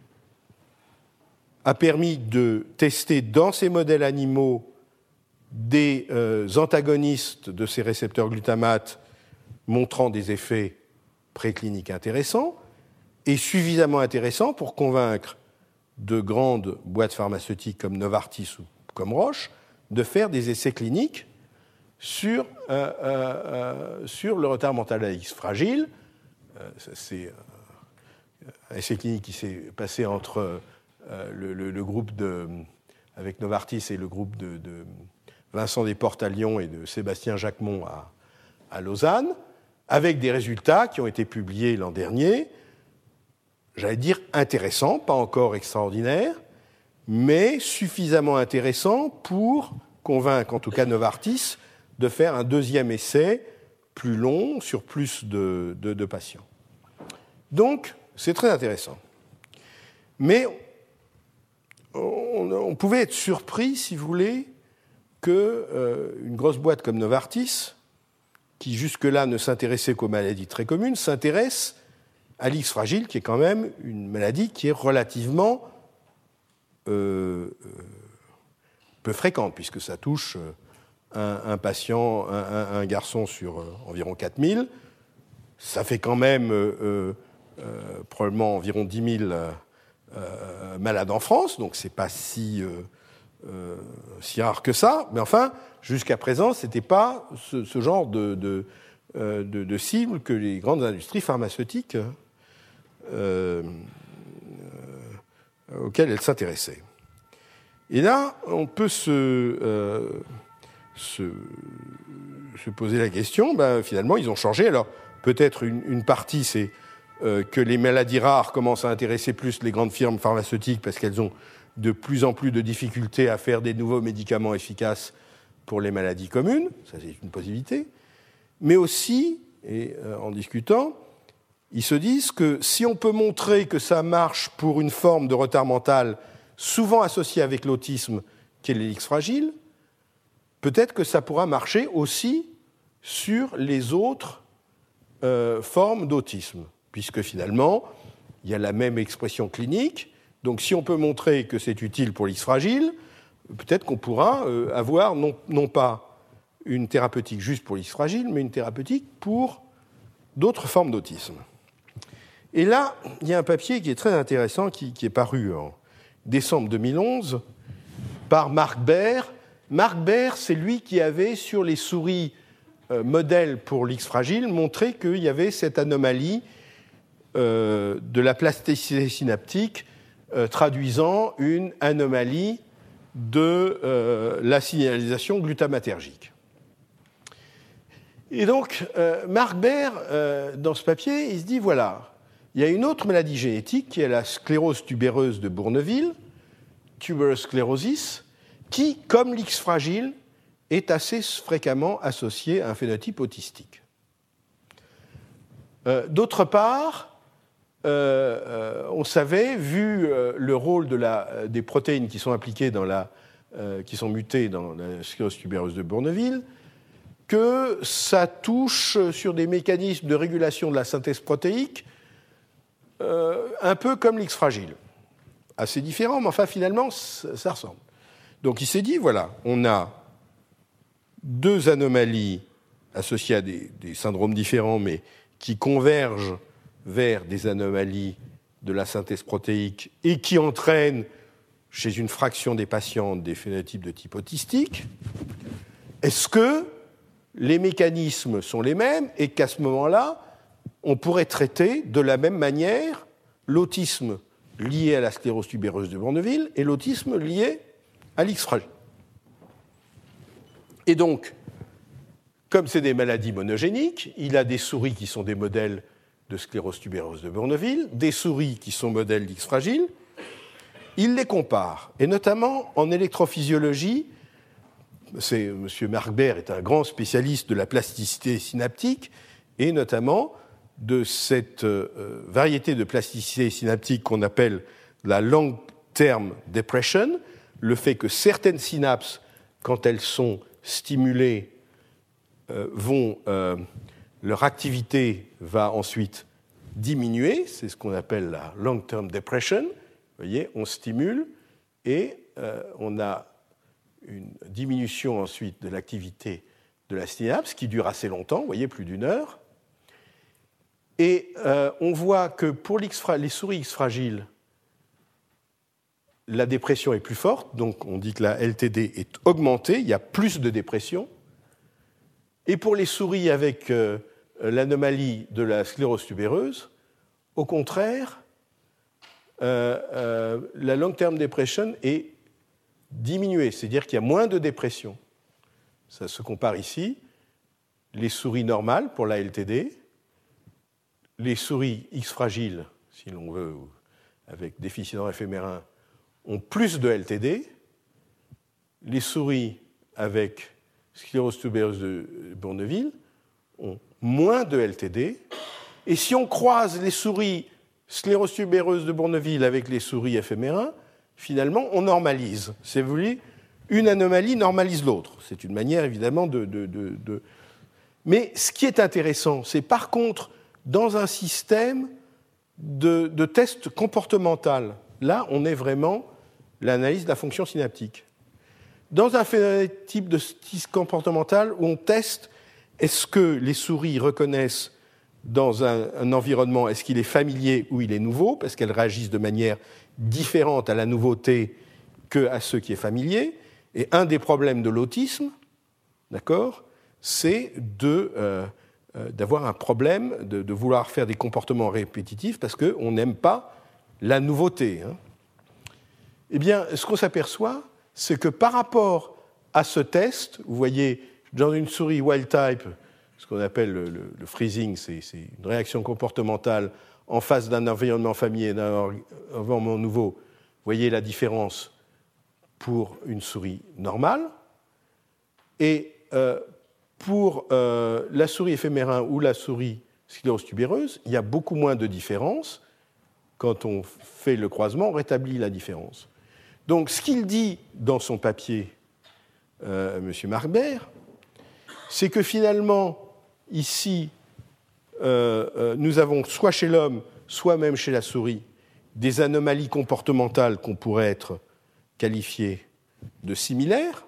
a permis de tester dans ces modèles animaux des euh, antagonistes de ces récepteurs glutamate montrant des effets précliniques intéressants et suffisamment intéressants pour convaincre de grandes boîtes pharmaceutiques comme Novartis ou comme Roche de faire des essais cliniques sur, euh, euh, sur le retard mental à X fragile. Euh, c'est euh, un essai clinique qui s'est passé entre euh, le, le, le groupe de, avec Novartis et le groupe de, de Vincent Desportes à Lyon et de Sébastien Jacquemont à, à Lausanne, avec des résultats qui ont été publiés l'an dernier, j'allais dire intéressants, pas encore extraordinaires, mais suffisamment intéressants pour convaincre en tout cas Novartis de faire un deuxième essai plus long sur plus de, de, de patients. Donc, c'est très intéressant. Mais on, on pouvait être surpris, si vous voulez, qu'une euh, grosse boîte comme Novartis, qui jusque-là ne s'intéressait qu'aux maladies très communes, s'intéresse à l'X fragile, qui est quand même une maladie qui est relativement euh, euh, peu fréquente, puisque ça touche un, un patient, un, un, un garçon sur euh, environ quatre mille. Ça fait quand même euh, euh, probablement environ dix mille euh, malades en France, donc c'est pas si... Euh, Euh, si rare que ça, mais enfin, jusqu'à présent, ce n'était pas ce, ce genre de, de, euh, de, de cible que les grandes industries pharmaceutiques euh, euh, auxquelles elles s'intéressaient. Et là, on peut se, euh, se, se poser la question, ben, finalement, ils ont changé. Alors, peut-être une, une partie, c'est euh, que les maladies rares commencent à intéresser plus les grandes firmes pharmaceutiques parce qu'elles ont de plus en plus de difficultés à faire des nouveaux médicaments efficaces pour les maladies communes, ça c'est une possibilité, mais aussi, et euh, en discutant, ils se disent que si on peut montrer que ça marche pour une forme de retard mental souvent associée avec l'autisme, qui est les X fragiles, peut-être que ça pourra marcher aussi sur les autres euh, formes d'autisme, puisque finalement, il y a la même expression clinique. Donc, si on peut montrer que c'est utile pour l'X fragile, peut-être qu'on pourra euh, avoir non, non pas une thérapeutique juste pour l'X fragile, mais une thérapeutique pour d'autres formes d'autisme. Et là, il y a un papier qui est très intéressant, qui, qui est paru en décembre deux mille onze par Marc Baer. Marc Baer, c'est lui qui avait, sur les souris euh, modèles pour l'X fragile, montré qu'il y avait cette anomalie euh, de la plasticité synaptique Euh, traduisant une anomalie de euh, la signalisation glutamatergique. Et donc, euh, Marc Baer, euh, dans ce papier, il se dit, voilà, il y a une autre maladie génétique qui est la sclérose tubéreuse de Bourneville, tuberous sclerosis, qui, comme l'X fragile, est assez fréquemment associée à un phénotype autistique. Euh, d'autre part, Euh, euh, on savait, vu euh, le rôle de la, euh, des protéines qui sont impliquées dans la, euh, qui sont mutées dans la sclérose tubéreuse de Bourneville, que ça touche sur des mécanismes de régulation de la synthèse protéique, euh, un peu comme l'X fragile. Assez différent, mais enfin finalement, ça, ça ressemble. Donc il s'est dit, voilà, on a deux anomalies associées à des, des syndromes différents, mais qui convergent vers des anomalies de la synthèse protéique et qui entraînent chez une fraction des patients des phénotypes de type autistique. Est-ce que les mécanismes sont les mêmes et qu'à ce moment-là, on pourrait traiter de la même manière l'autisme lié à la sclérose tubéreuse de Bourneville et l'autisme lié à l'X fragile? Et donc, comme c'est des maladies monogéniques, il a des souris qui sont des modèles de sclérose tubéreuse de Bourneville, des souris qui sont modèles d'X fragile, il les compare, et notamment en électrophysiologie. C'est, M. Marc Baer est un grand spécialiste de la plasticité synaptique, et notamment de cette euh, variété de plasticité synaptique qu'on appelle la long-term depression, le fait que certaines synapses, quand elles sont stimulées, euh, vont... Euh, leur activité va ensuite diminuer, c'est ce qu'on appelle la long-term depression. Vous voyez, on stimule et euh, on a une diminution ensuite de l'activité de la synapse qui dure assez longtemps, vous voyez, plus d'une heure. Et euh, on voit que pour les souris X fragiles, la dépression est plus forte, donc on dit que la L T D est augmentée, il y a plus de dépression. Et pour les souris avec euh, l'anomalie de la sclérose tubéreuse, au contraire, euh, euh, la long-term depression est diminuée, c'est-à-dire qu'il y a moins de dépression. Ça se compare ici, les souris normales pour la L T D, les souris X fragiles, si l'on veut, avec déficit en F M R un, ont plus de L T D, les souris avec sclérose tubéreuse de Bourneville ont moins de L T D. Et si on croise les souris sclérose tubéreuse de Bourneville avec les souris F M R un, finalement, on normalise. C'est vous voulez, une anomalie normalise l'autre. C'est une manière, évidemment, de, de, de, de... Mais ce qui est intéressant, c'est par contre, dans un système de, de test comportemental, là, on est vraiment l'analyse de la fonction synaptique. Dans un phénotype de test comportemental où on teste est-ce que les souris reconnaissent dans un, un environnement, est-ce qu'il est familier ou il est nouveau, parce qu'elles réagissent de manière différente à la nouveauté qu'à ce qui est familier. Et un des problèmes de l'autisme, d'accord, c'est de, euh, euh, d'avoir un problème, de, de vouloir faire des comportements répétitifs parce qu'on n'aime pas la nouveauté. Hein. Eh bien, ce qu'on s'aperçoit, c'est que par rapport à ce test, vous voyez, dans une souris wild type, ce qu'on appelle le, le, le freezing, c'est, c'est une réaction comportementale en face d'un environnement familier et d'un environnement nouveau. Vous voyez la différence pour une souris normale. Et euh, pour euh, la souris F M R un ou la souris sclérose tubéreuse, il y a beaucoup moins de différence. Quand on fait le croisement, on rétablit la différence. Donc, ce qu'il dit dans son papier, euh, M. Marbert, c'est que finalement, ici, euh, euh, nous avons soit chez l'homme, soit même chez la souris, des anomalies comportementales qu'on pourrait être qualifiées de similaires,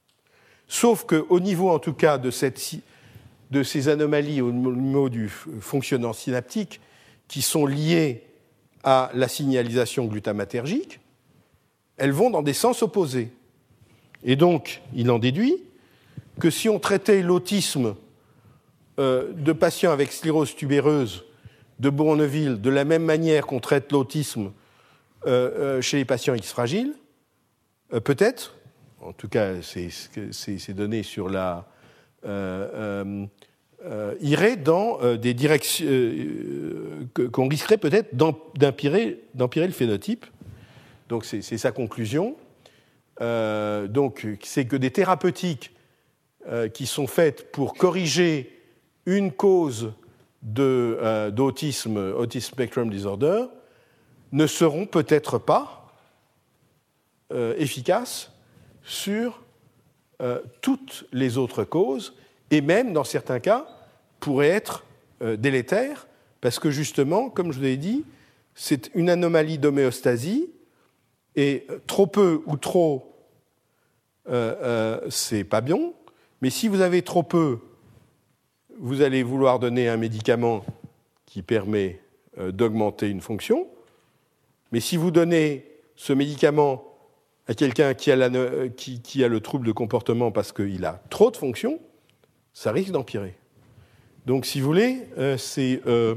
sauf qu'au niveau, en tout cas, de, cette, de ces anomalies au niveau du fonctionnement synaptique, qui sont liées à la signalisation glutamatergique, elles vont dans des sens opposés. Et donc, il en déduit que si on traitait l'autisme euh, de patients avec sclérose tubéreuse de Bourneville de la même manière qu'on traite l'autisme euh, euh, chez les patients X fragiles, euh, peut-être, en tout cas, c'est, c'est, c'est donné sur la... Euh, euh, euh, irait dans euh, des directions... Euh, euh, qu'on risquerait peut-être d'empirer, d'empirer le phénotype. Donc, c'est, c'est sa conclusion. Euh, donc, c'est que des thérapeutiques euh, qui sont faites pour corriger une cause de, euh, d'autisme, Autism Spectrum Disorder, ne seront peut-être pas euh, efficaces sur euh, toutes les autres causes, et même, dans certains cas, pourraient être euh, délétères, parce que justement, comme je vous l'ai dit, c'est une anomalie d'homéostasie, et trop peu ou trop, euh, euh, c'est pas bien, mais si vous avez trop peu, vous allez vouloir donner un médicament qui permet euh, d'augmenter une fonction, mais si vous donnez ce médicament à quelqu'un qui a, la, qui, qui a le trouble de comportement parce qu'il a trop de fonctions, ça risque d'empirer. Donc, si vous voulez, euh, c'est euh,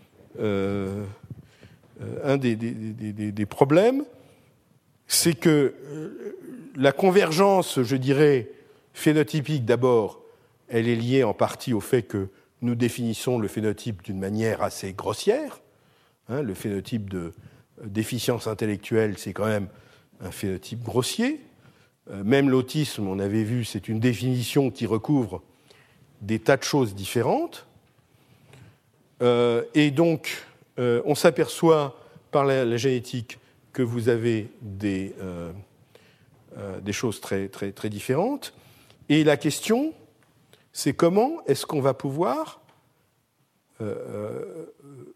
euh, un des, des, des, des problèmes, c'est que euh, la convergence, je dirais, phénotypique d'abord, elle est liée en partie au fait que nous définissons le phénotype d'une manière assez grossière. Hein, le phénotype de déficience intellectuelle, c'est quand même un phénotype grossier. Euh, même l'autisme, on avait vu, c'est une définition qui recouvre des tas de choses différentes. Euh, et donc, euh, on s'aperçoit par la, la génétique que vous avez des, euh, euh, des choses très, très, très différentes. Et la question, c'est comment est-ce qu'on va pouvoir, euh,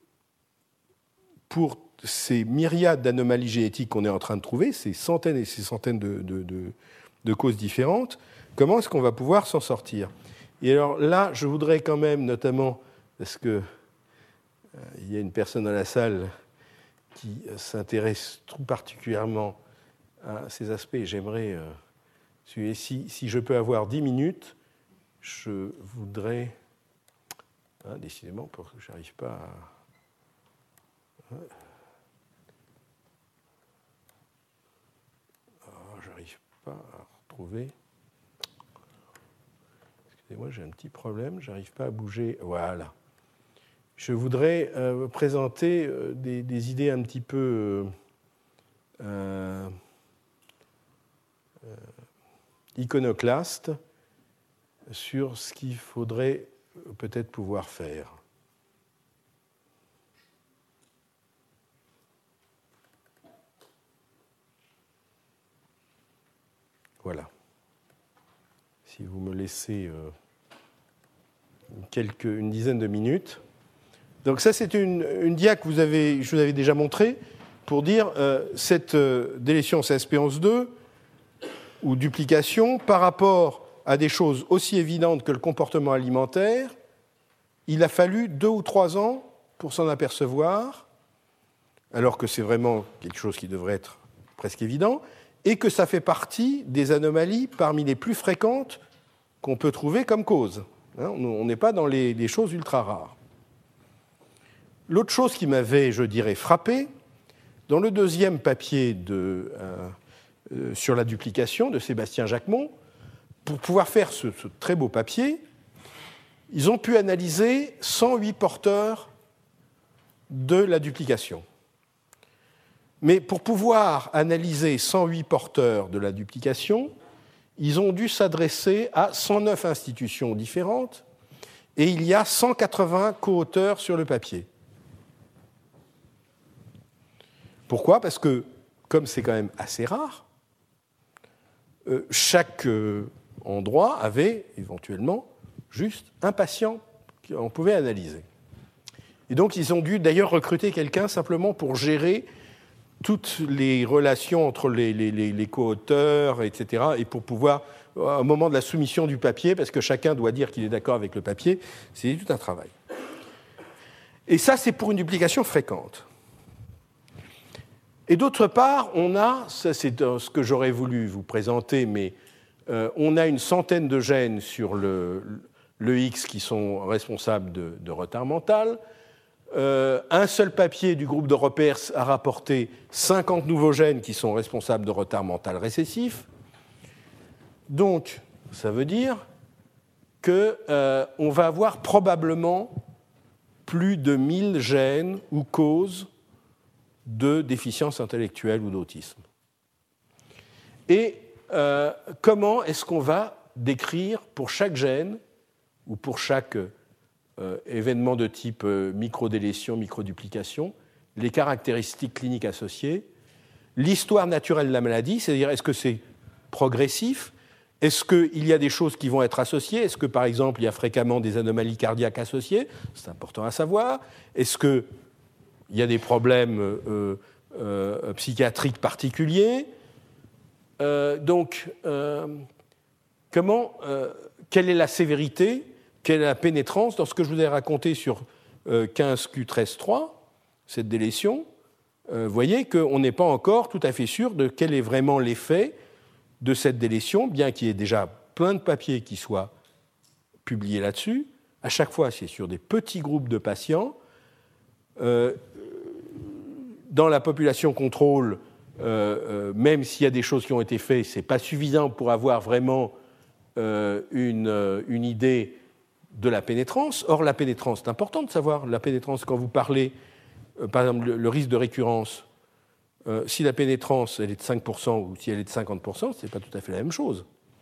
pour ces myriades d'anomalies génétiques qu'on est en train de trouver, ces centaines et ces centaines de, de, de, de causes différentes, comment est-ce qu'on va pouvoir s'en sortir ? Et alors là, je voudrais quand même, notamment, parce qu'il euh, y a une personne dans la salle qui euh, s'intéresse tout particulièrement à ces aspects, j'aimerais, euh, si, si je peux avoir dix minutes, je voudrais, hein, décidément, parce que je n'arrive pas à... Ouais. Oh, je n'arrive pas à retrouver... Excusez-moi, j'ai un petit problème, je n'arrive pas à bouger. Voilà. Je voudrais euh, présenter euh, des, des idées un petit peu euh, euh, iconoclastes sur ce qu'il faudrait peut-être pouvoir faire. Voilà. Si vous me laissez euh, quelques, une dizaine de minutes. Donc ça, c'est une, une dia que vous avez, je vous avais déjà montrée pour dire euh, cette euh, délétion C S P onze deux ou duplication par rapport à des choses aussi évidentes que le comportement alimentaire, il a fallu deux ou trois ans pour s'en apercevoir, alors que c'est vraiment quelque chose qui devrait être presque évident, et que ça fait partie des anomalies parmi les plus fréquentes qu'on peut trouver comme cause. Hein, on n'est pas dans les, les choses ultra rares. L'autre chose qui m'avait, je dirais, frappé, dans le deuxième papier de, euh, euh, sur la duplication de Sébastien Jacquemont, pour pouvoir faire ce, ce très beau papier, ils ont pu analyser cent huit porteurs de la duplication. Mais pour pouvoir analyser cent huit porteurs de la duplication, ils ont dû s'adresser à cent neuf institutions différentes et il y a cent quatre-vingts co-auteurs sur le papier. Pourquoi ? Parce que, comme c'est quand même assez rare, euh, chaque euh, endroit avait éventuellement juste un patient qu'on pouvait analyser. Et donc ils ont dû d'ailleurs recruter quelqu'un simplement pour gérer toutes les relations entre les, les, les, les co-auteurs, et cetera, et pour pouvoir, au moment de la soumission du papier, parce que chacun doit dire qu'il est d'accord avec le papier, c'est tout un travail. Et ça, c'est pour une duplication fréquente. Et d'autre part, on a, ça c'est ce que j'aurais voulu vous présenter, mais euh, on a une centaine de gènes sur le, le X qui sont responsables de, de retard mental. Euh, un seul papier du groupe de Repers a rapporté cinquante nouveaux gènes qui sont responsables de retard mental récessif. Donc, ça veut dire qu'on euh, va avoir probablement plus de mille gènes ou causes de déficience intellectuelle ou d'autisme. Et euh, comment est-ce qu'on va décrire pour chaque gène ou pour chaque euh, événement de type euh, microdélétion, microduplication, les caractéristiques cliniques associées, l'histoire naturelle de la maladie, c'est-à-dire est-ce que c'est progressif ? Est-ce qu'il y a des choses qui vont être associées ? Est-ce que, par exemple, il y a fréquemment des anomalies cardiaques associées ? C'est important à savoir. Est-ce qu'il y a des problèmes euh, euh, psychiatriques particuliers ? euh, Donc, euh, comment, euh, quelle est la sévérité ? Quelle est la pénétrance dans ce que je vous ai raconté sur euh, quinze Q treize trois, cette délétion ? euh, Vous voyez qu'on n'est pas encore tout à fait sûr de quel est vraiment l'effet de cette délétion, bien qu'il y ait déjà plein de papiers qui soient publiés là-dessus. À chaque fois, c'est sur des petits groupes de patients. Euh, dans la population contrôle, euh, euh, même s'il y a des choses qui ont été faites, ce n'est pas suffisant pour avoir vraiment euh, une, euh, une idée de la pénétrance. Or, la pénétrance, c'est important de savoir. La pénétrance, quand vous parlez, euh, par exemple, le, le risque de récurrence, Euh, si la pénétrance elle est de cinq pour cent ou si elle est de cinquante pour cent, ce n'est pas tout à fait la même chose.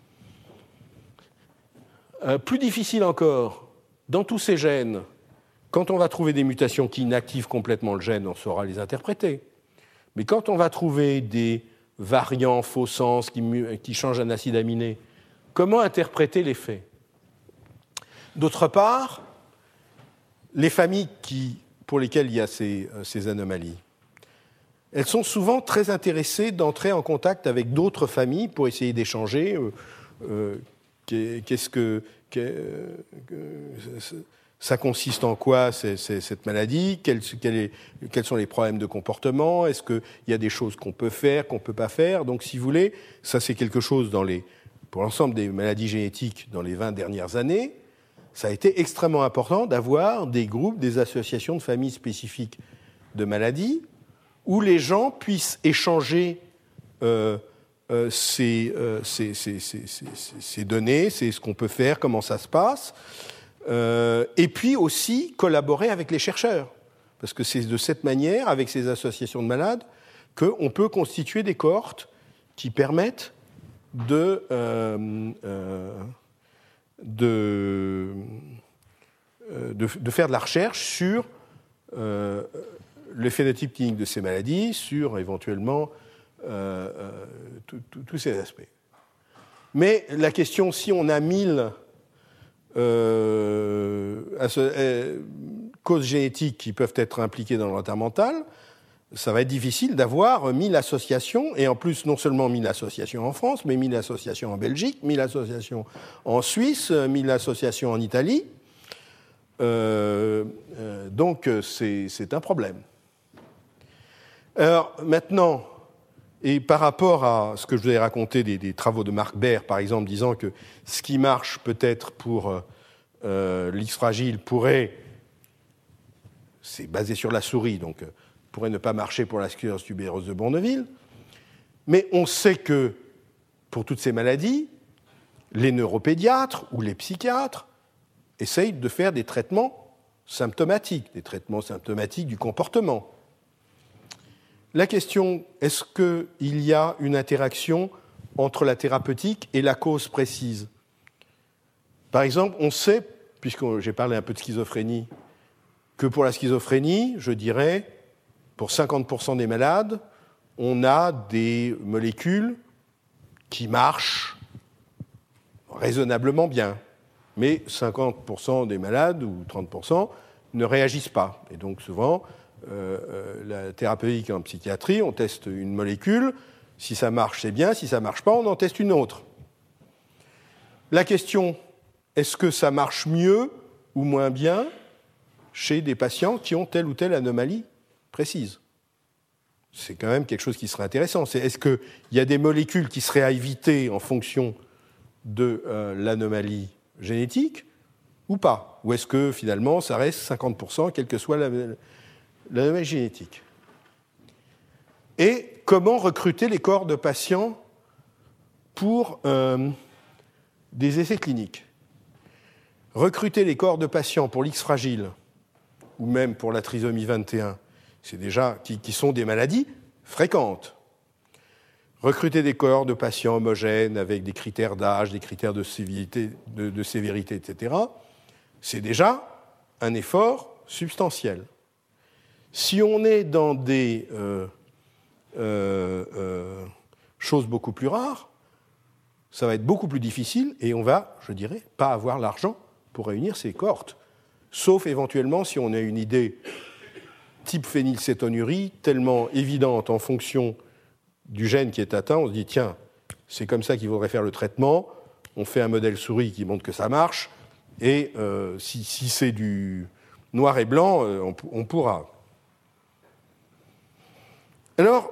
Euh, plus difficile encore, dans tous ces gènes, quand on va trouver des mutations qui inactivent complètement le gène, on saura les interpréter. Mais quand on va trouver des variants faux sens qui, qui changent un acide aminé, comment interpréter l'effet ? D'autre part, les familles qui, pour lesquelles il y a ces, ces anomalies, elles sont souvent très intéressées d'entrer en contact avec d'autres familles pour essayer d'échanger. Euh, euh, qu'est-ce que, que, que ça consiste en quoi c'est, c'est, cette maladie ? Quels, quel est, quels sont les problèmes de comportement ? Est-ce qu'il y a des choses qu'on peut faire, qu'on ne peut pas faire ? Donc, si vous voulez, ça c'est quelque chose dans les, pour l'ensemble des maladies génétiques dans les vingt dernières années. Ça a été extrêmement important d'avoir des groupes, des associations de familles spécifiques de maladies où les gens puissent échanger euh, euh, ces, euh, ces, ces, ces, ces, ces données, c'est ce qu'on peut faire, comment ça se passe, euh, et puis aussi collaborer avec les chercheurs. Parce que c'est de cette manière, avec ces associations de malades, qu'on peut constituer des cohortes qui permettent de, euh, euh, de, de, de faire de la recherche sur euh, le phénotype clinique de ces maladies, sur éventuellement euh, euh, tous ces aspects. Mais la question, si on a mille euh, euh, causes génétiques qui peuvent être impliquées dans le retard mental, ça va être difficile d'avoir mille associations, et en plus, non seulement mille associations en France, mais mille associations en Belgique, mille associations en Suisse, mille associations en Italie. Euh, euh, donc, c'est, c'est un problème. Alors, maintenant, et par rapport à ce que je vous ai raconté des, des travaux de Marc Baer, par exemple, disant que ce qui marche peut-être pour euh, l'X fragile pourrait, c'est basé sur la souris, donc pourrait ne pas marcher pour la sclérose tubéreuse de Bourneville, mais on sait que pour toutes ces maladies, les neuropédiatres ou les psychiatres essayent de faire des traitements symptomatiques, des traitements symptomatiques du comportement. La question, est-ce qu'il y a une interaction entre la thérapeutique et la cause précise ? Par exemple, on sait, puisque j'ai parlé un peu de schizophrénie, que pour la schizophrénie, je dirais, pour cinquante pour cent des malades, on a des molécules qui marchent raisonnablement bien. Mais cinquante pour cent des malades, ou trente pour cent, ne réagissent pas. Et donc souvent, euh, euh, la thérapeutique en psychiatrie, on teste une molécule, si ça marche, c'est bien, si ça ne marche pas, on en teste une autre. La question, est-ce que ça marche mieux ou moins bien chez des patients qui ont telle ou telle anomalie précise ? C'est quand même quelque chose qui serait intéressant. C'est, est-ce qu'il y a des molécules qui seraient à éviter en fonction de euh, l'anomalie génétique ou pas ? Ou est-ce que finalement ça reste cinquante pour cent, quelle que soit la, l'anomalie génétique ? Et comment recruter les corps de patients pour euh, des essais cliniques ? Recruter les corps de patients pour l'X fragile ou même pour la trisomie vingt et un, c'est déjà qui, qui sont des maladies fréquentes. Recruter des corps de patients homogènes avec des critères d'âge, des critères de sévérité, de, de sévérité, et cetera, c'est déjà un effort substantiel. Si on est dans des euh, euh, euh, choses beaucoup plus rares, ça va être beaucoup plus difficile et on va, je dirais, pas avoir l'argent pour réunir ces cohortes. Sauf éventuellement si on a une idée type phénylcétonurie tellement évidente en fonction du gène qui est atteint, on se dit tiens, c'est comme ça qu'il faudrait faire le traitement, on fait un modèle souris qui montre que ça marche, et euh, si, si c'est du noir et blanc, euh, on, on pourra. Alors,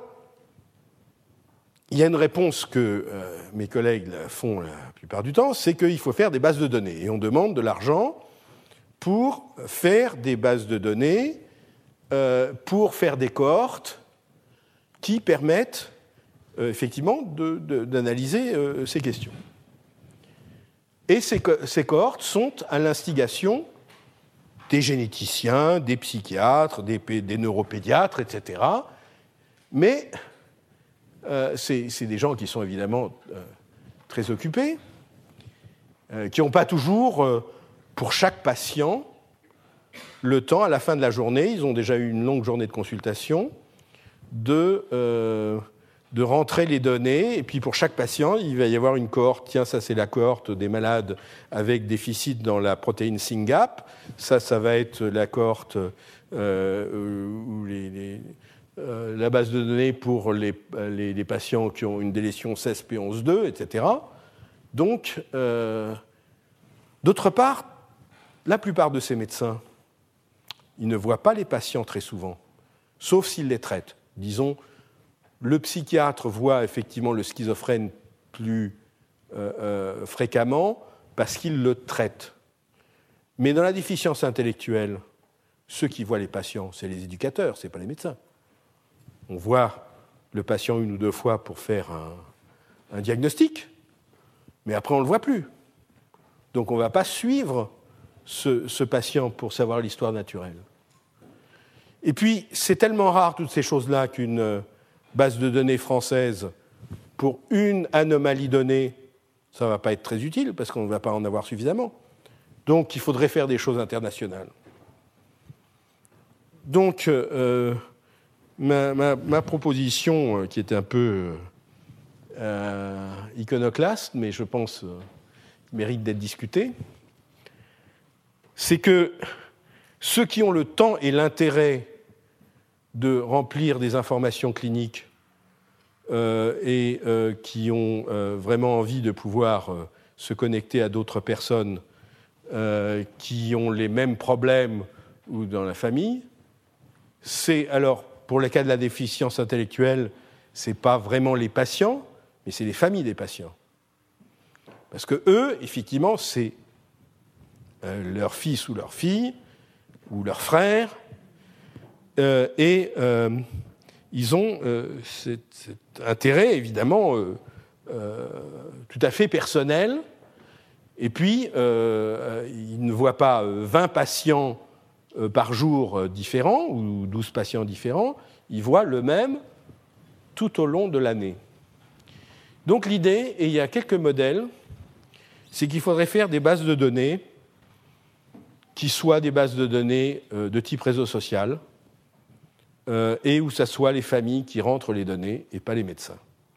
il y a une réponse que euh, mes collègues font la plupart du temps, c'est qu'il faut faire des bases de données, et on demande de l'argent pour faire des bases de données, euh, pour faire des cohortes qui permettent euh, effectivement de, de, d'analyser euh, ces questions. Et ces, co- ces cohortes sont à l'instigation des généticiens, des psychiatres, des, des neuropédiatres, et cetera. Mais euh, c'est, c'est des gens qui sont évidemment euh, très occupés, euh, qui n'ont pas toujours... Euh, pour chaque patient, le temps, à la fin de la journée, ils ont déjà eu une longue journée de consultation, de, euh, de rentrer les données, et puis pour chaque patient, il va y avoir une cohorte. Tiens, ça c'est la cohorte des malades avec déficit dans la protéine SYNGAP, ça, ça va être la cohorte, euh, où les, les, euh, la base de données pour les, les, les patients qui ont une délétion seize p onze deux, et cetera. Donc, euh, d'autre part, la plupart de ces médecins, ils ne voient pas les patients très souvent, sauf s'ils les traitent. Disons, le psychiatre voit effectivement le schizophrène plus euh, euh, fréquemment parce qu'il le traite. Mais dans la déficience intellectuelle, ceux qui voient les patients, c'est les éducateurs, ce n'est pas les médecins. On voit le patient une ou deux fois pour faire un, un diagnostic, mais après on ne le voit plus. Donc on ne va pas suivre ce, ce patient pour savoir l'histoire naturelle. Et puis, c'est tellement rare toutes ces choses-là qu'une base de données française, pour une anomalie donnée, ça ne va pas être très utile parce qu'on ne va pas en avoir suffisamment. Donc il faudrait faire des choses internationales. Donc euh, ma, ma, ma proposition, qui était un peu euh, iconoclaste, mais je pense euh, mérite d'être discutée, c'est que ceux qui ont le temps et l'intérêt de remplir des informations cliniques euh, et euh, qui ont euh, vraiment envie de pouvoir euh, se connecter à d'autres personnes euh, qui ont les mêmes problèmes ou dans la famille, c'est alors, pour le cas de la déficience intellectuelle, ce n'est pas vraiment les patients, mais c'est les familles des patients. Parce que eux, effectivement, c'est euh, leur fils ou leur fille, ou leur frère, euh, et euh, ils ont euh, cet, cet intérêt, évidemment, euh, euh, tout à fait personnel, et puis euh, ils ne voient pas euh, vingt patients euh, par jour euh, différents, ou douze patients différents, ils voient le même tout au long de l'année. Donc l'idée, et il y a quelques modèles, c'est qu'il faudrait faire des bases de données qui soient des bases de données euh, de type réseau social, euh, et où ça soit les familles qui rentrent les données et pas les médecins.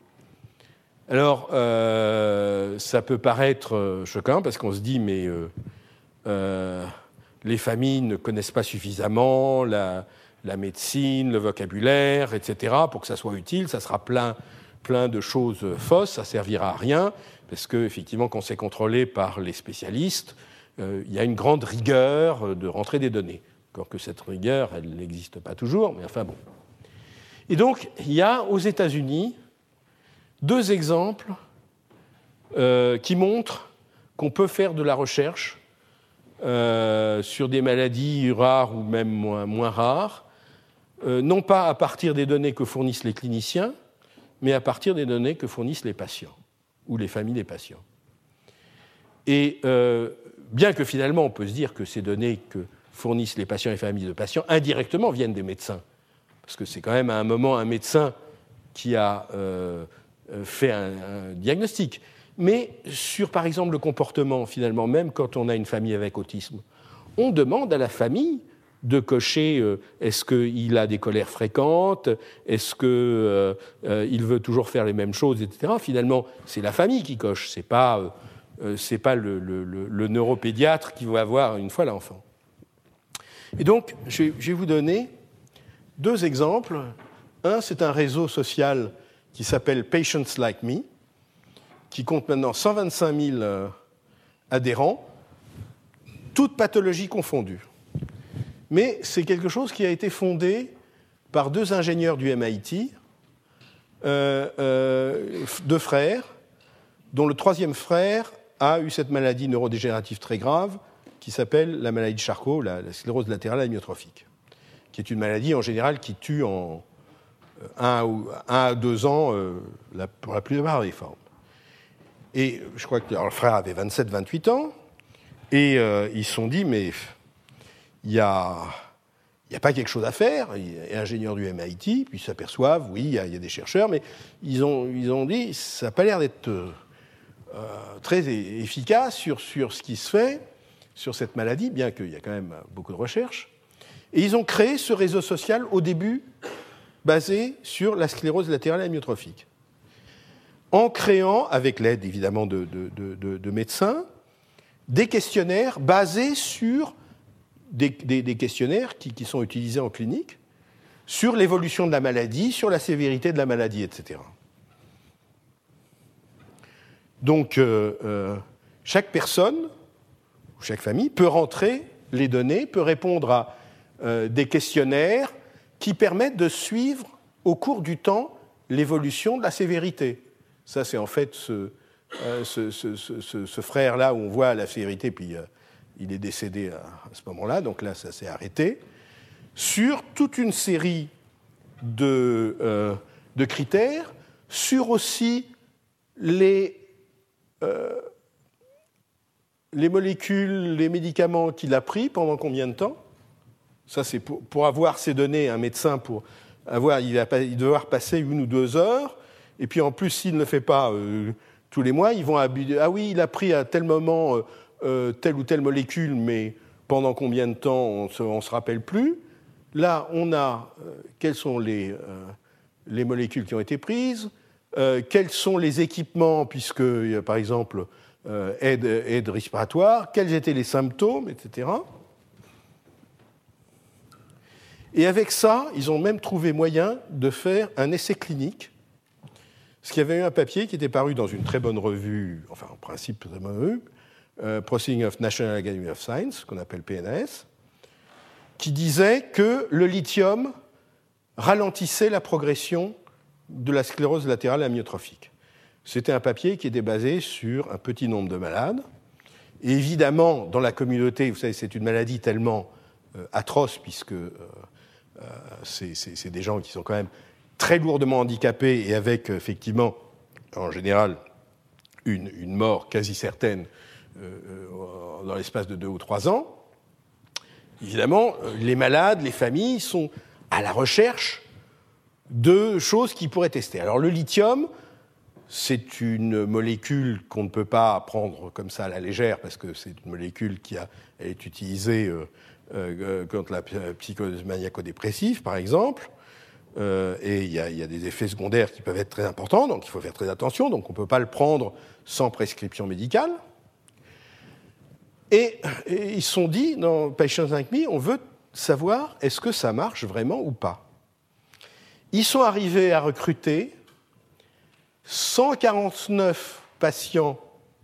Alors, euh, ça peut paraître choquant parce qu'on se dit, mais euh, euh, les familles ne connaissent pas suffisamment la, la médecine, le vocabulaire, et cetera, pour que ça soit utile. Ça sera plein, plein de choses fausses, ça ne servira à rien, parce qu'effectivement, quand c'est contrôlé par les spécialistes, euh, il y a une grande rigueur de rentrée des données. Encore que cette rigueur, elle n'existe pas toujours, mais enfin bon. Et donc, il y a aux États-Unis deux exemples euh, qui montrent qu'on peut faire de la recherche euh, sur des maladies rares ou même moins, moins rares, euh, non pas à partir des données que fournissent les cliniciens, mais à partir des données que fournissent les patients ou les familles des patients. Et euh, bien que finalement on peut se dire que ces données que fournissent les patients et les familles de patients indirectement viennent des médecins, parce que c'est quand même à un moment un médecin qui a euh, fait un, un diagnostic. Mais sur, par exemple, le comportement, finalement, même quand on a une famille avec autisme, on demande à la famille de cocher euh, est-ce qu'il a des colères fréquentes, est-ce qu'il euh, euh, veut toujours faire les mêmes choses, et cetera. Finalement, c'est la famille qui coche, ce n'est pas, euh, c'est pas le, le, le, le neuropédiatre qui va voir une fois l'enfant. Et donc, je vais, je vais vous donner deux exemples. Un, c'est un réseau social qui s'appelle Patients Like Me, qui compte maintenant cent vingt-cinq mille euh, adhérents, toutes pathologies confondues. Mais c'est quelque chose qui a été fondé par deux ingénieurs du M I T, euh, euh, deux frères, dont le troisième frère a eu cette maladie neurodégénérative très grave qui s'appelle la maladie de Charcot, la, la sclérose latérale amyotrophique, qui est une maladie en général qui tue en un, ou, un à deux ans euh, la, pour la plupart des formes. Et je crois que alors, le frère avait vingt-sept vingt-huit ans, et euh, ils se sont dit, mais il n'y a, y a pas quelque chose à faire. Il est ingénieur du M I T, puis ils s'aperçoivent, oui, il y, y a des chercheurs, mais ils ont, ils ont dit, ça n'a pas l'air d'être euh, très efficace sur, sur ce qui se fait, sur cette maladie, bien qu'il y a quand même beaucoup de recherches. Et ils ont créé ce réseau social, au début, basé sur la sclérose latérale amyotrophique, en créant, avec l'aide évidemment de, de, de, de médecins, des questionnaires basés sur des, des, des questionnaires qui, qui sont utilisés en clinique, sur l'évolution de la maladie, sur la sévérité de la maladie, et cetera. Donc, euh, euh, chaque personne, ou chaque famille, peut rentrer les données, peut répondre à euh, des questionnaires qui permettent de suivre au cours du temps l'évolution de la sévérité. Ça, c'est en fait ce, euh, ce, ce, ce, ce frère-là où on voit la sévérité, puis euh, il est décédé à, à ce moment-là, donc là, ça s'est arrêté, sur toute une série de, euh, de critères, sur aussi les, euh, les molécules, les médicaments qu'il a pris, pendant combien de temps. Ça, c'est pour, pour avoir ces données, un médecin, pour avoir, il va il devoir passer une ou deux heures, et puis en plus, s'il ne le fait pas euh, tous les mois, ils vont abuser. Ah oui, il a pris à tel moment euh, euh, telle ou telle molécule, mais pendant combien de temps, on ne se, se rappelle plus. Là, on a euh, quelles sont les, euh, les molécules qui ont été prises, euh, quels sont les équipements, puisque, euh, par exemple, euh, aide, aide respiratoire, quels étaient les symptômes, et cetera. Et avec ça, ils ont même trouvé moyen de faire un essai clinique. Parce qu'il y avait eu un papier qui était paru dans une très bonne revue, enfin en principe très bonne revue, euh, Proceedings of National Academy of Science, qu'on appelle P N A S, qui disait que le lithium ralentissait la progression de la sclérose latérale amyotrophique. C'était un papier qui était basé sur un petit nombre de malades. Et évidemment, dans la communauté, vous savez, c'est une maladie tellement euh, atroce, puisque euh, euh, c'est, c'est, c'est des gens qui sont quand même très lourdement handicapés et avec, effectivement, en général, une, une mort quasi certaine euh, dans l'espace de deux ou trois ans. Évidemment, les malades, les familles sont à la recherche de choses qu'ils pourraient tester. Alors le lithium, c'est une molécule qu'on ne peut pas prendre comme ça à la légère, parce que c'est une molécule qui a, elle est utilisée euh, euh, contre la psychose maniaco-dépressive, par exemple. Euh, et il y, y a des effets secondaires qui peuvent être très importants, donc il faut faire très attention. Donc on ne peut pas le prendre sans prescription médicale. Et, et ils se sont dit, dans Patients Like Me, on veut savoir est-ce que ça marche vraiment ou pas. Ils sont arrivés à recruter cent quarante-neuf patients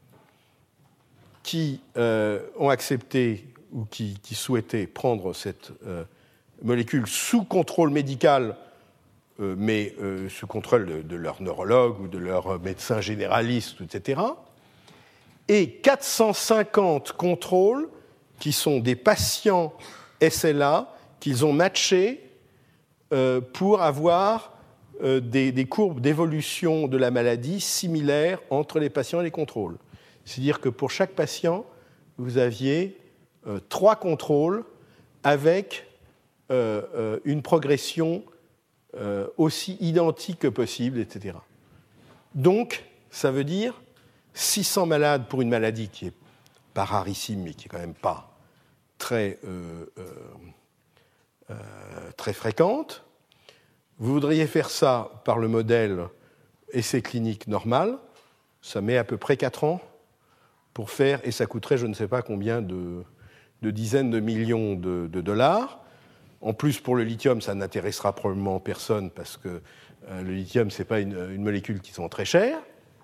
qui euh, ont accepté ou qui, qui souhaitaient prendre cette euh, molécule sous contrôle médical, euh, mais euh, sous contrôle de, de leur neurologue ou de leur médecin généraliste, et cetera. Et quatre cent cinquante contrôles qui sont des patients S L A qu'ils ont matchés euh, pour avoir euh, des, des courbes d'évolution de la maladie similaires entre les patients et les contrôles. C'est-à-dire que pour chaque patient, vous aviez euh, trois contrôles avec euh, euh, une progression euh, aussi identique que possible, et cetera. Donc, ça veut dire six cents malades pour une maladie qui n'est pas rarissime, mais qui n'est quand même pas très, euh, euh, euh, très fréquente. Vous voudriez faire ça par le modèle essai clinique normal, ça met à peu près quatre ans pour faire, et ça coûterait je ne sais pas combien de, de dizaines de millions de, de dollars. En plus, pour le lithium, ça n'intéressera probablement personne, parce que euh, le lithium, ce n'est pas une, une molécule qui sont très chères.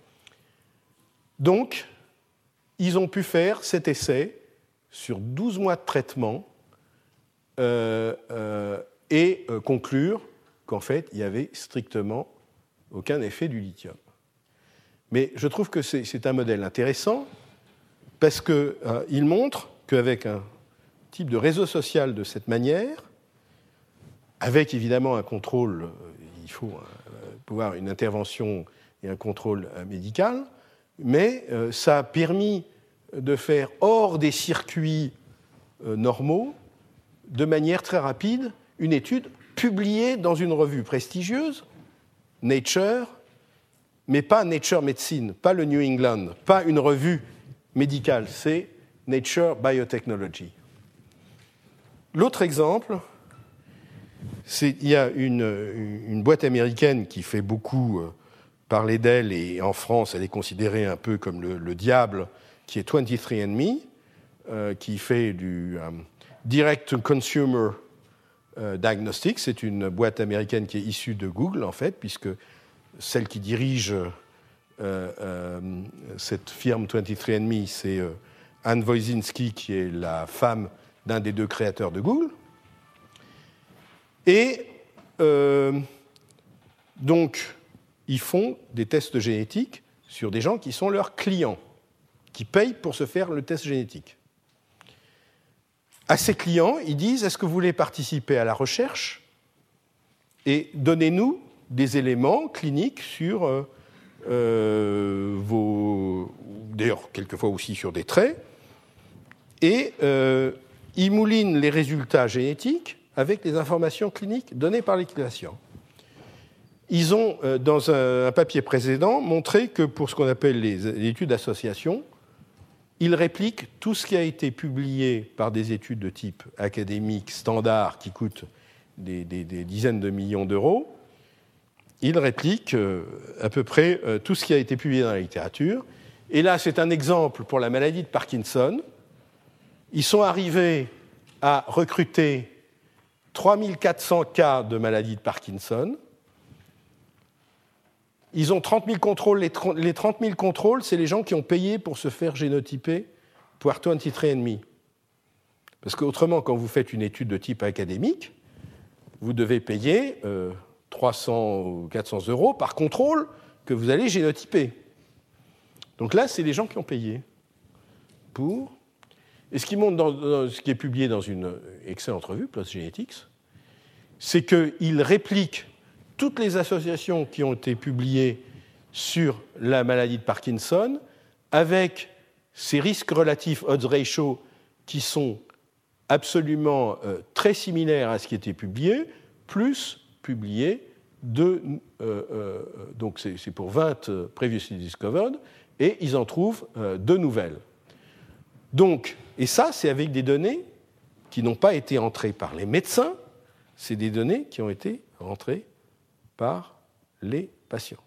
Donc, ils ont pu faire cet essai sur douze mois de traitement euh, euh, et euh, conclure qu'en fait, il n'y avait strictement aucun effet du lithium. Mais je trouve que c'est, c'est un modèle intéressant parce qu'il euh, montre qu'avec un type de réseau social de cette manière, avec évidemment un contrôle, euh, il faut euh, pouvoir une intervention et un contrôle euh, médical, mais euh, ça a permis de faire hors des circuits euh, normaux, de manière très rapide, une étude publiée dans une revue prestigieuse, Nature, mais pas Nature Medicine, pas le New England, pas une revue médicale, c'est Nature Biotechnology. L'autre exemple, c'est il y a une, une boîte américaine qui fait beaucoup euh, parler d'elle, et en France, elle est considérée un peu comme le, le diable, qui est vingt-trois and me, euh, qui fait du euh, direct-to-consumer euh, diagnostics. C'est une boîte américaine qui est issue de Google, en fait, puisque celle qui dirige euh, euh, cette firme vingt-trois and me, c'est euh, Anne Wojcicki, qui est la femme d'un des deux créateurs de Google. Et euh, donc, ils font des tests génétiques sur des gens qui sont leurs clients, qui payent pour se faire le test génétique. À ces clients, ils disent « Est-ce que vous voulez participer à la recherche ? Et donnez-nous des éléments cliniques sur euh, euh, vos... d'ailleurs, quelquefois aussi sur des traits. » Et euh, ils moulinent les résultats génétiques avec les informations cliniques données par les patients. ils ont, euh, dans un, un papier précédent, montré que pour ce qu'on appelle les, les études d'association, ils répliquent tout ce qui a été publié par des études de type académique, standard, qui coûtent des, des, des dizaines de millions d'euros. Ils répliquent euh, à peu près euh, tout ce qui a été publié dans la littérature. Et là, c'est un exemple pour la maladie de Parkinson. Ils sont arrivés à recruter trois mille quatre cents cas de maladie de Parkinson. Ils ont trente mille contrôles. Les trente mille contrôles, c'est les gens qui ont payé pour se faire génotyper par vingt-trois and me. Parce qu'autrement, quand vous faites une étude de type académique, vous devez payer euh, trois cents ou quatre cents euros par contrôle que vous allez génotyper. Donc là, c'est les gens qui ont payé pour... Et ce qui montre dans, dans ce qui est publié dans une excellente revue, PLOS Genetics, c'est qu'ils répliquent toutes les associations qui ont été publiées sur la maladie de Parkinson avec ces risques relatifs odds ratio qui sont absolument euh, très similaires à ce qui était publié, plus publié de... Euh, euh, donc c'est, c'est pour vingt euh, previously discovered, et ils en trouvent euh, deux nouvelles. Donc, et ça, c'est avec des données qui n'ont pas été entrées par les médecins, c'est des données qui ont été rentrées par les patients.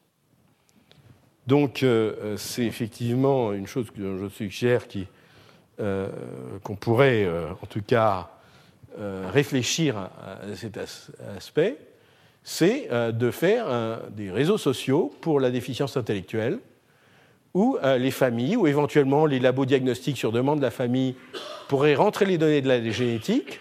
Donc, euh, c'est effectivement une chose que je suggère qui, euh, qu'on pourrait, euh, en tout cas, euh, réfléchir à, à cet as- aspect, c'est euh, de faire un, des réseaux sociaux pour la déficience intellectuelle, où euh, les familles, ou éventuellement les labos diagnostiques sur demande de la famille, pourraient rentrer les données de la génétique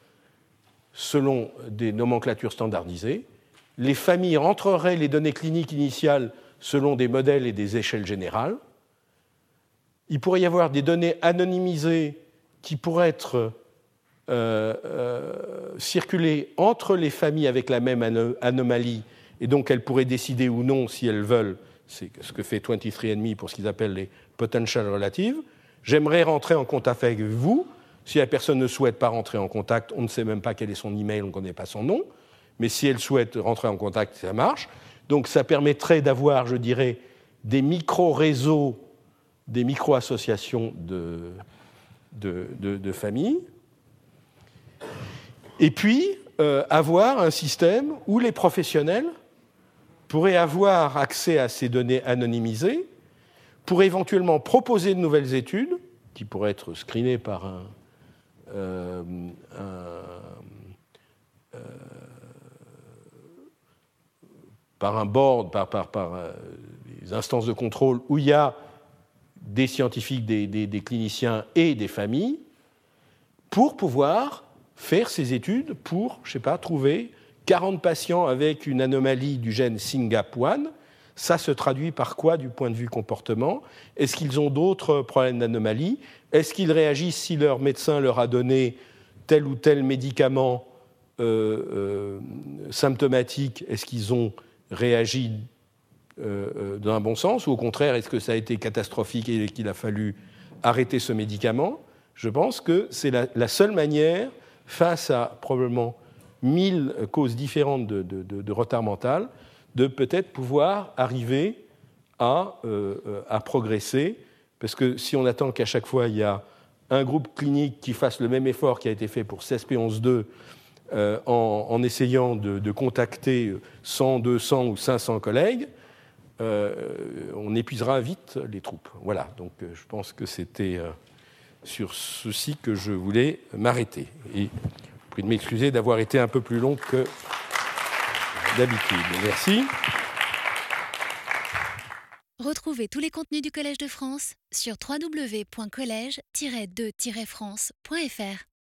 selon des nomenclatures standardisées. Les familles rentreraient les données cliniques initiales selon des modèles et des échelles générales. Il pourrait y avoir des données anonymisées qui pourraient être euh, euh, circulées entre les familles avec la même ano- anomalie, et donc elles pourraient décider ou non si elles veulent. C'est ce que fait vingt-trois and me pour ce qu'ils appellent les potential relatives. J'aimerais rentrer en contact avec vous. Si la personne ne souhaite pas rentrer en contact, on ne sait même pas quel est son email, on ne connaît pas son nom. Mais si elle souhaite rentrer en contact, ça marche. Donc ça permettrait d'avoir, je dirais, des micro-réseaux, des micro-associations de, de, de, de familles. Et puis, euh, avoir un système où les professionnels pourraient avoir accès à ces données anonymisées, pour éventuellement proposer de nouvelles études, qui pourraient être screenées par un, euh, un, euh, par un board, par, par, par euh, des instances de contrôle, où il y a des scientifiques, des, des, des cliniciens et des familles, pour pouvoir faire ces études pour, je ne sais pas, trouver quarante patients avec une anomalie du gène S Y N G A P un. Ça se traduit par quoi du point de vue comportement ? Est-ce qu'ils ont d'autres problèmes d'anomalie ? Est-ce qu'ils réagissent si leur médecin leur a donné tel ou tel médicament euh, euh, symptomatique ? Est-ce qu'ils ont réagi euh, euh, dans un bon sens ? Ou au contraire, est-ce que ça a été catastrophique et qu'il a fallu arrêter ce médicament ? Je pense que c'est la, la seule manière, face à probablement mille causes différentes de, de, de, de retard mental, de peut-être pouvoir arriver à, euh, à progresser, parce que si on attend qu'à chaque fois il y a un groupe clinique qui fasse le même effort qui a été fait pour C E S P onze deux euh, en, en essayant de, de contacter cent, deux cents ou cinq cents collègues, euh, on épuisera vite les troupes. Voilà, donc euh, je pense que c'était euh, sur ceci que je voulais m'arrêter. Et je prie de m'excuser d'avoir été un peu plus long que d'habitude. Merci. Retrouvez tous les contenus du Collège de France sur w w w point collège tiret de tiret france point f r.